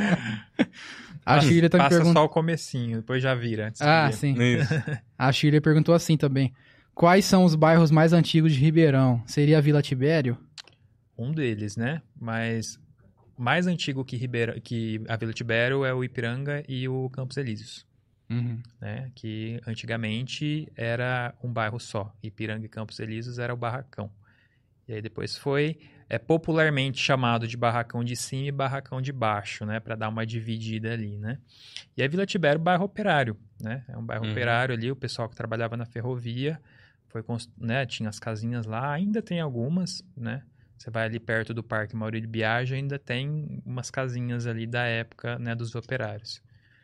Speaker 2: A Shirley tá me
Speaker 3: Passa
Speaker 2: perguntando...
Speaker 3: só o comecinho, depois já vira.
Speaker 2: Ah, sim. A Shirley perguntou assim também. Quais são os bairros mais antigos de Ribeirão? Seria a Vila Tibério?
Speaker 3: Um deles, né? Mas mais antigo que, Ribeira, que a Vila Tibério é o Ipiranga e o Campos Elíseos.
Speaker 2: Uhum.
Speaker 3: Né? Que antigamente era um bairro só. Ipiranga e Campos Elíseos era o Barracão. E aí depois foi é, popularmente chamado de Barracão de Cima e Barracão de Baixo, né? Para dar uma dividida ali, né? E a Vila Tibério, bairro operário, né? É um bairro uhum. operário ali, o pessoal que trabalhava na ferrovia, foi, né? Tinha as casinhas lá, ainda tem algumas, né? Você vai ali perto do Parque Maurílio Biagi, ainda tem umas casinhas ali da época, né, dos operários.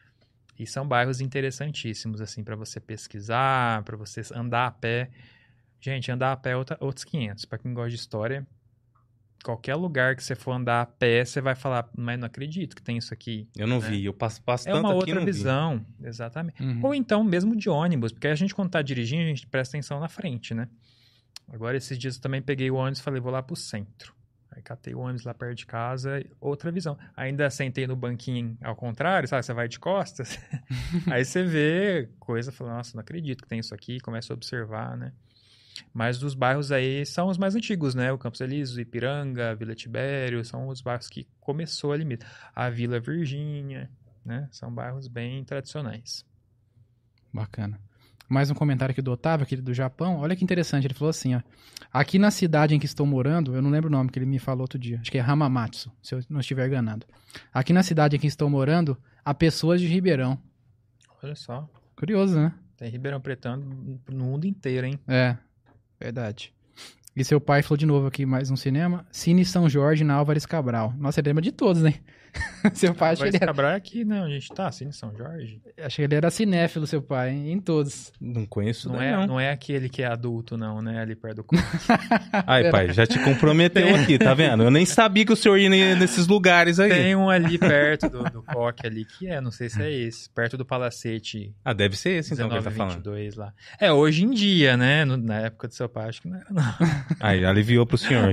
Speaker 3: E são bairros interessantíssimos, assim, para você pesquisar, para você andar a pé. Gente, andar a pé é outra, outros quinhentos. Para quem gosta de história, qualquer lugar que você for andar a pé, você vai falar, mas não acredito que tem isso aqui.
Speaker 1: Eu não
Speaker 3: né?
Speaker 1: vi, eu passo, passo
Speaker 3: é
Speaker 1: tanto
Speaker 3: uma
Speaker 1: aqui,
Speaker 3: outra
Speaker 1: não
Speaker 3: visão,
Speaker 1: vi.
Speaker 3: exatamente.
Speaker 2: Uhum.
Speaker 3: Ou então mesmo de ônibus, porque a gente quando tá dirigindo, a gente presta atenção na frente, né? Agora, esses dias eu também peguei o ônibus e falei, vou lá pro centro. Aí catei o ônibus lá perto de casa, outra visão. Ainda sentei no banquinho ao contrário, sabe? Você vai de costas. Aí você vê coisa, fala, nossa, não acredito que tem isso aqui. Começa a observar, né? Mas dos bairros aí são os mais antigos, né? O Campos Elíseos, Ipiranga, a Vila Tibério, são os bairros que começou ali mesmo. A Vila Virgínia, né? São bairros bem tradicionais.
Speaker 2: Bacana. Mais um comentário aqui do Otávio, aqui do Japão. Olha que interessante, ele falou assim, ó. Aqui na cidade em que estou morando, eu não lembro o nome que ele me falou outro dia, acho que é Hamamatsu, se eu não estiver enganado. Aqui na cidade em que estou morando, há pessoas de Ribeirão.
Speaker 3: Olha só.
Speaker 2: Curioso, né?
Speaker 3: Tem Ribeirão Pretano no mundo inteiro, hein?
Speaker 2: É, verdade. E seu pai falou de novo aqui, mais um cinema. Cine São Jorge, na Álvares Cabral. Nossa, ele lembra de todos, né? Seu pai, acho que ele era...
Speaker 3: Cabral é aqui, né? Onde a gente tá, Cine São Jorge.
Speaker 2: Acho que ele era cinéfilo, seu pai, hein? Em todos.
Speaker 1: Não conheço
Speaker 3: não
Speaker 1: daí,
Speaker 3: é,
Speaker 1: não.
Speaker 3: Não é aquele que é adulto, não, né? Ali perto do corte.
Speaker 1: Ai, pai, já te comprometeu aqui, tá vendo? Eu nem sabia que o senhor ia nesses lugares aí.
Speaker 3: Tem um ali perto do, do coque ali, que é, não sei se é esse. Perto do Palacete.
Speaker 1: Ah, deve ser esse, então, que ele tá falando.
Speaker 3: vinte e dois lá. É, hoje em dia, né? No, na época do seu pai, acho que não era, não.
Speaker 1: Aí, aliviou pro senhor.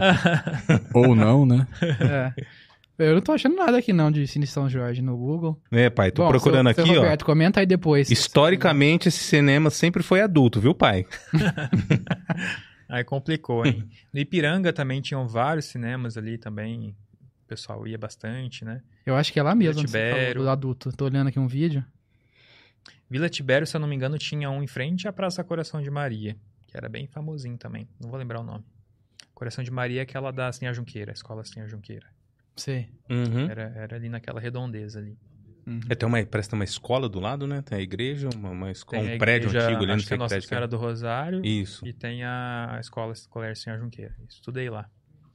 Speaker 4: Ou não, né?
Speaker 2: É. Eu não tô achando nada aqui não de Cine São Jorge no Google.
Speaker 1: É, pai, tô
Speaker 2: Bom,
Speaker 1: procurando
Speaker 2: seu,
Speaker 1: aqui,
Speaker 2: seu Roberto,
Speaker 1: ó.
Speaker 2: Comenta aí depois.
Speaker 1: Historicamente, esse cinema sempre foi adulto, viu, pai?
Speaker 3: Aí complicou, hein? No Ipiranga também tinham vários cinemas ali também. O pessoal ia bastante, né?
Speaker 2: Eu acho que é lá mesmo,
Speaker 3: Vila
Speaker 2: você falou
Speaker 3: Tibério.
Speaker 2: do adulto. Tô olhando aqui um vídeo.
Speaker 3: Vila Tibério, se eu não me engano, tinha um em frente à Praça Coração de Maria, que era bem famosinho também. Não vou lembrar o nome. Coração de Maria é aquela da Sinha Junqueira, a escola Sinha Junqueira.
Speaker 2: Sei.
Speaker 1: Uhum.
Speaker 3: Era, era ali naquela redondeza ali.
Speaker 2: Uhum.
Speaker 1: É, tem uma, parece que tem uma escola do lado, né? Tem a igreja, uma, uma escola,
Speaker 3: Tem a
Speaker 1: um prédio
Speaker 3: igreja,
Speaker 1: antigo ali, não
Speaker 3: acho que
Speaker 1: sei
Speaker 3: é
Speaker 1: que
Speaker 3: Nossa
Speaker 1: prédio que é.
Speaker 3: Senhora do Rosário.
Speaker 1: Isso.
Speaker 3: E tem a escola escolar Sinha Junqueira. Estudei lá.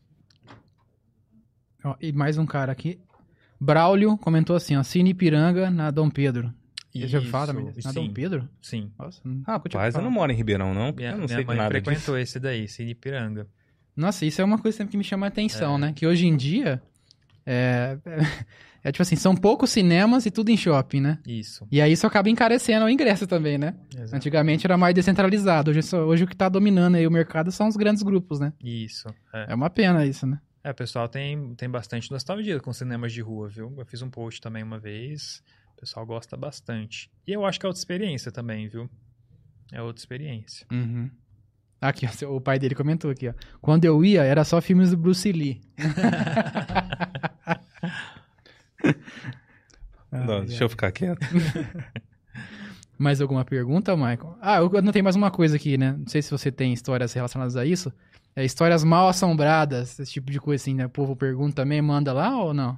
Speaker 2: Ó, e mais um cara aqui. Braulio comentou assim, ó. Cine Ipiranga na Dom Pedro. Você já ouviu falar também? Na
Speaker 3: sim,
Speaker 2: Dom Pedro?
Speaker 3: Sim.
Speaker 2: Nossa, nunca tinha
Speaker 1: Rapaz, eu
Speaker 2: ouvido
Speaker 1: não
Speaker 2: falar.
Speaker 1: moro em Ribeirão, não, porque
Speaker 3: Minha,
Speaker 1: eu não
Speaker 3: minha
Speaker 1: sei de
Speaker 3: mãe
Speaker 1: nada
Speaker 3: frequentou
Speaker 1: disso.
Speaker 3: esse daí, Cine Ipiranga.
Speaker 2: Nossa, isso é uma coisa sempre que me chama a atenção, né? Que hoje em dia, é, é, é tipo assim, são poucos cinemas e tudo em shopping, né?
Speaker 3: Isso.
Speaker 2: E aí isso acaba encarecendo o ingresso também, né?
Speaker 3: Exato.
Speaker 2: Antigamente era mais descentralizado. Hoje, só- hoje o que tá dominando aí o mercado são os grandes grupos, né?
Speaker 3: Isso. É.
Speaker 2: É uma pena isso, né?
Speaker 3: É, o pessoal tem, tem bastante nostalgia com cinemas de rua, viu? Eu fiz um post também uma vez. O pessoal gosta bastante. E eu acho que é outra experiência também, viu? É outra experiência.
Speaker 2: Uhum. Aqui, ó, o pai dele comentou aqui, ó. Quando eu ia, era só filmes do Bruce Lee.
Speaker 1: Não,
Speaker 2: Ah,
Speaker 1: deixa eu ficar quieto.
Speaker 2: Mais alguma pergunta, Michael? Ah, eu anotei mais uma coisa aqui, né? Não sei se você tem histórias relacionadas a isso. É histórias mal assombradas, esse tipo de coisa assim, né? O povo pergunta também, manda lá ou não?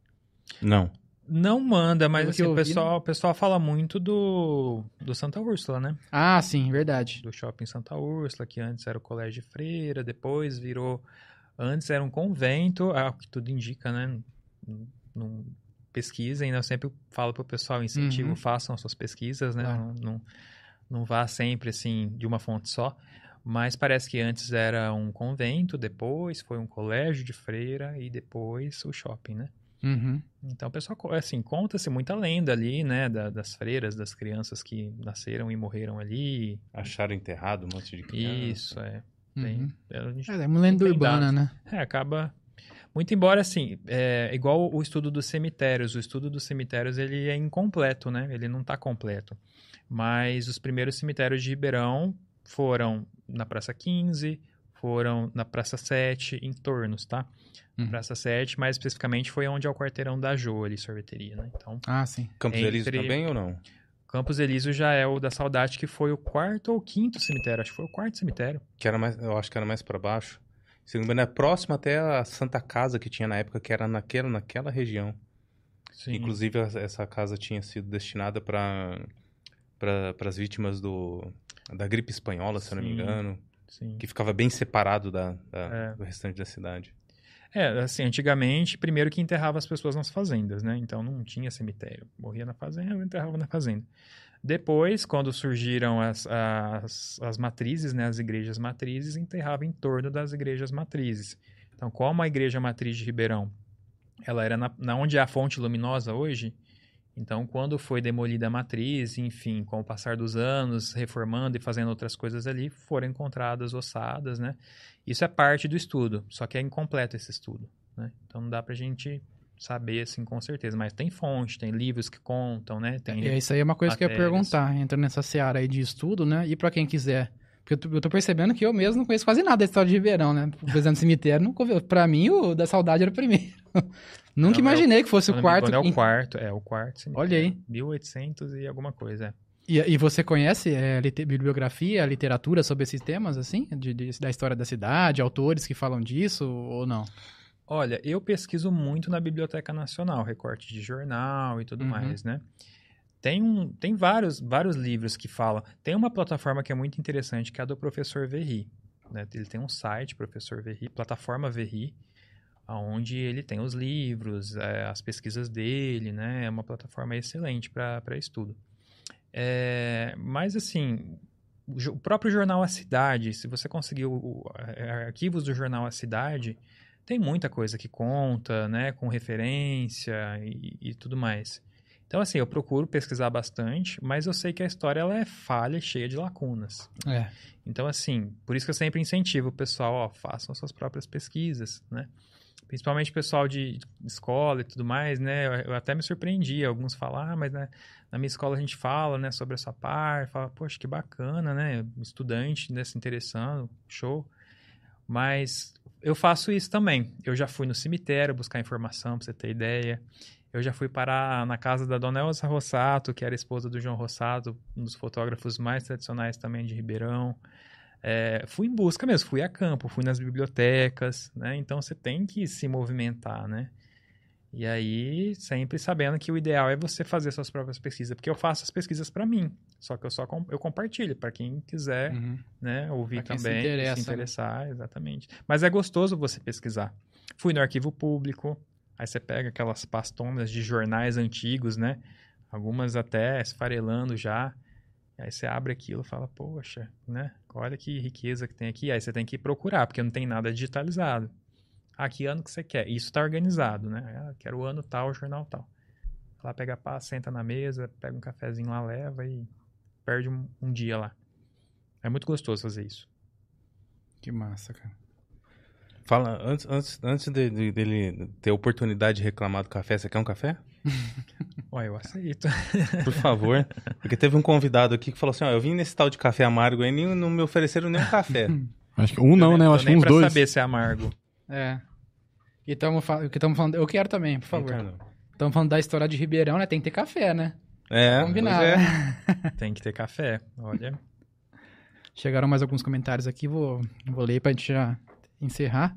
Speaker 1: Não.
Speaker 3: Não manda, mas
Speaker 2: Pelo
Speaker 3: assim,
Speaker 2: que eu
Speaker 3: o
Speaker 2: ouvi,
Speaker 3: pessoal, o pessoal fala muito do, do Santa Úrsula, né?
Speaker 2: Ah, sim, verdade.
Speaker 3: Do shopping Santa Úrsula, que antes era o colégio de freira, depois virou... Antes era um convento, ah, o que tudo indica, né? Não, não pesquisem, né? Eu sempre falo pro pessoal, incentivo,
Speaker 2: Uhum.
Speaker 3: façam as suas pesquisas, né?
Speaker 2: Claro.
Speaker 3: Não, não, não vá sempre, assim, de uma fonte só. Mas parece que antes era um convento, depois foi um colégio de freira e depois o shopping, né?
Speaker 2: Uhum.
Speaker 3: Então, o pessoal, assim, conta-se muita lenda ali, né? Da, das freiras, das crianças que nasceram e morreram ali.
Speaker 1: Acharam enterrado um monte de criança.
Speaker 3: Isso, é. Bem,
Speaker 2: Uhum.
Speaker 3: a gente
Speaker 2: É, é uma lenda
Speaker 3: tem
Speaker 2: urbana,
Speaker 3: dados.
Speaker 2: né?
Speaker 3: É, acaba... Muito embora, assim, é igual o estudo dos cemitérios. O estudo dos cemitérios, ele é incompleto, né? Ele não está completo. Mas os primeiros cemitérios de Ribeirão foram na Praça quinze, foram na Praça sete, em tornos, tá?
Speaker 2: Uhum.
Speaker 3: Praça sete, mais especificamente, foi onde é o quarteirão da Jô, ali, sorveteria, né? Então,
Speaker 2: Ah, sim.
Speaker 1: Campos
Speaker 3: Entre-
Speaker 1: Elíseos também ou não?
Speaker 3: Campos Elíseos já é o da Saudade, que foi o quarto ou quinto cemitério. Acho que foi o quarto cemitério.
Speaker 1: Que era mais, eu acho que era mais pra baixo. Se não me engano, é próximo até a Santa Casa que tinha na época, que era naquela, naquela região.
Speaker 3: Sim.
Speaker 1: Inclusive, essa- essa casa tinha sido destinada para para as vítimas do, da gripe espanhola, se eu não me
Speaker 3: Sim.
Speaker 1: engano.
Speaker 3: Sim.
Speaker 1: Que ficava bem separado da, da-
Speaker 3: É.
Speaker 1: do restante da cidade.
Speaker 3: É, assim, antigamente, primeiro que enterrava as pessoas nas fazendas, né? Então não tinha cemitério. Morria na fazenda, enterrava na fazenda. Depois, quando surgiram as, as, as matrizes, né? As igrejas matrizes, enterrava em torno das igrejas matrizes. Então, como a igreja matriz de Ribeirão, ela era na, na onde é a fonte luminosa hoje, então quando foi demolida a matriz, enfim, com o passar dos anos, reformando e fazendo outras coisas ali, foram encontradas ossadas, né? Isso é parte do estudo, só que é incompleto esse estudo, né? Então não dá pra gente saber assim com certeza, mas tem fonte, tem livros que contam, né? Tem
Speaker 2: É, isso aí é uma coisa que eu ia
Speaker 3: matérias.
Speaker 2: perguntar, entra nessa seara aí de estudo, né? E pra quem quiser. Porque eu tô, eu tô percebendo que eu mesmo não conheço quase nada da história de Ribeirão, né? Por exemplo, cemitério, nunca ouvi. Pra mim, o da Saudade era o primeiro. Nunca
Speaker 3: Não, é
Speaker 2: imaginei que fosse
Speaker 3: Se eu
Speaker 2: o
Speaker 3: não me
Speaker 2: quarto.
Speaker 3: engano, é
Speaker 2: em-
Speaker 3: o quarto, é o quarto cemitério.
Speaker 2: Olha aí.
Speaker 3: mil e oitocentos e alguma coisa, é.
Speaker 2: E, e você conhece é, lite- bibliografia, literatura sobre esses temas, assim? De, de- da história da cidade, autores que falam disso ou não?
Speaker 3: Olha, eu pesquiso muito na Biblioteca Nacional, recorte de jornal e tudo
Speaker 2: Uhum.
Speaker 3: mais, né? Tem, um, tem vários, vários livros que falam. Tem uma plataforma que é muito interessante, que é a do Professor Verri, né? Ele tem um site, Professor Verri, plataforma Verri, onde ele tem os livros, é, as pesquisas dele, né? É uma plataforma excelente para estudo. É, mas, assim, o, jo- o próprio jornal A Cidade, se você conseguir o, o- a- arquivos do jornal A Cidade, tem muita coisa que conta, né? Com referência e, e tudo mais. Então, assim, eu procuro pesquisar bastante, mas eu sei que a história ela é falha, cheia de lacunas.
Speaker 2: É.
Speaker 3: Então, assim, por isso que eu sempre incentivo o pessoal, ó, façam suas próprias pesquisas, né? Principalmente o pessoal de escola e tudo mais, né? Eu, eu até me surpreendi. Alguns falam, ah, mas né, na minha escola a gente fala, né, sobre essa parte. Fala, poxa, que bacana, né? Estudante, né, se interessando, show. Mas eu faço isso também. Eu já fui no cemitério buscar informação, pra você ter ideia. Eu já fui parar na casa da Dona Elza Rossato, que era esposa do João Rossato, um dos fotógrafos mais tradicionais também de Ribeirão. É, fui em busca mesmo, fui a campo, fui nas bibliotecas, né? Então, você tem que se movimentar, né? E aí, sempre sabendo que o ideal é você fazer suas próprias pesquisas, porque eu faço as pesquisas para mim, só que eu só com, eu compartilho para quem quiser,
Speaker 2: Uhum.
Speaker 3: né, ouvir
Speaker 2: Pra quem
Speaker 3: também,
Speaker 2: se interessa,
Speaker 3: se interessar, né? Exatamente. Mas é gostoso você pesquisar. Fui no arquivo público, aí você pega aquelas pastonas de jornais antigos, né? Algumas até esfarelando já. Aí você abre aquilo e fala, poxa, né? Olha que riqueza que tem aqui. Aí você tem que procurar, porque não tem nada digitalizado. Ah, que ano que você quer? Isso está organizado, né? Ah, quero o ano tal, jornal tal. Lá pega a pá, senta na mesa, pega um cafezinho lá, leva e perde um, um dia lá. É muito gostoso fazer isso.
Speaker 2: Que massa, cara.
Speaker 1: Fala, antes, antes, antes de, de- dele ter oportunidade de reclamar do café, você quer um café?
Speaker 3: Ué, eu aceito.
Speaker 1: Por favor. Porque teve um convidado aqui que falou assim, ó, eu vim nesse tal de café amargo aí, nem, não me ofereceram nenhum café.
Speaker 4: Acho que um não, né? Eu acho que
Speaker 3: nem
Speaker 4: uns
Speaker 3: pra
Speaker 4: dois.
Speaker 3: saber se é amargo.
Speaker 2: É. E estamos falando... Eu quero também, por favor.
Speaker 1: Não quero, não.
Speaker 2: Estamos falando da história de Ribeirão, né? Tem que ter café, né?
Speaker 1: É,
Speaker 2: Combinado,
Speaker 1: pois é.
Speaker 2: né?
Speaker 3: Tem que ter café. Olha.
Speaker 2: Chegaram mais alguns comentários aqui, vou, vou ler pra gente já encerrar.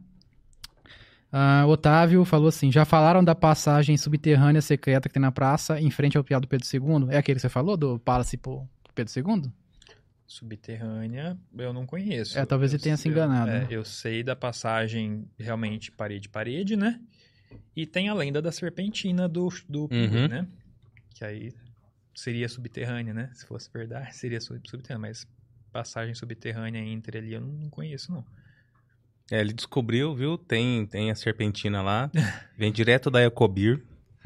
Speaker 2: Ah, Otávio falou assim, já falaram da passagem subterrânea secreta que tem na praça, em frente ao Piau do Pedro segundo? É aquele que você falou, do Palace pro Pedro segundo?
Speaker 3: Subterrânea, eu não conheço.
Speaker 2: É, talvez
Speaker 3: Eu
Speaker 2: ele tenha se
Speaker 3: sei-
Speaker 2: enganado,
Speaker 3: é,
Speaker 2: né?
Speaker 3: eu sei da passagem realmente parede-parede, né? E tem a lenda da serpentina do, do pinguim,
Speaker 1: Uhum.
Speaker 3: né? Que aí seria subterrânea, né? Se fosse verdade, seria sub- subterrânea. Mas passagem subterrânea entre ali eu não, não conheço, não.
Speaker 1: É, ele descobriu, viu? Tem, tem a serpentina lá. Vem direto da Ecobir.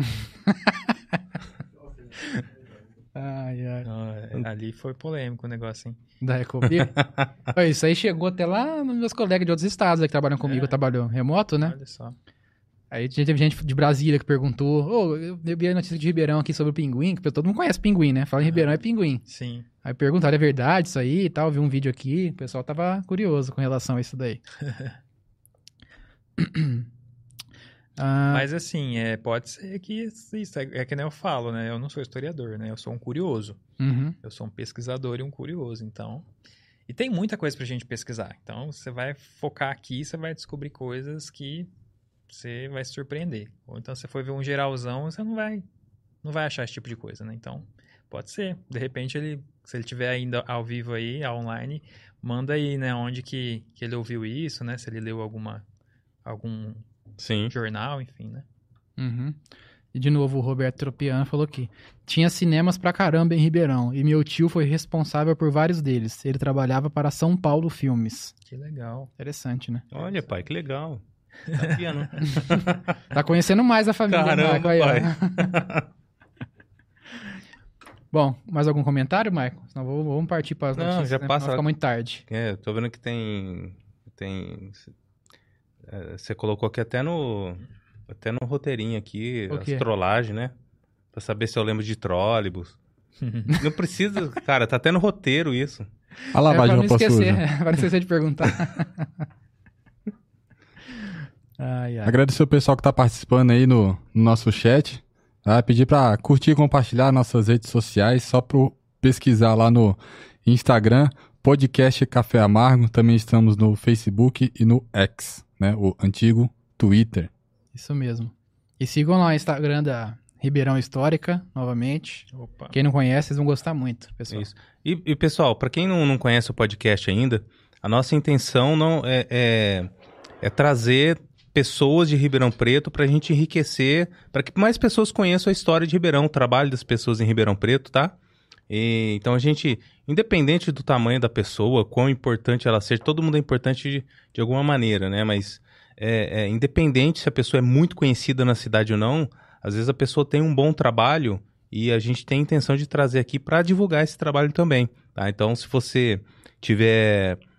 Speaker 2: Ai, ai.
Speaker 3: Não, é, ali foi polêmico o negócio, hein?
Speaker 2: Da Ecobir? Ó, isso aí chegou até lá nos meus colegas de outros estados aí que trabalham comigo,
Speaker 3: É.
Speaker 2: trabalham remoto, né?
Speaker 3: Olha só.
Speaker 2: Aí teve gente de Brasília que perguntou, ô, eu vi a notícia de Ribeirão aqui sobre o pinguim, que todo mundo conhece pinguim, né? Fala em Ribeirão é pinguim.
Speaker 3: Sim.
Speaker 2: Aí perguntaram, é verdade isso aí e tal, vi um vídeo aqui, o pessoal tava curioso com relação a isso daí. Ah,
Speaker 3: Mas assim, é, pode ser que isso, é, é que nem eu falo, né? Eu não sou historiador, né? Eu sou um curioso.
Speaker 2: uhum,
Speaker 3: Eu sou um pesquisador e um curioso, então... E tem muita coisa pra gente pesquisar. Então, você vai focar aqui, você vai descobrir coisas que você vai se surpreender. Ou então, você for ver um geralzão, você não vai, não vai achar esse tipo de coisa, né? Então, pode ser. De repente, ele, se ele estiver ainda ao vivo aí, online, manda aí, né? Onde que, que ele ouviu isso, né? Se ele leu alguma, algum
Speaker 1: Sim.
Speaker 3: jornal, enfim, né?
Speaker 2: uhum. E de novo o Roberto Tropiano falou aqui, tinha cinemas pra caramba em Ribeirão, e meu tio foi responsável por vários deles. Ele trabalhava para São Paulo Filmes.
Speaker 3: Que legal.
Speaker 2: Interessante, né?
Speaker 1: Olha, pai, que legal. Sabia, não?
Speaker 2: Tá conhecendo mais a família,
Speaker 1: Caramba,
Speaker 2: Marco, aí, ó. Bom, mais algum comentário, Marco? Senão vou- vamos partir para as
Speaker 1: Não,
Speaker 2: notícias,
Speaker 1: já
Speaker 2: né?
Speaker 1: passa-
Speaker 2: Não fica muito tarde.
Speaker 1: É, tô vendo que tem... tem é, você colocou aqui até no... Até no roteirinho aqui,
Speaker 2: O quê?
Speaker 1: as trollagens, né? Pra saber se eu lembro de trólebus. Não precisa, cara, tá até no roteiro isso.
Speaker 4: A lavagem
Speaker 2: é,
Speaker 4: de
Speaker 2: pra
Speaker 4: roupa
Speaker 2: não esquecer,
Speaker 4: suja.
Speaker 2: para não esquecer de perguntar. ai, ai.
Speaker 4: Agradecer o pessoal que tá participando aí no, no nosso chat. Tá? Pedir pra curtir e compartilhar nossas redes sociais, só pro pesquisar lá no Instagram, podcast Café Amargo. Também estamos no Facebook e no X, né? O antigo Twitter.
Speaker 2: Isso mesmo. E sigam lá o Instagram da Ribeirão Histórica, novamente.
Speaker 3: Opa.
Speaker 2: Quem não conhece, vocês vão gostar muito, pessoal.
Speaker 1: Isso. E, e, pessoal, para quem não, não conhece o podcast ainda, a nossa intenção não é, é, é trazer pessoas de Ribeirão Preto para a gente enriquecer, para que mais pessoas conheçam a história de Ribeirão, o trabalho das pessoas em Ribeirão Preto, tá? E, então a gente, independente do tamanho da pessoa, quão importante ela seja, todo mundo é importante de, de alguma maneira, né? Mas é, é, independente se a pessoa é muito conhecida na cidade ou não, às vezes a pessoa tem um bom trabalho e a gente tem a intenção de trazer aqui para divulgar esse trabalho também, tá? Então, se você tiver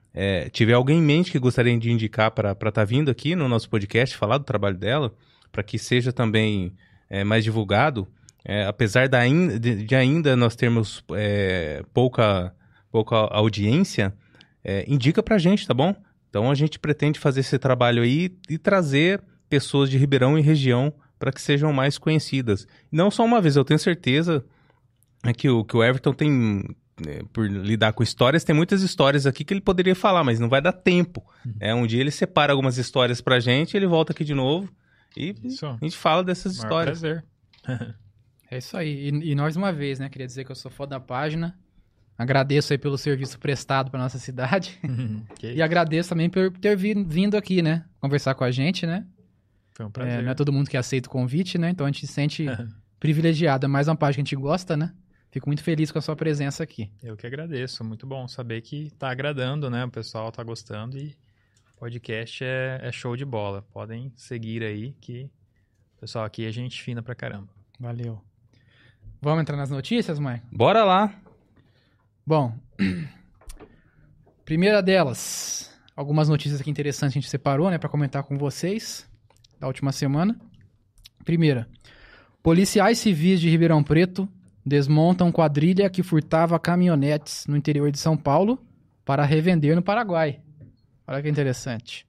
Speaker 1: é, tiver alguém em mente que gostaria de indicar para estar tá vindo aqui no nosso podcast, falar do trabalho dela, para que seja também é, mais divulgado, é, apesar da in, de, de ainda nós termos é, pouca, pouca audiência, é, indica pra gente, tá bom? Então a gente pretende fazer esse trabalho aí e trazer pessoas de Ribeirão e região para que sejam mais conhecidas. Não só uma vez, eu tenho certeza que o, que o Everton tem, é, por lidar com histórias, tem muitas histórias aqui que ele poderia falar, mas não vai dar tempo. Uhum. É, um dia ele separa algumas histórias pra gente, ele volta aqui de novo e isso. A gente fala dessas
Speaker 3: Maior
Speaker 1: histórias.
Speaker 3: Prazer.
Speaker 2: É isso aí. E, e nós uma vez, né? Queria dizer que eu sou fã da página. Agradeço aí pelo serviço prestado para nossa cidade. E isso. Agradeço também por ter vindo aqui, né? Conversar com a gente, né?
Speaker 3: Foi um prazer.
Speaker 2: É, não é todo mundo que aceita o convite, né? Então a gente se sente privilegiado. É mais uma página que a gente gosta, né? Fico muito feliz com a sua presença aqui.
Speaker 3: Eu que agradeço. Muito bom saber que tá agradando, né? O pessoal tá gostando e o podcast é, é show de bola. Podem seguir aí que o pessoal aqui é gente fina pra caramba.
Speaker 2: Valeu. Vamos entrar nas notícias, Maicon?
Speaker 1: Bora lá!
Speaker 2: Bom, primeira delas, algumas notícias aqui interessantes que a gente separou, né, para comentar com vocês da última semana. Primeira, policiais civis de Ribeirão Preto desmontam quadrilha que furtava caminhonetes no interior de São Paulo para revender no Paraguai. Olha que interessante.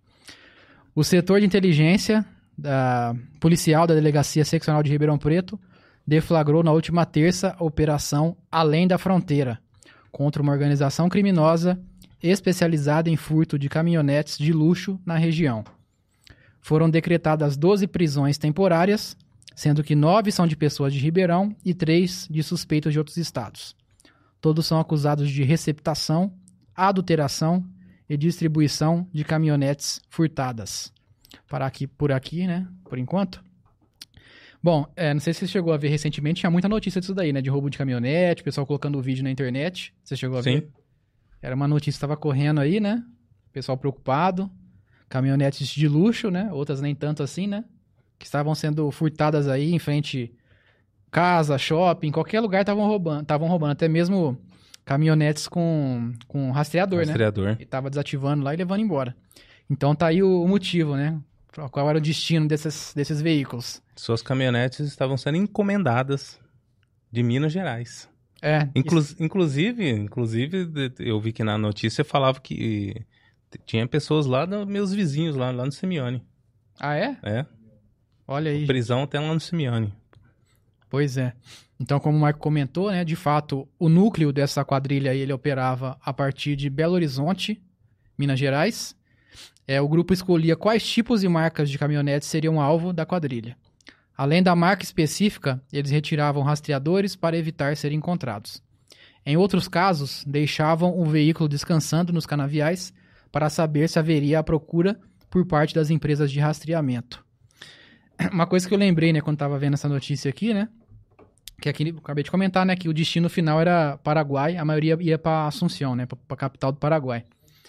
Speaker 2: O setor de inteligência da policial da Delegacia Seccional de Ribeirão Preto deflagrou na última terça a Operação Além da Fronteira, contra uma organização criminosa especializada em furto de caminhonetes de luxo na região. Foram decretadas doze prisões temporárias, sendo que nove são de pessoas de Ribeirão e três de suspeitos de outros estados. Todos são acusados de receptação, adulteração e distribuição de caminhonetes furtadas. Parar aqui por aqui, né? Por enquanto. Bom, é, não sei se você chegou a ver recentemente, tinha muita notícia disso daí, né? De roubo de caminhonete, o pessoal colocando o vídeo na internet. Você chegou a
Speaker 1: Sim.
Speaker 2: ver? Era uma notícia que estava correndo aí, né? O pessoal preocupado. Caminhonetes de luxo, né? Outras nem tanto assim, né? Que estavam sendo furtadas aí em frente casa, shopping, qualquer lugar estavam roubando. Estavam roubando, até mesmo caminhonetes com, com rastreador,
Speaker 1: Rastreador.
Speaker 2: né? E tava desativando lá e levando embora. Então tá aí o, o motivo, né? Qual era o destino desses, desses veículos?
Speaker 1: Suas caminhonetes estavam sendo encomendadas de Minas Gerais.
Speaker 2: É.
Speaker 1: Inclu
Speaker 2: isso...
Speaker 1: Inclusive, inclusive, eu vi que na notícia falava que tinha pessoas lá, do, meus vizinhos lá, lá no Simeone.
Speaker 2: Ah, é?
Speaker 1: É.
Speaker 2: Olha aí.
Speaker 1: Prisão até lá no Simeone.
Speaker 2: Pois é. Então, como o Marco comentou, né, de fato, o núcleo dessa quadrilha aí, ele operava a partir de Belo Horizonte, Minas Gerais. É, o grupo escolhia quais tipos e marcas de caminhonetes seriam alvo da quadrilha. Além da marca específica, eles retiravam rastreadores para evitar serem encontrados. Em outros casos, deixavam o veículo descansando nos canaviais para saber se haveria a procura por parte das empresas de rastreamento. Uma coisa que eu lembrei, né, quando estava vendo essa notícia aqui, né, que aqui eu acabei de comentar, né, que o destino final era Paraguai, a maioria ia para Assunção, né, para a capital do Paraguai.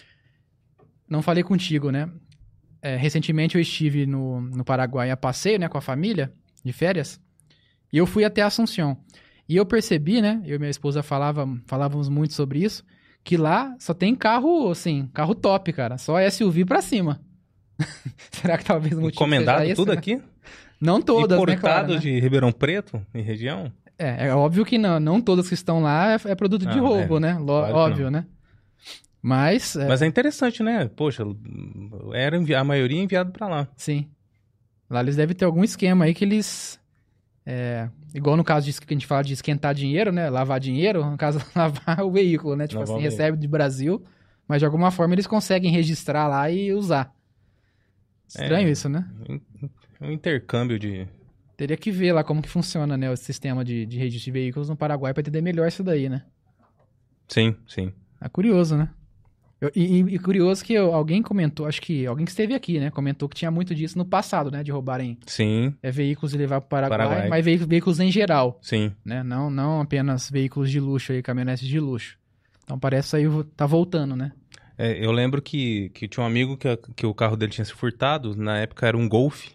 Speaker 2: Não falei contigo, né? É, recentemente eu estive no, no Paraguai a passeio, né, com a família, de férias, e eu fui até Assunção. E eu percebi, né, eu e minha esposa falava, falávamos muito sobre isso, que lá só tem carro, assim, carro top, cara. Só S U V pra cima. Será que talvez o motivo
Speaker 1: Encomendado
Speaker 2: seja esse,
Speaker 1: tudo
Speaker 2: né?
Speaker 1: aqui?
Speaker 2: Não todas,
Speaker 1: Importado,
Speaker 2: né, claro, né?
Speaker 1: de Ribeirão Preto, em região?
Speaker 2: É, é óbvio que não, não todas que estão lá é, é produto de
Speaker 1: Não,
Speaker 2: roubo,
Speaker 1: é,
Speaker 2: né? Lo-
Speaker 1: claro que
Speaker 2: óbvio,
Speaker 1: não.
Speaker 2: né? Mas, é,
Speaker 1: Mas é interessante, né? Poxa, era envi- a maioria enviado pra lá.
Speaker 2: sim. Lá eles devem ter algum esquema aí que eles... É, igual no caso de, que a gente fala de esquentar dinheiro, né? Lavar dinheiro, no caso, lavar o veículo, né? Tipo
Speaker 1: Lavar
Speaker 2: assim,
Speaker 1: o
Speaker 2: recebe do Brasil, mas de alguma forma eles conseguem registrar lá e usar. Estranho
Speaker 1: É.
Speaker 2: isso, né?
Speaker 1: Um intercâmbio de...
Speaker 2: Teria que ver lá como que funciona, né? O sistema de, de registro de veículos no Paraguai pra entender melhor isso daí, né?
Speaker 1: Sim, sim.
Speaker 2: É curioso, né? Eu- e, e- e curioso que eu- alguém comentou, acho que alguém que esteve aqui, né? Comentou que tinha muito disso no passado, né? De roubarem
Speaker 1: Sim,
Speaker 2: é, veículos e levar pro Paraguai,
Speaker 1: Paraguai.
Speaker 2: mas veículos, veículos em geral,
Speaker 1: sim.
Speaker 2: né? Não, não apenas veículos de luxo aí, caminhonetes de luxo. Então parece aí tá voltando, né?
Speaker 1: É, eu lembro que, que tinha um amigo que, a- que o carro dele tinha se furtado, na época era um Golf,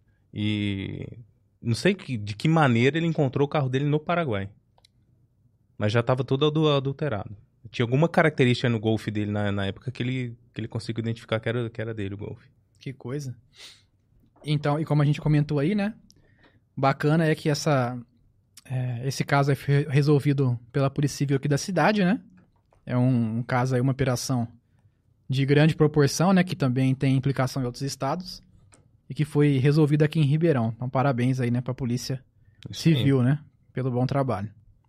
Speaker 1: e não sei que- de que maneira ele encontrou o carro dele no Paraguai. Mas já estava todo adu- adulterado. tinha alguma característica no Golf dele na, na época que ele, que ele conseguiu identificar que era, que era dele o Golf.
Speaker 2: Que coisa. Então, e como a gente comentou aí, né? Bacana é que essa, é, esse caso foi resolvido pela Polícia Civil aqui da cidade, né? É um, um caso aí, uma operação de grande proporção, né? Que também tem implicação em outros estados. E que foi resolvido aqui em Ribeirão. Então, parabéns aí, né? Pra Polícia
Speaker 1: Isso
Speaker 2: Civil,
Speaker 1: aí.
Speaker 2: né? Pelo bom trabalho.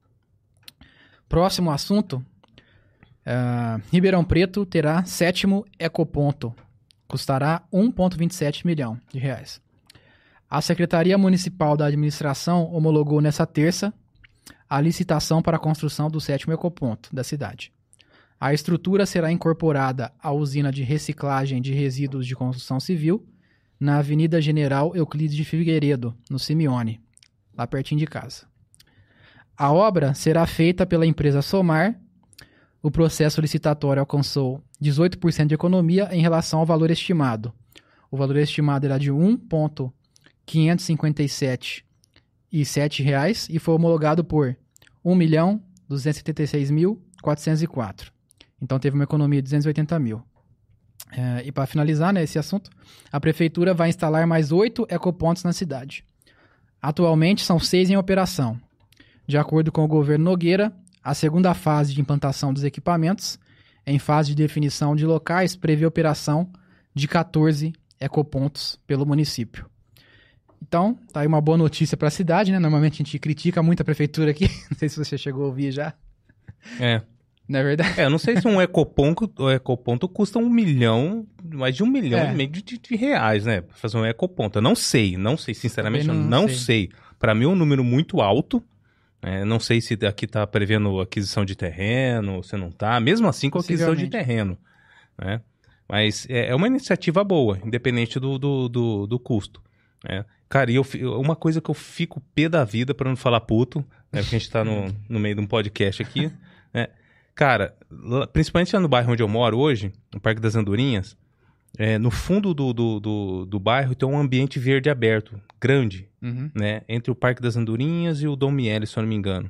Speaker 2: Próximo assunto. Uh, Ribeirão Preto terá sétimo ecoponto. Custará um vírgula vinte e sete milhão de reais. A Secretaria Municipal da Administração homologou nessa terça a licitação para a construção do sétimo ecoponto da cidade. A estrutura será incorporada à usina de reciclagem de resíduos de construção civil na Avenida General Euclides de Figueiredo, no Simeone, lá pertinho de casa. A obra será feita pela empresa Somar. O processo licitatório alcançou dezoito por cento de economia em relação ao valor estimado. O valor estimado era de um vírgula quinhentos e cinquenta e sete e sete reais e foi homologado por um milhão duzentos e setenta e seis mil quatrocentos e quatro. Então teve uma economia de duzentos e oitenta mil. É, e para finalizar, né, esse assunto, a prefeitura vai instalar mais oito ecopontos na cidade. Atualmente são seis em operação. De acordo com o governo Nogueira, a segunda fase de implantação dos equipamentos, em fase de definição de locais, prevê operação de quatorze ecopontos pelo município. Então, tá aí uma boa notícia para a cidade, né? Normalmente a gente critica muito a prefeitura aqui. Não sei se você chegou a ouvir já.
Speaker 1: É.
Speaker 2: Não é verdade?
Speaker 1: É, eu não sei se um ecoponto, o ecoponto custa um milhão, mais de um milhão
Speaker 2: É.
Speaker 1: e meio de, de reais, né? Pra fazer um ecoponto. Eu não sei, não sei, sinceramente,
Speaker 2: Também
Speaker 1: eu
Speaker 2: não
Speaker 1: não
Speaker 2: sei.
Speaker 1: sei. Para mim é um número muito alto. É, não sei se aqui tá prevendo aquisição de terreno, se não tá. Mesmo assim com aquisição de
Speaker 2: Possivelmente.
Speaker 1: terreno, né? Mas é, é uma iniciativa boa, independente do, do, do, do custo, né? Cara, e eu, fi- uma coisa que eu fico pé da vida, pra não falar puto, né? Porque a gente tá no, no meio de um podcast aqui, né? Cara, lá- principalmente lá no bairro onde eu moro hoje, no Parque das Andorinhas, é, no fundo do, do, do, do bairro tem um ambiente verde aberto, grande,
Speaker 2: Uhum.
Speaker 1: né? Entre o Parque das Andorinhas e o Dom Miele, se eu não me engano.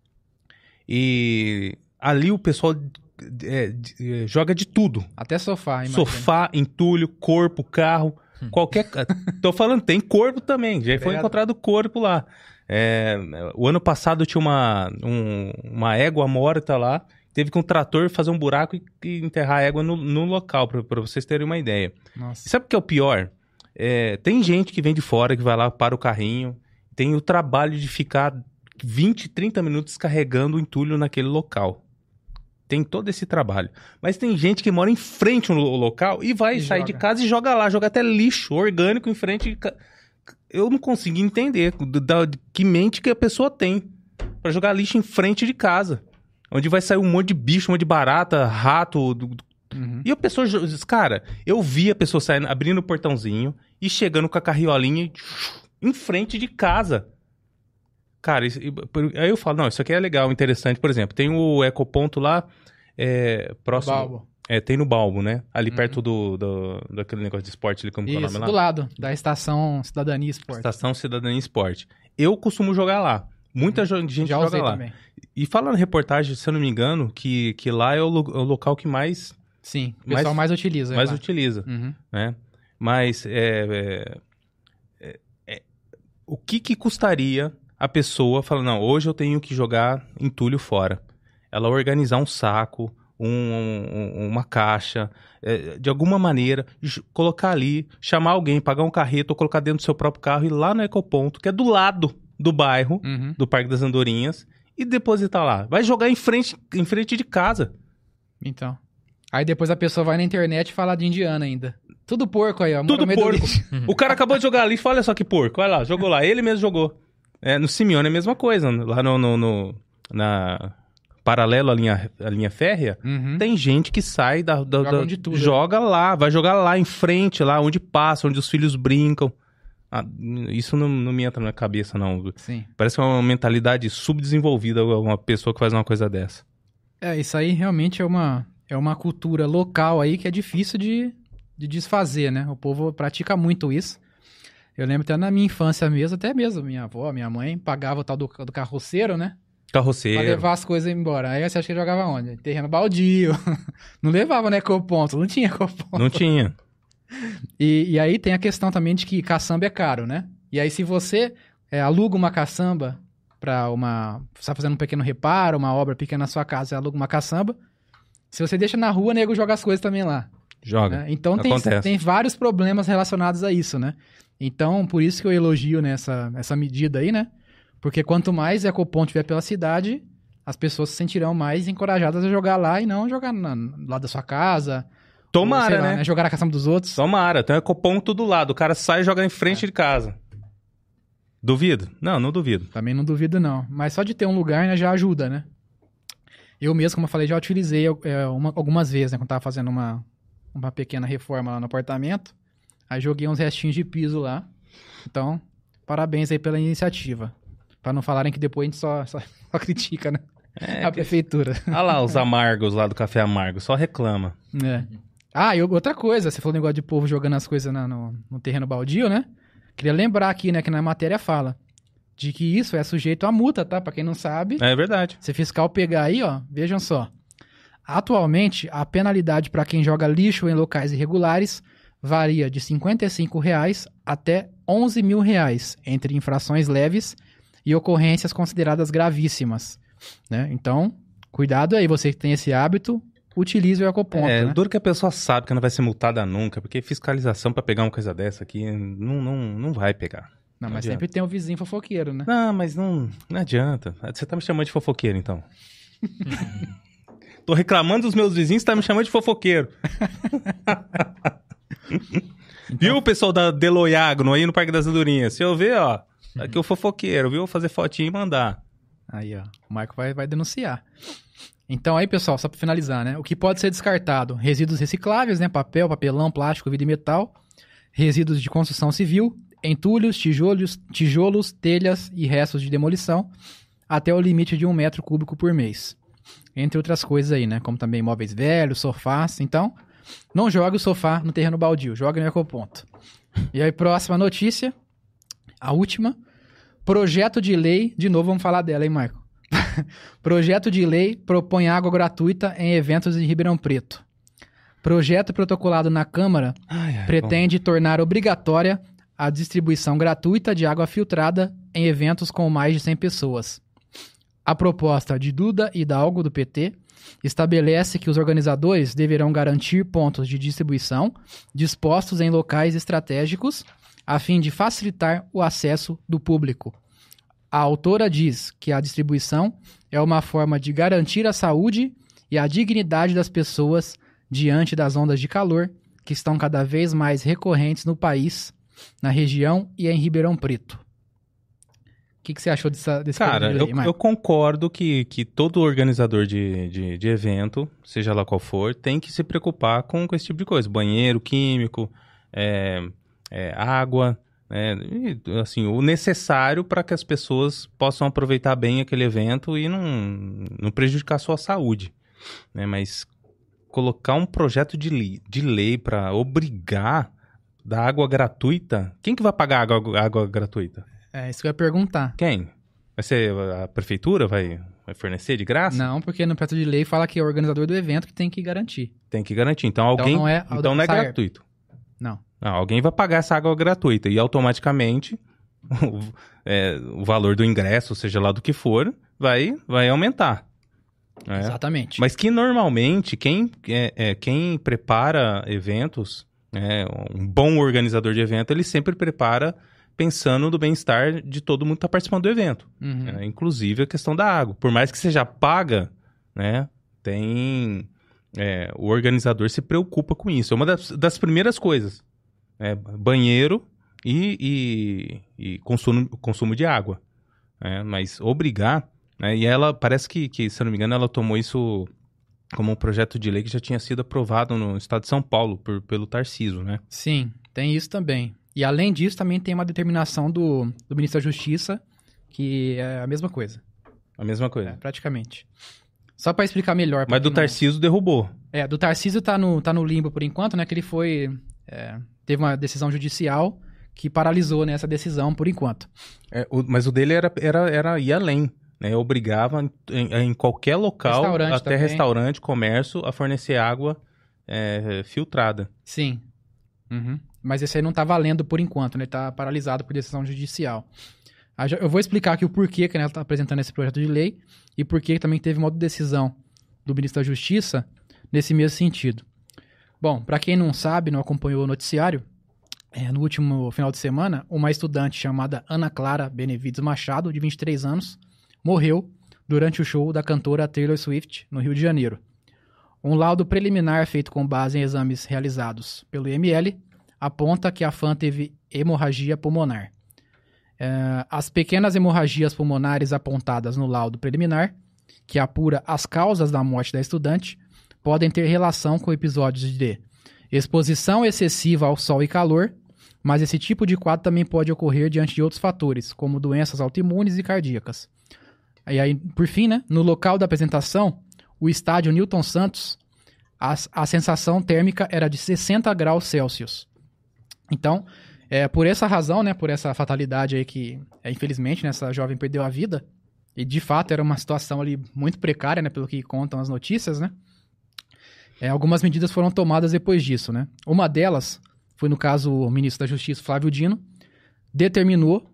Speaker 1: E ali o pessoal é, de- é, joga de tudo.
Speaker 2: Até sofá, imagina.
Speaker 1: Sofá, entulho, corpo, carro, qualquer... Tô falando, tem corpo também, já foi
Speaker 2: Credo.
Speaker 1: encontrado corpo lá. É, o ano passado tinha uma, um- uma égua morta lá, teve que um trator fazer um buraco e, e enterrar a égua no, no local, pra, pra vocês terem uma ideia. E
Speaker 2: Nossa.
Speaker 1: sabe o que é o pior? É, tem gente que vem de fora, que vai lá, para o carrinho, tem o trabalho de ficar vinte, trinta minutos carregando o entulho naquele local. Tem todo esse trabalho. Mas tem gente que mora em frente ao lo- local e vai
Speaker 2: E
Speaker 1: sair
Speaker 2: joga.
Speaker 1: de casa e joga lá, joga até lixo orgânico em frente. De ca- Eu não consigo entender do- da, de que mente que a pessoa tem pra jogar lixo em frente de casa. Onde vai sair um monte de bicho, um monte de barata, rato. do- do-
Speaker 2: Uhum.
Speaker 1: E a pessoa, jo- cara, eu vi a pessoa saindo, abrindo o portãozinho e chegando com a carriolinha e, em frente de casa. Cara, isso- e- por- aí eu falo, não, isso aqui é legal, interessante. Por exemplo, tem o ecoponto lá, é, próximo...
Speaker 2: Balbo.
Speaker 1: É, tem no Balbo, né? Ali
Speaker 2: Uhum.
Speaker 1: perto do, do, daquele negócio de esporte ali, como que é o
Speaker 2: Isso,
Speaker 1: nome lá?
Speaker 2: do lado da Estação Cidadania Esporte.
Speaker 1: Estação Cidadania Esporte. Eu costumo jogar lá. Muita jo- gente
Speaker 2: Uhum. Já
Speaker 1: joga
Speaker 2: usei
Speaker 1: lá.
Speaker 2: também.
Speaker 1: E fala na reportagem, se eu não me engano, que, que lá é o, lo- é o local que mais,
Speaker 2: Sim, o
Speaker 1: Mais-
Speaker 2: pessoal mais utiliza.
Speaker 1: mais
Speaker 2: é lá.
Speaker 1: utiliza,
Speaker 2: Uhum.
Speaker 1: né? Mas é, é, é, é, o que que custaria a pessoa falar, não, hoje eu tenho que jogar entulho fora. Ela organizar um saco, um- um- uma caixa, é, de alguma maneira, j- colocar ali, chamar alguém, pagar um carreto ou colocar dentro do seu próprio carro e ir lá no ecoponto, que é do lado do bairro,
Speaker 2: Uhum.
Speaker 1: do Parque das Andorinhas, e depositar lá. Vai jogar em frente, em frente de casa.
Speaker 2: Então. Aí depois a pessoa vai na internet e fala de indiana ainda. Tudo porco aí, ó. mora
Speaker 1: Tudo
Speaker 2: no meio do
Speaker 1: porco.
Speaker 2: lixo.
Speaker 1: O cara acabou de jogar ali, olha só que porco. Olha lá, jogou lá. Ele mesmo jogou. É, no Simeone é a mesma coisa. Lá no, no- no- na paralelo à linha, à linha férrea,
Speaker 2: Uhum.
Speaker 1: tem gente que sai da... da,
Speaker 2: Joga
Speaker 1: da-
Speaker 2: onde tudo,
Speaker 1: joga lá, vai jogar lá em frente, lá onde passa, onde os filhos brincam. Ah, isso não, não me entra na cabeça, não.
Speaker 2: Sim.
Speaker 1: Parece uma mentalidade subdesenvolvida uma pessoa que faz uma coisa dessa.
Speaker 2: É, isso aí realmente é uma, é uma cultura local aí que é difícil de, de desfazer, né? O povo pratica muito isso. Eu lembro até na minha infância mesmo, até mesmo minha avó, minha mãe, pagava o tal do, do carroceiro, né? Pra
Speaker 1: Carroceiro.
Speaker 2: levar as coisas embora. Aí você acha que jogava onde? Terreno baldio. Não levava, né, ecoponto. Não tinha ecoponto.
Speaker 1: Não tinha.
Speaker 2: E, e aí tem a questão também de que caçamba é caro, né? E aí se você é, aluga uma caçamba pra uma... Você tá fazendo um pequeno reparo, uma obra pequena na sua casa, você aluga uma caçamba. Se você deixa na rua, o nego joga as coisas também lá.
Speaker 1: Joga.
Speaker 2: Né? Então tem,
Speaker 1: Acontece.
Speaker 2: tem vários problemas relacionados a isso, né? Então, por isso que eu elogio nessa essa medida aí, né? Porque quanto mais ecoponto tiver pela cidade, as pessoas se sentirão mais encorajadas a jogar lá e não jogar na, lá da sua casa.
Speaker 1: Tomara,
Speaker 2: ou, sei lá,
Speaker 1: né?
Speaker 2: né? Jogar na caçamba dos outros.
Speaker 1: Tomara. Tem um ecoponto do lado. O cara sai e joga em frente
Speaker 2: É.
Speaker 1: de casa. Duvido? Não, não duvido.
Speaker 2: Também não duvido, não. Mas só de ter um lugar, né, já ajuda, né? Eu mesmo, como eu falei, já utilizei é, uma- algumas vezes, né? Quando tava fazendo uma, uma pequena reforma lá no apartamento. Aí joguei uns restinhos de piso lá. Então, parabéns aí pela iniciativa. Pra não falarem que depois a gente só, só, só critica, né?
Speaker 1: É,
Speaker 2: a
Speaker 1: que-
Speaker 2: prefeitura.
Speaker 1: Olha lá os amargos lá do Café Amargo. Só reclama.
Speaker 2: É. Ah, e outra coisa, você falou negócio de povo jogando as coisas na- no, no terreno baldio, né? Queria lembrar aqui, né, que na matéria fala de que isso é sujeito a multa, tá? Pra quem não sabe,
Speaker 1: É verdade.
Speaker 2: se fiscal pegar aí, ó, vejam só. Atualmente, a penalidade para quem joga lixo em locais irregulares varia de cinquenta e cinco reais até onze mil reais, entre infrações leves e ocorrências consideradas gravíssimas, né? Então, cuidado aí, você que tem esse hábito, utilize o ecoponto,
Speaker 1: É,
Speaker 2: né?
Speaker 1: duro que a pessoa sabe que não vai ser multada nunca, porque fiscalização pra pegar uma coisa dessa aqui não, não, não vai pegar.
Speaker 2: Não,
Speaker 1: não
Speaker 2: mas
Speaker 1: adianta.
Speaker 2: sempre tem o vizinho fofoqueiro, né?
Speaker 1: Não, mas não, não adianta. Você tá me chamando de fofoqueiro, então. Tô reclamando dos meus vizinhos, você tá me chamando de fofoqueiro. Viu o pessoal da Deloiagno aí no Parque das Andorinhas? Se eu ver, ó, aqui o fofoqueiro, viu? Vou fazer fotinho e mandar.
Speaker 2: Aí, ó, o Marco vai, vai denunciar. Então aí, pessoal, só para finalizar, né? O que pode ser descartado? Resíduos recicláveis, né? Papel, papelão, plástico, vidro e metal. Resíduos de construção civil, entulhos, tijolos, tijolos, telhas e restos de demolição, até o limite de um metro cúbico por mês. Entre outras coisas aí, né? Como também móveis velhos, sofás. Então, não jogue o sofá no terreno baldio, jogue no ecoponto. E aí, próxima notícia, a última. Projeto de lei, de novo vamos falar dela, hein, Marco? Projeto de lei propõe água gratuita em eventos em Ribeirão Preto. Projeto protocolado na Câmara
Speaker 1: Ai, ai,
Speaker 2: pretende tornar obrigatória a distribuição gratuita de água filtrada em eventos com mais de cem pessoas. A proposta de Duda Hidalgo, do P T, estabelece que os organizadores deverão garantir pontos de distribuição dispostos em locais estratégicos a fim de facilitar o acesso do público. A autora diz que a distribuição é uma forma de garantir a saúde e a dignidade das pessoas diante das ondas de calor que estão cada vez mais recorrentes no país, na região e em Ribeirão Preto. O que, que você achou dessa, desse
Speaker 1: Cara,
Speaker 2: projeto de
Speaker 1: eu,
Speaker 2: lei, Marco?
Speaker 1: eu concordo que, que todo organizador de, de, de evento, seja lá qual for, tem que se preocupar com, com esse tipo de coisa. Banheiro, químico, é, é, água, né, e, assim, o necessário para que as pessoas possam aproveitar bem aquele evento e não, não prejudicar a sua saúde. Né? Mas colocar um projeto de lei, de lei para obrigar da água gratuita, quem que vai pagar a água, água gratuita?
Speaker 2: É isso que eu ia perguntar.
Speaker 1: Quem? Vai ser a prefeitura? Vai, vai fornecer de graça?
Speaker 2: Não, porque no projeto de lei fala que é o organizador do evento que tem que garantir.
Speaker 1: Tem que garantir. Então alguém.
Speaker 2: não é-
Speaker 1: então não é
Speaker 2: Saer.
Speaker 1: gratuito.
Speaker 2: Não.
Speaker 1: Não, alguém vai pagar essa água gratuita e automaticamente o, é, o valor do ingresso, seja lá do que for, vai, vai aumentar. né?
Speaker 2: Exatamente.
Speaker 1: Mas que normalmente quem, é, é, quem prepara eventos, é, um bom organizador de evento, ele sempre prepara pensando no bem-estar de todo mundo que está participando do evento.
Speaker 2: Uhum.
Speaker 1: né? Inclusive a questão da água. Por mais que seja paga, né, tem... é, o organizador se preocupa com isso. É uma das, das primeiras coisas. É, banheiro e, e, e consumo, consumo de água. né? Mas obrigar... né, e ela, parece que, que, se eu não me engano, ela tomou isso como um projeto de lei que já tinha sido aprovado no estado de São Paulo por, pelo Tarcísio, né?
Speaker 2: Sim, tem isso também. E além disso, também tem uma determinação do, do Ministro da Justiça, que é a mesma coisa,
Speaker 1: A mesma coisa.
Speaker 2: é, praticamente. Só para explicar melhor. pra
Speaker 1: Mas do
Speaker 2: quem não-
Speaker 1: Tarcísio derrubou.
Speaker 2: É, do Tarcísio tá no, tá no limbo por enquanto, né? Que ele foi... é, teve uma decisão judicial que paralisou, né, essa decisão por enquanto.
Speaker 1: É, o- mas o dele era, era, era ir além. né, obrigava em, em qualquer local,
Speaker 2: Restaurante
Speaker 1: até
Speaker 2: também.
Speaker 1: restaurante, comércio, a fornecer água é, filtrada.
Speaker 2: Sim. Uhum. Mas esse aí não tá valendo por enquanto, né? Tá paralisado por decisão judicial. Aí já- Eu vou explicar aqui o porquê que ela está apresentando esse projeto de lei e porquê também teve uma outra decisão do ministro da Justiça nesse mesmo sentido. Bom, para quem não sabe, não acompanhou o noticiário, é, no último final de semana, uma estudante chamada Ana Clara Benevides Machado, de vinte e três anos, morreu durante o show da cantora Taylor Swift, no Rio de Janeiro. Um laudo preliminar feito com base em exames realizados pelo I M L aponta que a fã teve hemorragia pulmonar. É, as pequenas hemorragias pulmonares apontadas no laudo preliminar, que apura as causas da morte da estudante, podem ter relação com episódios de exposição excessiva ao sol e calor, mas esse tipo de quadro também pode ocorrer diante de outros fatores, como doenças autoimunes e cardíacas. E aí, por fim, né, no local da apresentação, o estádio Newton Santos, a, a sensação térmica era de sessenta graus Celsius. Então, é, por essa razão, né, por essa fatalidade aí que, é, infelizmente, né, essa jovem perdeu a vida, e de fato era uma situação ali muito precária, né, pelo que contam as notícias, né, é, algumas medidas foram tomadas depois disso, né. Uma delas foi, no caso, o ministro da Justiça, Flávio Dino, determinou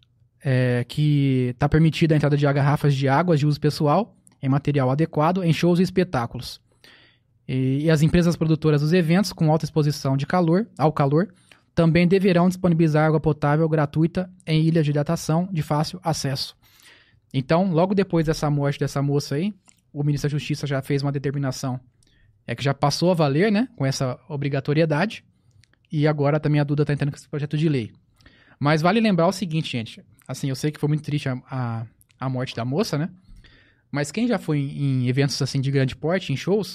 Speaker 2: é, que está permitida a entrada de garrafas de água de uso pessoal em material adequado em shows e espetáculos. E, e as empresas produtoras dos eventos com alta exposição de calor, ao calor também deverão disponibilizar água potável gratuita em ilhas de hidratação de fácil acesso. Então, logo depois dessa morte dessa moça aí, o ministro da Justiça já fez uma determinação é que já passou a valer, né, com essa obrigatoriedade, e agora também a Duda está entrando com esse projeto de lei. Mas vale lembrar o seguinte, gente, assim, eu sei que foi muito triste a, a, a morte da moça, né, mas quem já foi em, em eventos assim de grande porte, em shows,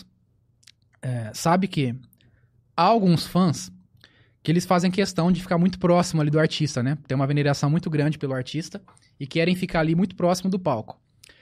Speaker 2: é, sabe que há alguns fãs que eles fazem questão de ficar muito próximo ali do artista, né? Tem uma veneração muito grande pelo artista e querem ficar ali muito próximo do palco.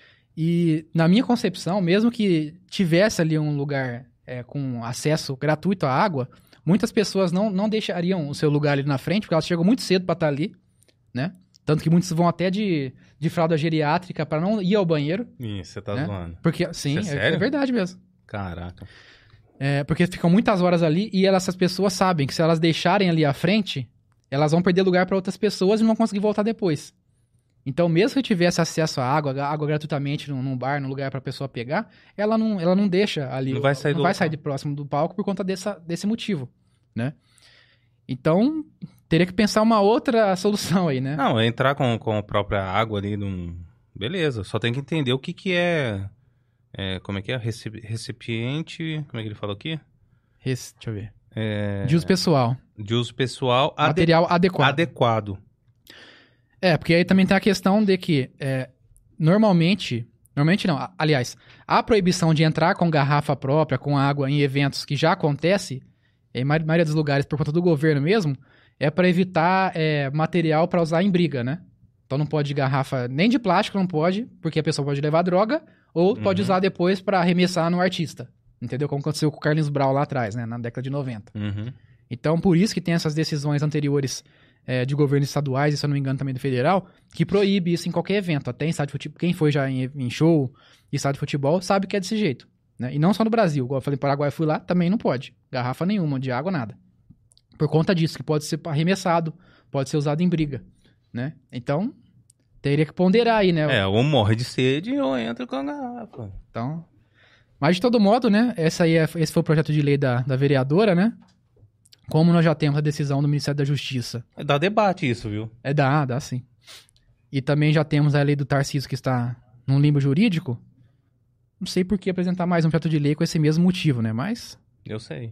Speaker 2: E, na minha concepção, mesmo que tivesse ali um lugar é, com acesso gratuito à água, muitas pessoas não, não deixariam o seu lugar ali na frente, porque elas chegam muito cedo para estar ali, né? Tanto que muitos vão até de, de fralda geriátrica para não ir ao banheiro.
Speaker 1: Ih, você tá
Speaker 2: né?
Speaker 1: zoando.
Speaker 2: Porque, sim,
Speaker 1: Isso é
Speaker 2: é,
Speaker 1: sério?
Speaker 2: é verdade mesmo.
Speaker 1: Caraca.
Speaker 2: É, porque ficam muitas horas ali e elas, essas pessoas sabem que se elas deixarem ali à frente, elas vão perder lugar para outras pessoas e não vão conseguir voltar depois. Então, mesmo que tivesse acesso à água, água gratuitamente num, num bar, num lugar para a pessoa pegar, ela não, ela não deixa ali.
Speaker 1: Não vai sair
Speaker 2: não
Speaker 1: do
Speaker 2: vai
Speaker 1: local.
Speaker 2: sair de próximo do palco por conta dessa, desse motivo, né? Então, teria que pensar uma outra solução aí, né?
Speaker 1: Não, entrar com, com a própria água ali, num... beleza. Só tem que entender o que que é... é como é que é? Recep- Recipiente... Como é que ele falou aqui?
Speaker 2: Esse, deixa eu ver.
Speaker 1: É...
Speaker 2: De uso pessoal.
Speaker 1: De uso pessoal ade-
Speaker 2: Material adequado.
Speaker 1: adequado.
Speaker 2: É, porque aí também tem a questão de que, é, normalmente, normalmente não, a- aliás, a proibição de entrar com garrafa própria, com água em eventos que já acontece, em ma- maioria dos lugares por conta do governo mesmo, é para evitar é, material para usar em briga, né? Então não pode garrafa, nem de plástico não pode, porque a pessoa pode levar droga, ou pode
Speaker 1: Uhum.
Speaker 2: usar depois para arremessar no artista. Entendeu? Como aconteceu com o Carlinhos Brau lá atrás, né? Na década de noventa.
Speaker 1: Uhum.
Speaker 2: Então, por isso que tem essas decisões anteriores é, de governos estaduais, e se eu não me engano também do federal, que proíbe isso em qualquer evento. Até em estádio de futebol, quem foi já em, em show, em estádio de futebol, sabe que é desse jeito. Né? E não só no Brasil. Igual eu falei, Paraguai, fui lá, também não pode. Garrafa nenhuma, de água, nada. Por conta disso, que pode ser arremessado, pode ser usado em briga. Né? Então, teria que ponderar aí, né?
Speaker 1: É, ou morre de sede ou entra com a garrafa.
Speaker 2: Então, mas de todo modo, né, essa aí é, esse foi o projeto de lei da, da vereadora, né? Como nós já temos a decisão do Ministério da Justiça.
Speaker 1: É, dá debate isso, viu?
Speaker 2: É, dá, dá sim. E também já temos a lei do Tarcísio que está num limbo jurídico. Não sei por que apresentar mais um projeto de lei com esse mesmo motivo, né? Mas,
Speaker 1: Eu sei.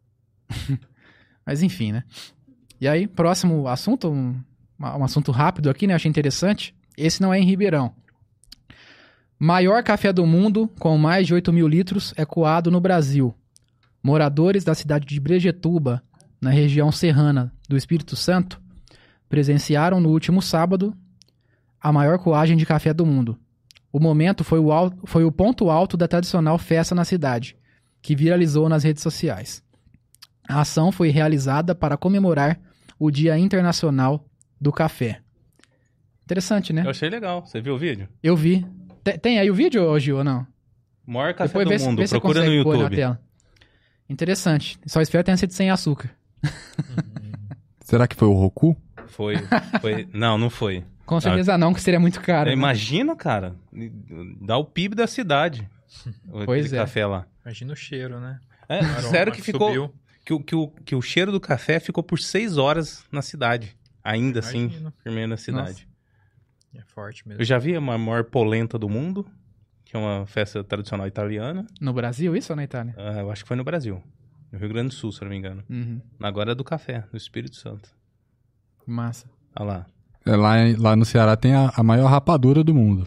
Speaker 2: mas enfim, né? E aí, próximo assunto, um, um assunto rápido aqui, né? Achei interessante. Esse não é em Ribeirão. Maior café do mundo, com mais de oito mil litros, é coado no Brasil. Moradores da cidade de Brejetuba, na região serrana do Espírito Santo, presenciaram no último sábado a maior coagem de café do mundo. O momento foi o, alto, foi o ponto alto da tradicional festa na cidade, que viralizou nas redes sociais. A ação foi realizada para comemorar o Dia Internacional do Café. Interessante, né?
Speaker 1: Eu achei legal. Você viu o vídeo?
Speaker 2: Eu vi. Tem, tem aí o vídeo, ô, Gil, ou não?
Speaker 1: Maior café
Speaker 2: Depois
Speaker 1: do
Speaker 2: vê se-
Speaker 1: mundo,
Speaker 2: vê se você
Speaker 1: procura no
Speaker 2: consegue pôr na
Speaker 1: YouTube.
Speaker 2: tela. Interessante. Só espero que tenha sido sem açúcar.
Speaker 4: Será que foi o Roku?
Speaker 1: Foi, foi... Não, não foi.
Speaker 2: Com certeza não, que seria muito caro. né?
Speaker 1: Imagina, cara, dá o P I B da cidade.
Speaker 2: Pois
Speaker 1: aquele
Speaker 2: é.
Speaker 1: café lá.
Speaker 3: Imagina o cheiro, né?
Speaker 1: É,
Speaker 3: O aroma
Speaker 1: sério que ficou...
Speaker 3: subiu.
Speaker 1: Que o, que, o, que o cheiro do café ficou por seis horas na cidade. Ainda assim,
Speaker 3: Imagino.
Speaker 1: firme na cidade.
Speaker 3: É forte mesmo.
Speaker 1: Eu já vi a maior polenta do mundo, que é uma festa tradicional italiana.
Speaker 2: No Brasil, isso ou na Itália?
Speaker 1: Ah, eu acho que foi no Brasil. No Rio Grande do Sul, se eu não me engano.
Speaker 2: Uhum.
Speaker 1: Agora é do café, do Espírito Santo.
Speaker 2: Massa.
Speaker 1: Olha lá.
Speaker 4: É, lá, em- lá no Ceará tem a, a maior rapadura do mundo.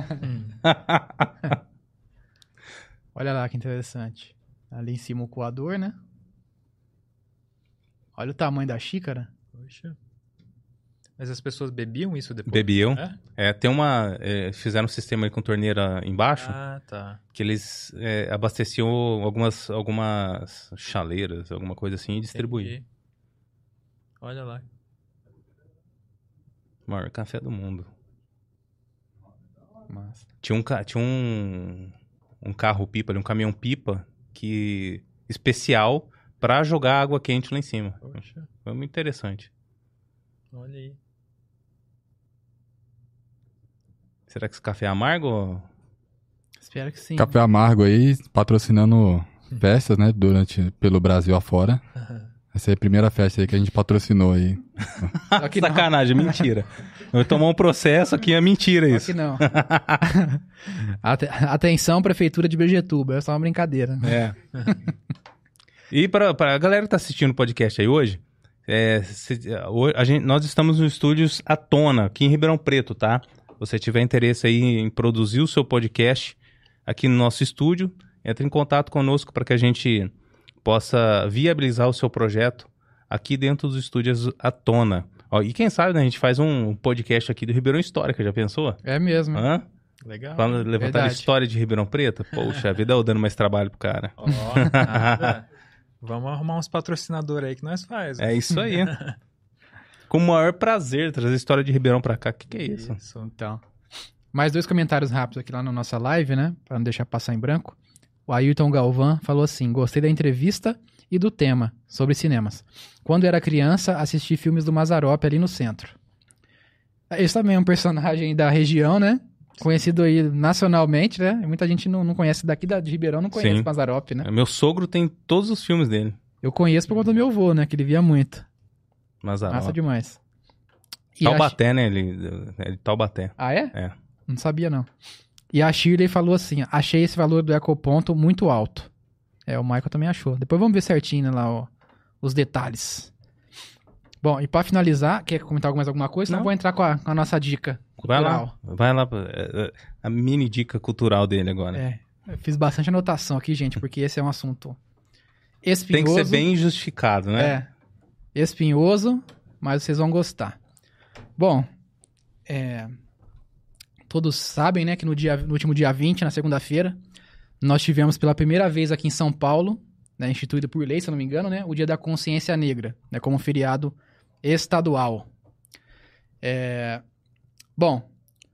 Speaker 2: Olha lá que interessante. Ali em cima o coador, né? Olha o tamanho da xícara.
Speaker 3: Poxa. Mas as pessoas bebiam isso depois?
Speaker 1: Bebiam.
Speaker 3: É?
Speaker 1: É, tem uma... é, fizeram um sistema aí com torneira embaixo,
Speaker 3: Ah, tá.
Speaker 1: que eles é, abasteciam algumas, algumas chaleiras, alguma coisa assim, e distribuíam.
Speaker 3: Entendi. Olha lá.
Speaker 1: O maior café do mundo.
Speaker 2: Massa.
Speaker 1: Tinha um, ca- tinha um, um carro-pipa ali, um caminhão-pipa, que especial pra jogar água quente lá em cima.
Speaker 3: Poxa,
Speaker 1: Foi muito interessante.
Speaker 3: olha aí.
Speaker 1: Será que esse café é amargo?
Speaker 2: Espero que sim.
Speaker 4: Café Amargo aí, patrocinando festas, né? Durante, pelo Brasil afora. Essa é a primeira festa aí que a gente patrocinou aí.
Speaker 2: Só que não.
Speaker 1: Sacanagem, mentira. Eu vou tomar um processo aqui, é mentira
Speaker 2: Só
Speaker 1: isso.
Speaker 2: que não. Ate- Atenção, Prefeitura de Bejetuba. É só uma brincadeira.
Speaker 1: É. E pra, pra galera que tá assistindo o podcast aí hoje, é, se- ho- a gente, nós estamos nos estúdios à tona, aqui em Ribeirão Preto, tá? Se você tiver interesse aí em produzir o seu podcast aqui no nosso estúdio, entre em contato conosco para que a gente possa viabilizar o seu projeto aqui dentro dos estúdios à tona. Ó, e quem sabe, né, a gente faz um podcast aqui do Ribeirão Histórica, já pensou?
Speaker 2: É mesmo.
Speaker 1: Hã?
Speaker 3: Legal.
Speaker 1: Falando, levantar a
Speaker 2: verdade.
Speaker 1: história de Ribeirão Preto? Poxa, a vida eu dando mais trabalho pro cara.
Speaker 3: Ó, nada. Vamos arrumar uns patrocinadores aí que nós faz.
Speaker 1: É isso aí. Com o maior prazer trazer a história de Ribeirão pra cá. O que, que é isso?
Speaker 2: Então. Mais dois comentários rápidos aqui lá na nossa live, né? Pra não deixar passar em branco. O Ailton Galvão falou assim: gostei da entrevista e do tema sobre cinemas. Quando era criança, assisti filmes do Mazzaropi ali no centro. Esse também é um personagem da região, né? Conhecido aí nacionalmente, né? Muita gente não, não conhece daqui da, de Ribeirão, não conhece
Speaker 1: Sim.
Speaker 2: Mazzaropi, né?
Speaker 1: Meu sogro tem todos os filmes dele.
Speaker 2: Eu conheço por conta do meu avô, né? Que ele via muito.
Speaker 1: Mas ah,
Speaker 2: Massa
Speaker 1: ó,
Speaker 2: demais. E a
Speaker 1: Taubaté, né? Ele é de Taubaté.
Speaker 2: Ah, é?
Speaker 1: É.
Speaker 2: Não sabia, não. E a Shirley falou assim: achei esse valor do ecoponto muito alto. É, o Michael também achou. Depois vamos ver certinho né, lá ó, os detalhes. Bom, e pra finalizar, quer comentar mais alguma coisa? Senão
Speaker 1: Não.
Speaker 2: eu vou entrar com a, com a nossa dica
Speaker 1: Vai
Speaker 2: cultural.
Speaker 1: lá. Vai lá. é, é, A mini dica cultural dele agora.
Speaker 2: É, eu fiz bastante anotação aqui, gente, porque esse é um assunto espinhoso.
Speaker 1: Tem que ser bem justificado, né?
Speaker 2: É, espinhoso, mas vocês vão gostar. Bom, é, todos sabem, né, que no, dia, no último dia vinte, na segunda-feira, nós tivemos pela primeira vez aqui em São Paulo, né, instituído por lei, se eu não me engano, né, o Dia da Consciência Negra, né, como feriado estadual. É, bom,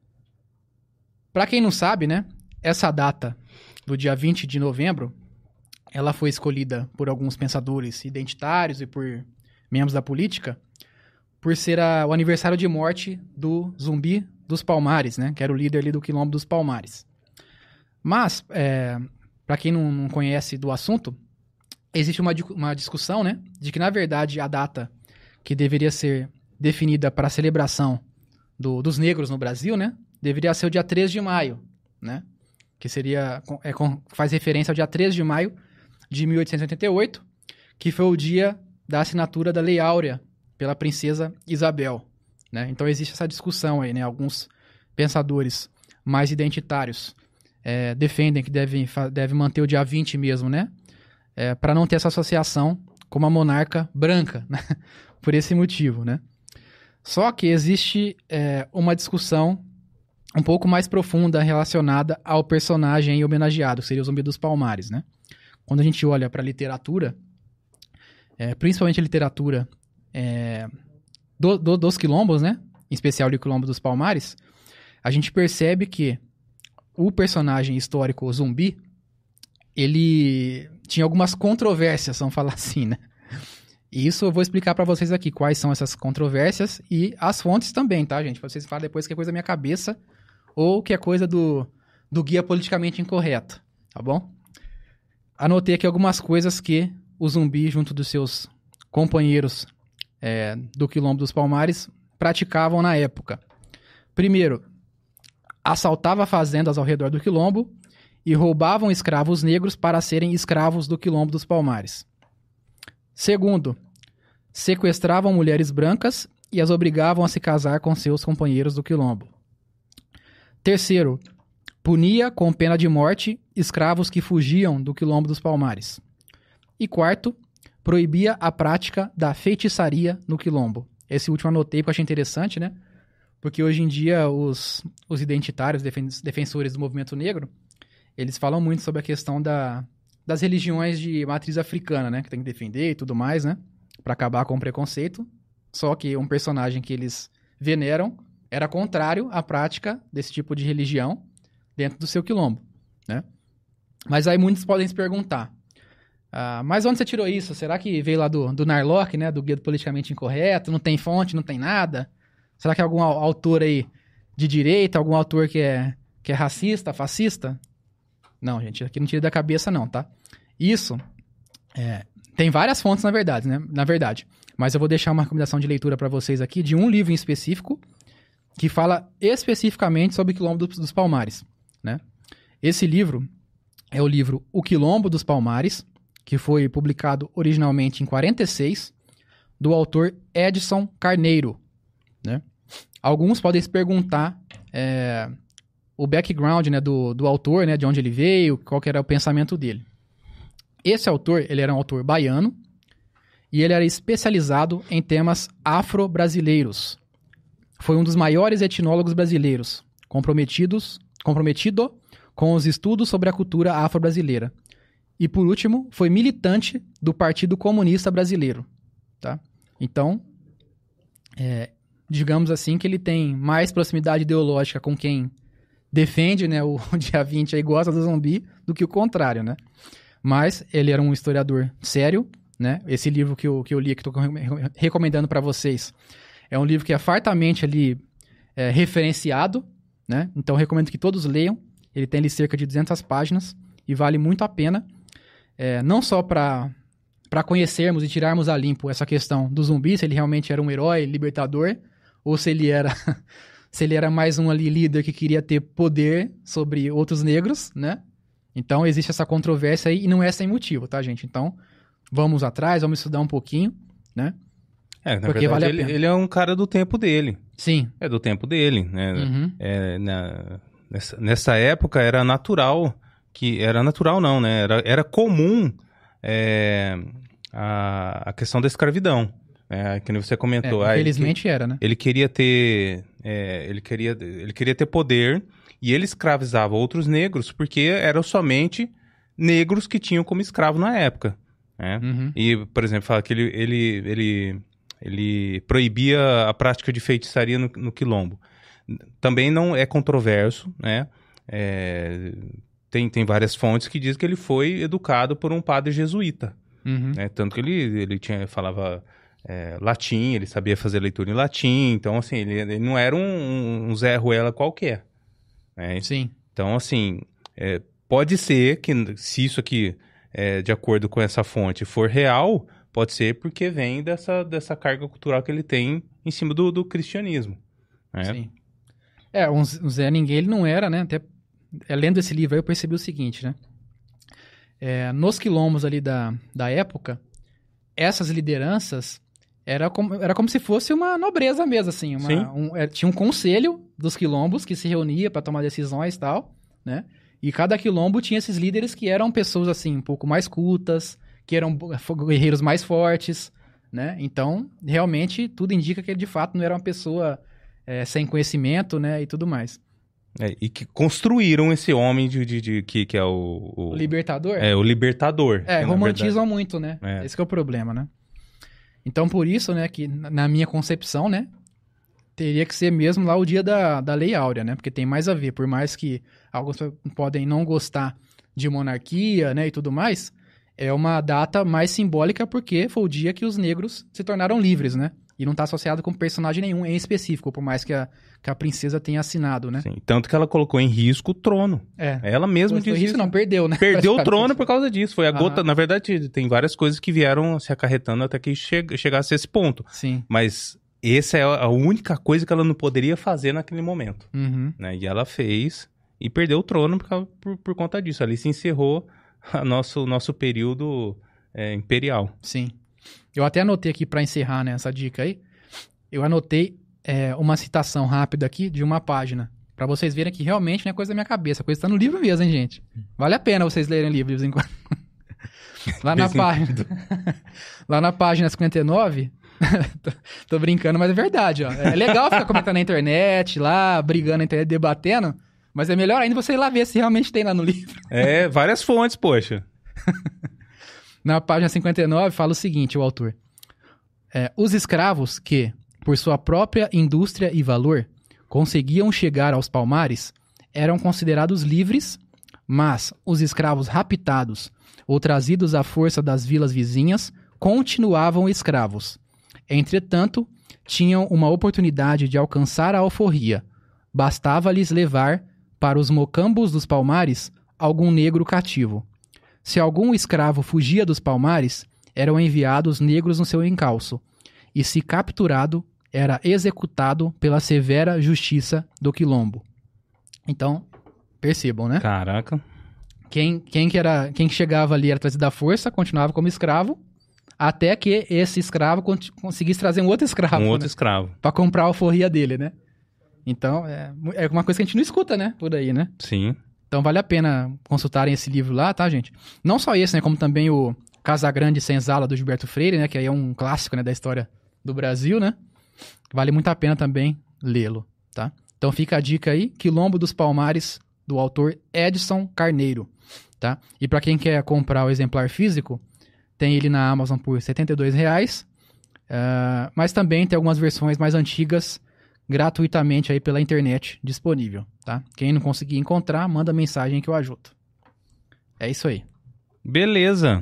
Speaker 2: para quem não sabe, né, essa data do dia vinte de novembro, ela foi escolhida por alguns pensadores identitários e por membros da política por ser a, o aniversário de morte do Zumbi dos Palmares, né? Que era o líder ali do Quilombo dos Palmares. Mas, é, para quem não, não conhece do assunto, existe uma, di- uma discussão, né? De que, na verdade, a data que deveria ser definida para a celebração do- dos negros no Brasil, né? Deveria ser o dia três de maio, né? Que seria, é, com- faz referência ao dia três de maio de mil oitocentos e oitenta e oito, que foi o dia da assinatura da Lei Áurea pela princesa Isabel, né? Então existe essa discussão aí, né? Alguns pensadores mais identitários é, defendem que deve, fa- deve manter o dia vinte mesmo, né? É, para não ter essa associação com uma monarca branca, né? Por esse motivo, né? Só que existe é, uma discussão um pouco mais profunda relacionada ao personagem homenageado, que seria o Zumbi dos Palmares, né? Quando a gente olha para a literatura, é, principalmente a literatura é, do- do- dos quilombos, né? Em especial o Quilombo dos Palmares, a gente percebe que o personagem histórico Zumbi, ele tinha algumas controvérsias, vamos falar assim, né? E isso eu vou explicar pra vocês aqui quais são essas controvérsias e as fontes também, tá, gente? Pra vocês falarem depois que é coisa da minha cabeça ou que é coisa do, do guia politicamente incorreto, tá bom? Anotei aqui algumas coisas que o Zumbi, junto dos seus companheiros é, do Quilombo dos Palmares, praticavam na época. Primeiro, assaltava fazendas ao redor do Quilombo e roubavam escravos negros para serem escravos do Quilombo dos Palmares. Segundo, sequestravam mulheres brancas e as obrigavam a se casar com seus companheiros do Quilombo. Terceiro, punia com pena de morte escravos que fugiam do Quilombo dos Palmares. E quarto, proibia a prática da feitiçaria no Quilombo. Esse último anotei porque eu achei interessante, né? Porque hoje em dia os, os identitários, defen- defensores do movimento negro, eles falam muito sobre a questão da, das religiões de matriz africana, né? Que tem que defender e tudo mais, né? Pra acabar com o preconceito. Só que um personagem que eles veneram era contrário à prática desse tipo de religião dentro do seu quilombo, né? Mas aí muitos podem se perguntar, ah, mas onde você tirou isso? Será que veio lá do, do Narlock, né? Do Guia do Politicamente Incorreto? Não tem fonte, não tem nada? Será que é algum autor aí de direita, algum autor que é, que é racista, fascista? Não, gente, aqui não tira da cabeça não, tá? Isso, é, tem várias fontes na verdade, né? Na verdade, mas eu vou deixar uma recomendação de leitura para vocês aqui de um livro em específico que fala especificamente sobre o Quilombo dos, dos Palmares, né? Esse livro é o livro O Quilombo dos Palmares, que foi publicado originalmente em quarenta e seis, do autor Edson Carneiro, né? Alguns podem se perguntar é, o background, né, do, do autor, né, de onde ele veio, qual que era o pensamento dele. Esse autor, ele era um autor baiano e ele era especializado em temas afro-brasileiros. Foi um dos maiores etnólogos brasileiros, comprometidos, comprometido com os estudos sobre a cultura afro-brasileira. E, por último, foi militante do Partido Comunista Brasileiro, tá? Então, é, digamos assim que ele tem mais proximidade ideológica com quem defende, né, o dia vinte e gosta do Zumbi do que o contrário, né? Mas ele era um historiador sério, né? Esse livro que eu, que eu li, que estou recomendando para vocês, é um livro que é fartamente ali é, referenciado, né? Então, recomendo que todos leiam. Ele tem ali cerca de duzentas páginas e vale muito a pena, é, não só para para conhecermos e tirarmos a limpo essa questão do Zumbi, se ele realmente era um herói, libertador, ou se ele era se ele era mais um ali líder que queria ter poder sobre outros negros, né? Então existe essa controvérsia aí e não é sem motivo, tá, gente? Então vamos atrás, vamos estudar um pouquinho, né?
Speaker 1: É, na
Speaker 2: Porque
Speaker 1: verdade,
Speaker 2: vale a
Speaker 1: ele,
Speaker 2: pena.
Speaker 1: ele é um cara do tempo dele.
Speaker 2: Sim.
Speaker 1: É do tempo dele, né?
Speaker 2: Uhum.
Speaker 1: É, na, nessa, nessa época era natural que... Era natural não, né? Era, era comum é, a, a questão da escravidão. É, que nem você comentou.
Speaker 2: É,
Speaker 1: Ah, ele
Speaker 2: infelizmente
Speaker 1: que-
Speaker 2: era, né?
Speaker 1: Ele queria ter... é, ele, queria, ele queria ter poder e ele escravizava outros negros porque eram somente negros que tinham como escravo na época, né?
Speaker 2: Uhum.
Speaker 1: E, por exemplo, fala que ele, ele, ele, ele proibia a prática de feitiçaria no, no quilombo. Também não é controverso, né? É, tem, tem várias fontes que dizem que ele foi educado por um padre jesuíta,
Speaker 2: Uhum.
Speaker 1: né? Tanto que ele, ele tinha, falava é, latim, ele sabia fazer leitura em latim, então, assim, ele, ele não era um, um Zé Ruela qualquer, né?
Speaker 2: Sim.
Speaker 1: Então, assim, é, pode ser que, se isso aqui, é, de acordo com essa fonte, for real, pode ser porque vem dessa, dessa carga cultural que ele tem em cima do, do cristianismo, né?
Speaker 2: Sim. É, um Z- um Zé Ninguém ele não era, né? Até é, lendo esse livro aí eu percebi o seguinte, né? É, nos quilombos ali da, da época, essas lideranças era como, era como se fosse uma nobreza mesmo, assim. Uma,
Speaker 1: Sim.
Speaker 2: um, é, tinha um conselho dos quilombos que se reunia para tomar decisões e tal, né? E cada quilombo tinha esses líderes que eram pessoas, assim, um pouco mais cultas, que eram bo- fo- guerreiros mais fortes, né? Então, realmente, tudo indica que ele, de fato, não era uma pessoa é, sem conhecimento, né? E tudo mais.
Speaker 1: É, e que construíram esse homem de, de, de- que, que é o, o,
Speaker 2: O libertador?
Speaker 1: é, o libertador.
Speaker 2: É,
Speaker 1: que, na
Speaker 2: romantizam muito, né?
Speaker 1: É.
Speaker 2: Esse que é o problema, né? Então, por isso, né, que na na minha concepção, né, Teria que ser mesmo lá o dia da, da Lei Áurea, né? Porque tem mais a ver. Por mais que alguns podem não gostar de monarquia, né, e tudo mais, é uma data mais simbólica porque foi o dia que os negros se tornaram livres, né? E não está associado com personagem nenhum em específico, por mais que a, que a princesa tenha assinado, né?
Speaker 1: Sim, tanto que ela colocou em risco o trono.
Speaker 2: É.
Speaker 1: Ela mesma
Speaker 2: Foi
Speaker 1: disse
Speaker 2: isso, não, perdeu, né?
Speaker 1: Perdeu o trono por causa disso. Foi a
Speaker 2: Aham.
Speaker 1: gota. Na verdade, tem várias coisas que vieram se acarretando até que che chegasse a esse ponto.
Speaker 2: Sim.
Speaker 1: Mas essa é a única coisa que ela não poderia fazer naquele momento.
Speaker 2: Uhum.
Speaker 1: Né? E ela fez e perdeu o trono por, causa- por, por conta disso. Ali se encerrou o nosso, nosso período é, imperial.
Speaker 2: Sim. Eu até anotei aqui para encerrar, né, essa dica aí. Eu anotei é, uma citação rápida aqui de uma página. Pra vocês verem que realmente não é coisa da minha cabeça. A coisa tá no livro mesmo, hein, gente? Vale a pena vocês lerem o livro de vez em quando. Lá na
Speaker 1: Vez em
Speaker 2: página... Lá na página cinquenta e nove... tô, tô brincando, mas é verdade, ó. É legal ficar comentando na internet, lá, brigando na internet, debatendo. Mas é melhor ainda você ir lá ver se realmente tem lá no livro.
Speaker 1: É, várias fontes, poxa.
Speaker 2: Na página cinquenta e nove fala o seguinte, o autor. É, os escravos que, por sua própria indústria e valor, conseguiam chegar aos palmares, eram considerados livres, mas os escravos raptados ou trazidos à força das vilas vizinhas continuavam escravos. Entretanto, tinham uma oportunidade de alcançar a alforria. Bastava-lhes levar para os mocambos dos palmares algum negro cativo. Se algum escravo fugia dos palmares, eram enviados negros no seu encalço, e se capturado, era executado pela severa justiça do quilombo. Então, percebam, né?
Speaker 1: Caraca.
Speaker 2: Quem, quem, que era, quem que chegava ali era trazido à força, continuava como escravo, até que esse escravo con- conseguisse trazer um outro escravo,
Speaker 1: Um outro
Speaker 2: né?
Speaker 1: escravo.
Speaker 2: Pra comprar a alforria dele, né? Então, é, mu- é uma coisa que a gente não escuta, né? Por aí, né?
Speaker 1: Sim.
Speaker 2: Então vale a pena consultarem esse livro lá, tá, gente? Não só esse, né? Como também o Casagrande Senzala, do Gilberto Freire, né? Que aí é um clássico, né? Da história do Brasil, né? Vale muito a pena também lê-lo, tá? Então fica a dica aí, Quilombo dos Palmares, do autor Edson Carneiro, tá? E pra quem quer comprar o exemplar físico, tem ele na Amazon por setenta e dois reais, ah, mas também tem algumas versões mais antigas gratuitamente aí pela internet disponível, tá? Quem não conseguir encontrar, manda mensagem que eu ajudo. É isso aí.
Speaker 1: Beleza.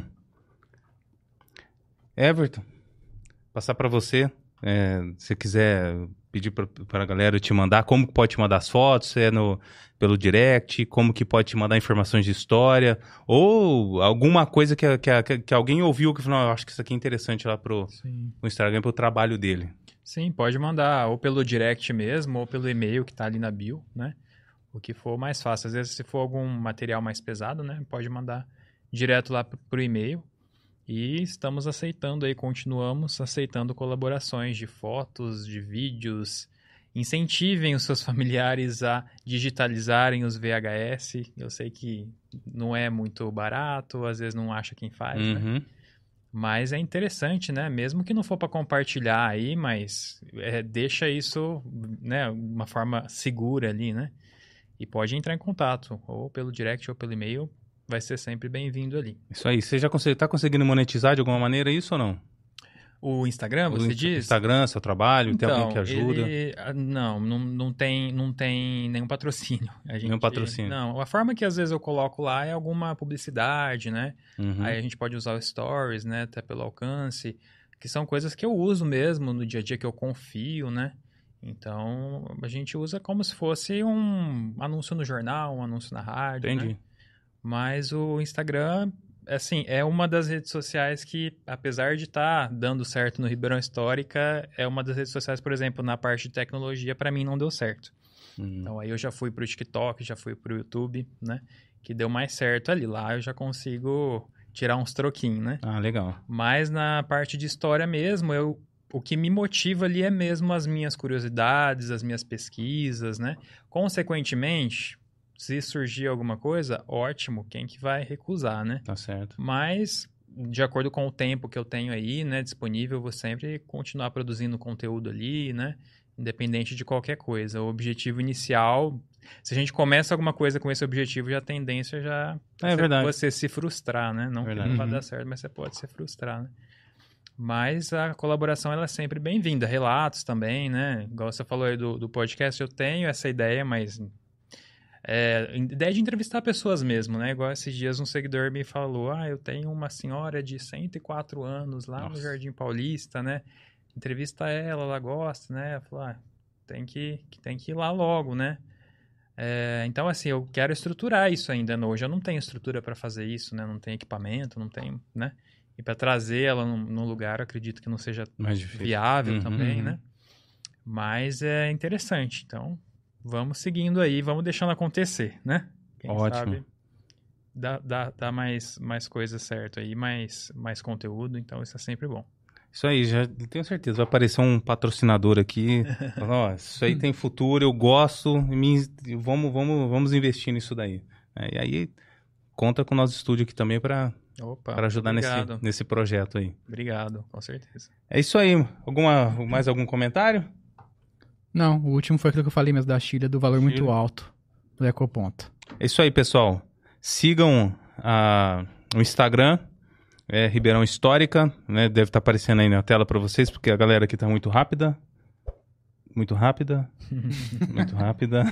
Speaker 1: Everton, passar pra você. É, se você quiser pedir pra, pra galera te mandar, como que pode te mandar as fotos, se é no, pelo direct, como que pode te mandar informações de história, ou alguma coisa que, que, que alguém ouviu que falou, não, eu acho que isso aqui é interessante lá pro, pro Instagram, pro trabalho dele.
Speaker 3: Sim, pode mandar ou pelo direct mesmo, ou pelo e-mail que tá ali na bio, né? O que for mais fácil. Às vezes, se for algum material mais pesado, né? Pode mandar direto lá pro, pro e-mail. E estamos aceitando aí, continuamos aceitando colaborações de fotos, de vídeos. Incentivem os seus familiares a digitalizarem os V H S. Eu sei que não é muito barato, às vezes não acha quem faz, né?
Speaker 1: Uhum.
Speaker 3: Mas é interessante, né? Mesmo que não for para compartilhar aí, mas é, deixa isso, né, uma forma segura ali, né? E pode entrar em contato, ou pelo direct ou pelo e-mail, vai ser sempre bem-vindo ali.
Speaker 1: Isso aí. Você já consegue, tá conseguindo monetizar de alguma maneira isso ou não?
Speaker 3: O Instagram, você
Speaker 1: o
Speaker 3: diz?
Speaker 1: Instagram, seu trabalho, tem alguém que ajuda?
Speaker 3: Ele, ah, não, não, não, tem, não tem nenhum patrocínio. A gente,
Speaker 1: Nenhum patrocínio.
Speaker 3: Não, a forma que às vezes eu coloco lá é alguma publicidade, né?
Speaker 1: Uhum.
Speaker 3: Aí a gente pode usar o Stories, né? Até pelo alcance, que são coisas que eu uso mesmo no dia a dia, que eu confio, né? Então, a gente usa como se fosse um anúncio no jornal, um anúncio na rádio,
Speaker 1: Entendi.
Speaker 3: né? Mas o Instagram, assim, é uma das redes sociais que, apesar de estar dando certo no Ribeirão Histórica, é uma das redes sociais, por exemplo, na parte de tecnologia, para mim não deu certo.
Speaker 1: Uhum.
Speaker 3: Então, aí eu já fui pro TikTok, já fui pro YouTube, né? Que deu mais certo ali. Lá eu já consigo tirar uns troquinhos, né?
Speaker 1: Ah, legal.
Speaker 3: Mas na parte de história mesmo, eu, o que me motiva ali é mesmo as minhas curiosidades, as minhas pesquisas, né? Consequentemente, se surgir alguma coisa, ótimo, quem que vai recusar, né?
Speaker 1: Tá certo.
Speaker 3: Mas, de acordo com o tempo que eu tenho aí, né, disponível, eu vou sempre continuar produzindo conteúdo ali, né? Independente de qualquer coisa. O objetivo inicial, se a gente começa alguma coisa com esse objetivo, já a tendência já
Speaker 1: É
Speaker 3: você,
Speaker 1: verdade.
Speaker 3: você se frustrar, né? Não que
Speaker 1: Verdade.
Speaker 3: não vai
Speaker 2: Uhum.
Speaker 3: dar certo, mas você pode se frustrar, né? Mas a colaboração ela é sempre bem-vinda. Relatos também, né? Igual você falou aí do, do podcast, eu tenho essa ideia, mas... É, ideia de entrevistar pessoas mesmo, né? Igual esses dias um seguidor me falou, ah, eu tenho uma senhora de cento e quatro anos lá Nossa. no Jardim Paulista, né? Entrevista ela, ela gosta, né? Eu falei, ah, tem que, tem que ir lá logo, né? É, então, assim, eu quero estruturar isso ainda. Hoje eu não tenho estrutura para fazer isso, né? Não tenho equipamento, não tenho, né? E para trazer ela num, num lugar, eu acredito que não seja viável uhum, também, uhum. né? Mas é interessante, então... Vamos seguindo aí, vamos deixando acontecer, né? Quem
Speaker 1: Ótimo.
Speaker 3: sabe dá, dá, dá mais, mais coisa certo aí, mais, mais conteúdo, então isso é sempre bom.
Speaker 1: Isso aí, já tenho certeza, vai aparecer um patrocinador aqui. Ó, isso aí tem futuro, eu gosto, me, vamos, vamos, vamos investir nisso daí. É, e aí, conta com o nosso estúdio aqui também para ajudar nesse, nesse projeto aí.
Speaker 3: Obrigado, com certeza.
Speaker 1: É isso aí, Alguma, mais algum comentário?
Speaker 2: Não, o último foi aquilo que eu falei mesmo da Chile, do valor Chile. muito alto do Ecoponto.
Speaker 1: É isso aí, pessoal. Sigam a, o Instagram, é Ribeirão Histórica, né? Deve estar aparecendo aí na tela para vocês, porque a galera aqui tá muito rápida. Muito rápida. muito rápida.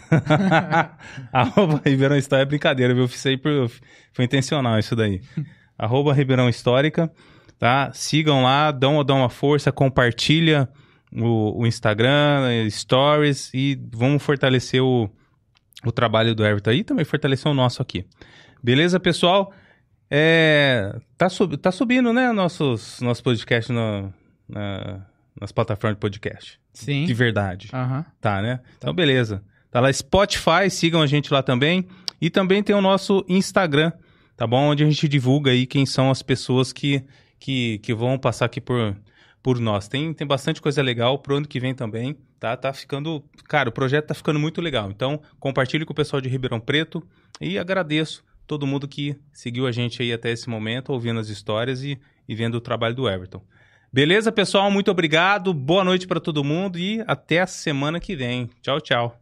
Speaker 1: Arroba Ribeirão Histórica é brincadeira, viu? Fiz aí por, foi intencional isso daí. Arroba Ribeirão Histórica, tá? Sigam lá, dão, dão uma força, compartilha O, o Instagram, Stories, e vamos fortalecer o, o trabalho do Everton aí e também fortalecer o nosso aqui. Beleza, pessoal? É, tá, sub, tá subindo, né, nossos, nossos podcasts no, na, nas plataformas de podcast.
Speaker 2: Sim.
Speaker 1: De verdade.
Speaker 2: Uhum.
Speaker 1: Tá, né? Então, beleza. Tá lá Spotify, sigam a gente lá também. E também tem o nosso Instagram, tá bom? Onde a gente divulga aí quem são as pessoas que, que, que vão passar aqui por... por nós. Tem, tem bastante coisa legal pro ano que vem também, tá? Tá ficando... Cara, o projeto tá ficando muito legal. Então, compartilhe com o pessoal de Ribeirão Preto e agradeço todo mundo que seguiu a gente aí até esse momento, ouvindo as histórias e, e vendo o trabalho do Everton. Beleza, pessoal? Muito obrigado. Boa noite para todo mundo e até a semana que vem. Tchau, tchau.